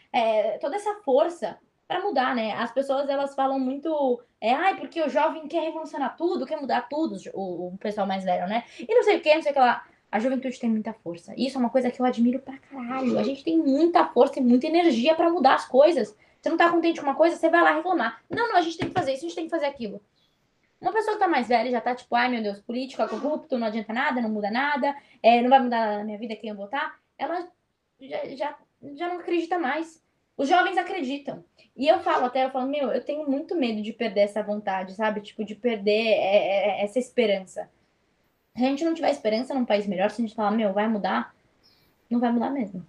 essa força para mudar, né? As pessoas, elas falam muito... porque o jovem quer revolucionar tudo, quer mudar tudo, o pessoal mais velho, né? E não sei o que, não sei o que lá. A juventude tem muita força. Isso é uma coisa que eu admiro pra caralho. A gente tem muita força e muita energia pra mudar as coisas. Você não tá contente com uma coisa, você vai lá reclamar. Não, a gente tem que fazer isso, a gente tem que fazer aquilo. Uma pessoa que tá mais velha já tá tipo, ai meu Deus, político é corrupto, não adianta nada, não muda nada, não vai mudar na minha vida quem eu votar. Ela já não acredita mais. Os jovens acreditam. E eu falo, meu, eu tenho muito medo de perder essa vontade, sabe? Tipo, de perder essa esperança. Se a gente não tiver esperança num país melhor, se a gente falar, meu, vai mudar, não vai mudar mesmo.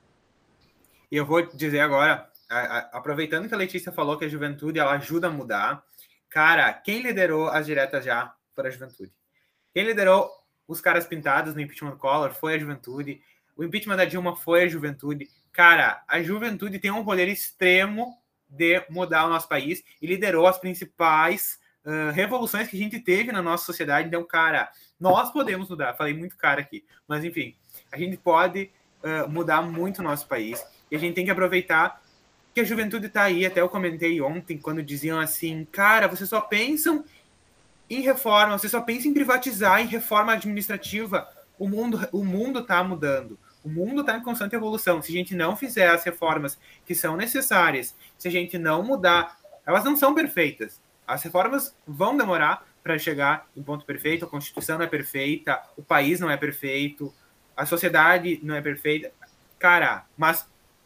E eu vou dizer agora, aproveitando que a Letícia falou que a juventude ela ajuda a mudar, cara, quem liderou as diretas já foi a juventude. Quem liderou os caras pintados no impeachment do Collor foi a juventude. O impeachment da Dilma foi a juventude. Cara, a juventude tem um poder extremo de mudar o nosso país e liderou as principais revoluções que a gente teve na nossa sociedade. Então, cara, nós podemos mudar. Falei muito cara aqui. Mas, enfim, a gente pode mudar muito o nosso país. E a gente tem que aproveitar que a juventude está aí. Até eu comentei ontem, quando diziam assim, cara, vocês só pensam em reforma, vocês só pensam em privatizar, em reforma administrativa. O mundo está mudando. O mundo está em constante evolução. Se a gente não fizer as reformas que são necessárias, se a gente não mudar, elas não são perfeitas. As reformas vão demorar para chegar em ponto perfeito, a Constituição não é perfeita, o país não é perfeito, a sociedade não é perfeita. Cara, mas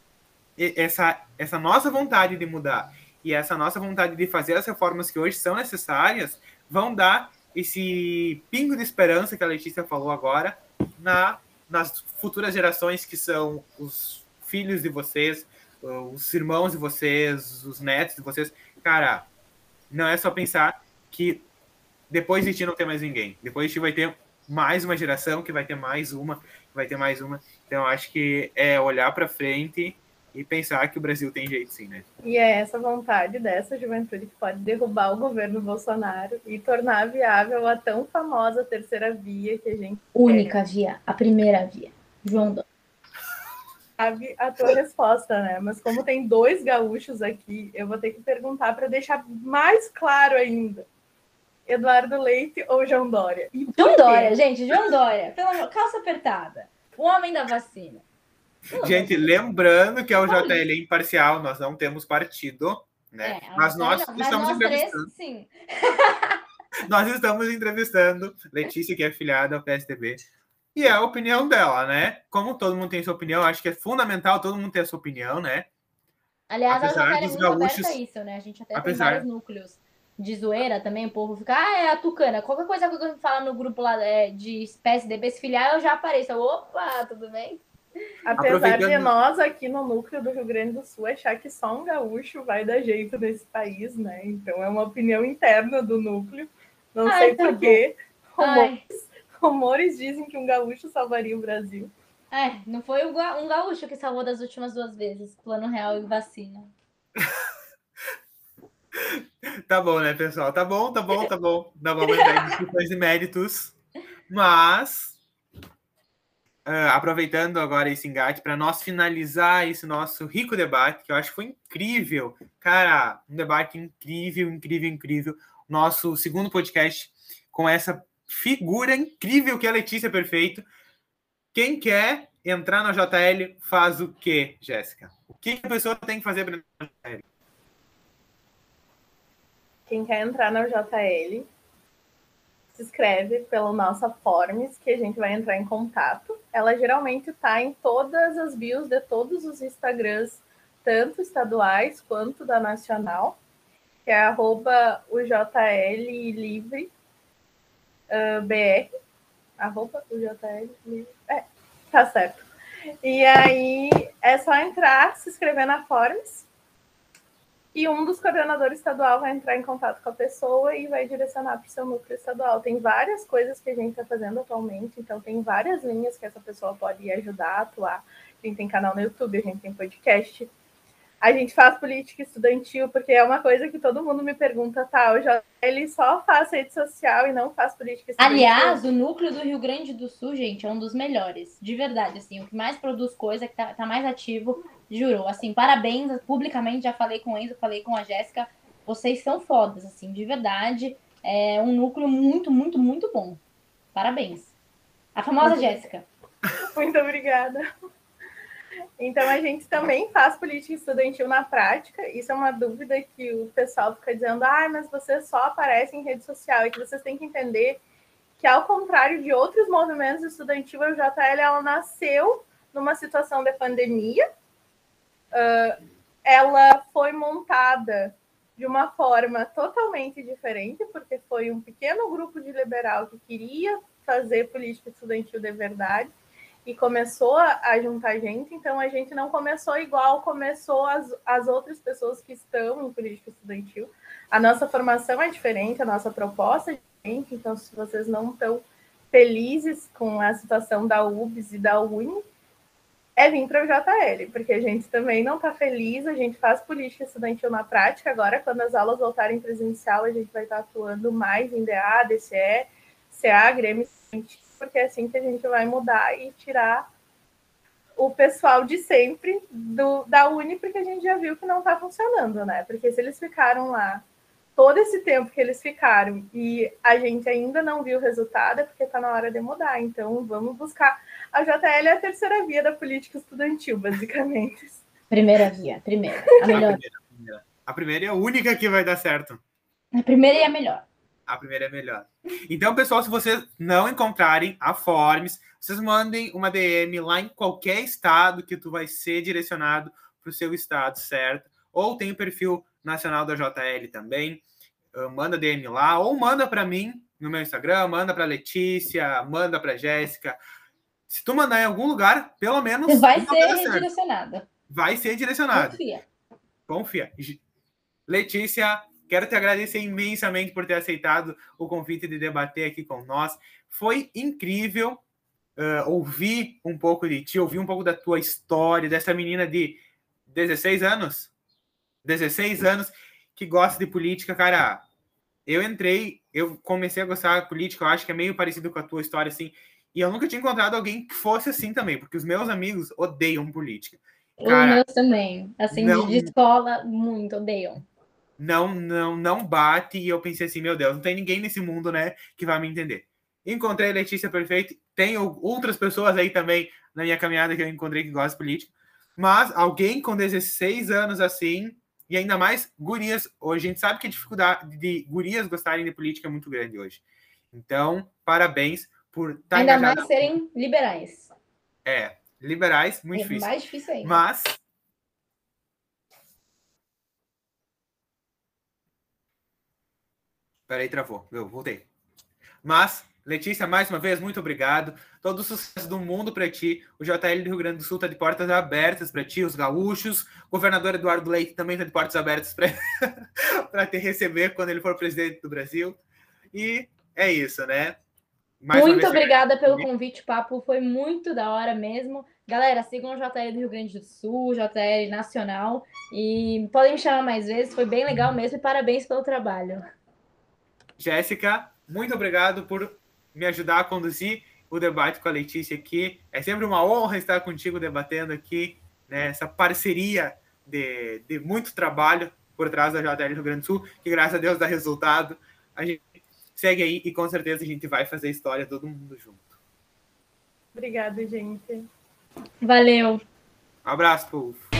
essa nossa vontade de mudar e essa nossa vontade de fazer as reformas que hoje são necessárias vão dar esse pingo de esperança que a Letícia falou agora nas futuras gerações, que são os filhos de vocês, os irmãos de vocês, os netos de vocês. Cara, não é só pensar que depois de ti não tem mais ninguém. Depois de ti vai ter mais uma geração, que vai ter mais uma, que vai ter mais uma. Então, acho que é olhar para frente e pensar que o Brasil tem jeito sim, né? E é essa vontade dessa juventude que pode derrubar o governo Bolsonaro e tornar viável a tão famosa terceira via que a gente... Única via, a primeira via. João Dória. Sabe a tua resposta, né? Mas como tem 2 gaúchos aqui, eu vou ter que perguntar para deixar mais claro ainda. Eduardo Leite ou João Dória? João Dória, gente, João Dória. Pelo amor, calça apertada. O homem da vacina. Gente, lembrando que é o JL é imparcial, nós não temos partido, né? Mas nós estamos entrevistando. Sim. Nós estamos entrevistando Letícia, que é afiliada ao PSDB. E é a opinião dela, né? Como todo mundo tem sua opinião, acho que é fundamental todo mundo ter a sua opinião, né? Aliás, a JL é muito gaúchos, aberta a isso, né? A gente até tem vários núcleos de zoeira também, o povo fica, é a Tucana. Qualquer coisa que eu falo no grupo lá de PSDB, se filiar, eu já apareço. Opa, tudo bem? Apesar de nós aqui no núcleo do Rio Grande do Sul achar que só um gaúcho vai dar jeito nesse país, né? Então é uma opinião interna do núcleo. Não sei por quê. Rumores dizem que um gaúcho salvaria o Brasil. Não foi um gaúcho que salvou das últimas 2 vezes, Plano Real e vacina. Tá bom, né, pessoal? Tá bom. Não vamos entrar em discussões de méritos. Mas, aproveitando agora esse engate, para nós finalizar esse nosso rico debate, que eu acho que foi incrível. Cara, um debate incrível. Nosso segundo podcast com essa figura incrível que é a Letícia Perfeito. Quem quer entrar na JL faz o quê, Jéssica? O que a pessoa tem que fazer para entrar na JL? Quem quer entrar na JL se inscreve pela nossa Forms, que a gente vai entrar em contato. Ela geralmente está em todas as bios de todos os Instagrams, tanto estaduais quanto da nacional, que é @UJLLivre BR. @UJLLivre. Tá certo. E aí é só entrar, se inscrever na Forms, e um dos coordenadores estadual vai entrar em contato com a pessoa e vai direcionar para o seu núcleo estadual. Tem várias coisas que a gente está fazendo atualmente, então tem várias linhas que essa pessoa pode ajudar a atuar. A gente tem canal no YouTube, a gente tem podcast. A gente faz política estudantil, porque é uma coisa que todo mundo me pergunta, ele só faz rede social e não faz política estudantil. Aliás, o núcleo do Rio Grande do Sul, gente, é um dos melhores, de verdade, assim, o que mais produz coisa, que tá mais ativo, juro, assim, parabéns, publicamente, já falei com o Enzo, falei com a Jéssica, vocês são fodas, assim, de verdade, é um núcleo muito, muito, muito bom, parabéns. A famosa Jéssica. Muito obrigada. Então, a gente também faz política estudantil na prática. Isso é uma dúvida que o pessoal fica dizendo, mas você só aparece em rede social. E que vocês têm que entender que, ao contrário de outros movimentos estudantis, a JL ela nasceu numa situação de pandemia. Ela foi montada de uma forma totalmente diferente, porque foi um pequeno grupo de liberal que queria fazer política estudantil de verdade. E começou a juntar gente, então a gente não começou igual começou as outras pessoas que estão em política estudantil. A nossa formação é diferente, a nossa proposta é diferente, então se vocês não estão felizes com a situação da UBS e da UNE, é vir para o JL, porque a gente também não está feliz, a gente faz política estudantil na prática, agora quando as aulas voltarem presencial, a gente vai estar atuando mais em DA, DCE, CA, Grêmio, porque é assim que a gente vai mudar e tirar o pessoal de sempre da Uni, porque a gente já viu que não está funcionando, né? Porque se eles ficaram lá todo esse tempo que eles ficaram e a gente ainda não viu o resultado, é porque está na hora de mudar. Então, vamos buscar. A JL é a terceira via da política estudantil, basicamente. Primeira via, primeira. A melhor. A primeira é a única que vai dar certo. A primeira e a melhor. A primeira é melhor. Então, pessoal, se vocês não encontrarem a Forms, vocês mandem uma DM lá em qualquer estado que tu vai ser direcionado para o seu estado, certo? Ou tem o perfil nacional da JL também. Manda DM lá, ou manda para mim no meu Instagram, manda para Letícia, manda para Jéssica. Se tu mandar em algum lugar, pelo menos... Você vai ser redirecionada. Vai ser direcionado. Confia. Confia. Letícia, quero te agradecer imensamente por ter aceitado o convite de debater aqui com nós. Foi incrível ouvir um pouco de ti, ouvir um pouco da tua história, dessa menina de 16 anos. 16 anos que gosta de política. Cara, eu comecei a gostar de política, eu acho que é meio parecido com a tua história, assim, e eu nunca tinha encontrado alguém que fosse assim também, porque os meus amigos odeiam política. Cara, os meus também. Assim, de escola, muito odeiam. Não bate, e eu pensei assim, meu Deus, não tem ninguém nesse mundo, né, que vai me entender. Encontrei a Letícia perfeita, tem outras pessoas aí também na minha caminhada que eu encontrei que gostam de política, mas alguém com 16 anos assim, e ainda mais gurias, hoje a gente sabe que a dificuldade de gurias gostarem de política é muito grande hoje. Então, parabéns por estar ainda engajado. Mais serem liberais. Liberais, muito difícil. Mais difícil ainda. Mas... Peraí, travou. Eu voltei. Mas, Letícia, mais uma vez, muito obrigado. Todo o sucesso do mundo para ti. O JL do Rio Grande do Sul está de portas abertas para ti, os gaúchos. O governador Eduardo Leite também está de portas abertas para te receber quando ele for presidente do Brasil. E é isso, né? Muito obrigada pelo convite, o papo foi muito da hora mesmo. Galera, sigam o JL do Rio Grande do Sul, JL Nacional, e podem me chamar mais vezes, foi bem legal mesmo, e parabéns pelo trabalho. Jéssica, muito obrigado por me ajudar a conduzir o debate com a Letícia aqui. É sempre uma honra estar contigo debatendo aqui, né, essa parceria de muito trabalho por trás da JL Rio Grande do Sul, que graças a Deus dá resultado. A gente segue aí e com certeza a gente vai fazer história todo mundo junto. Obrigada, gente. Valeu. Um abraço, povo.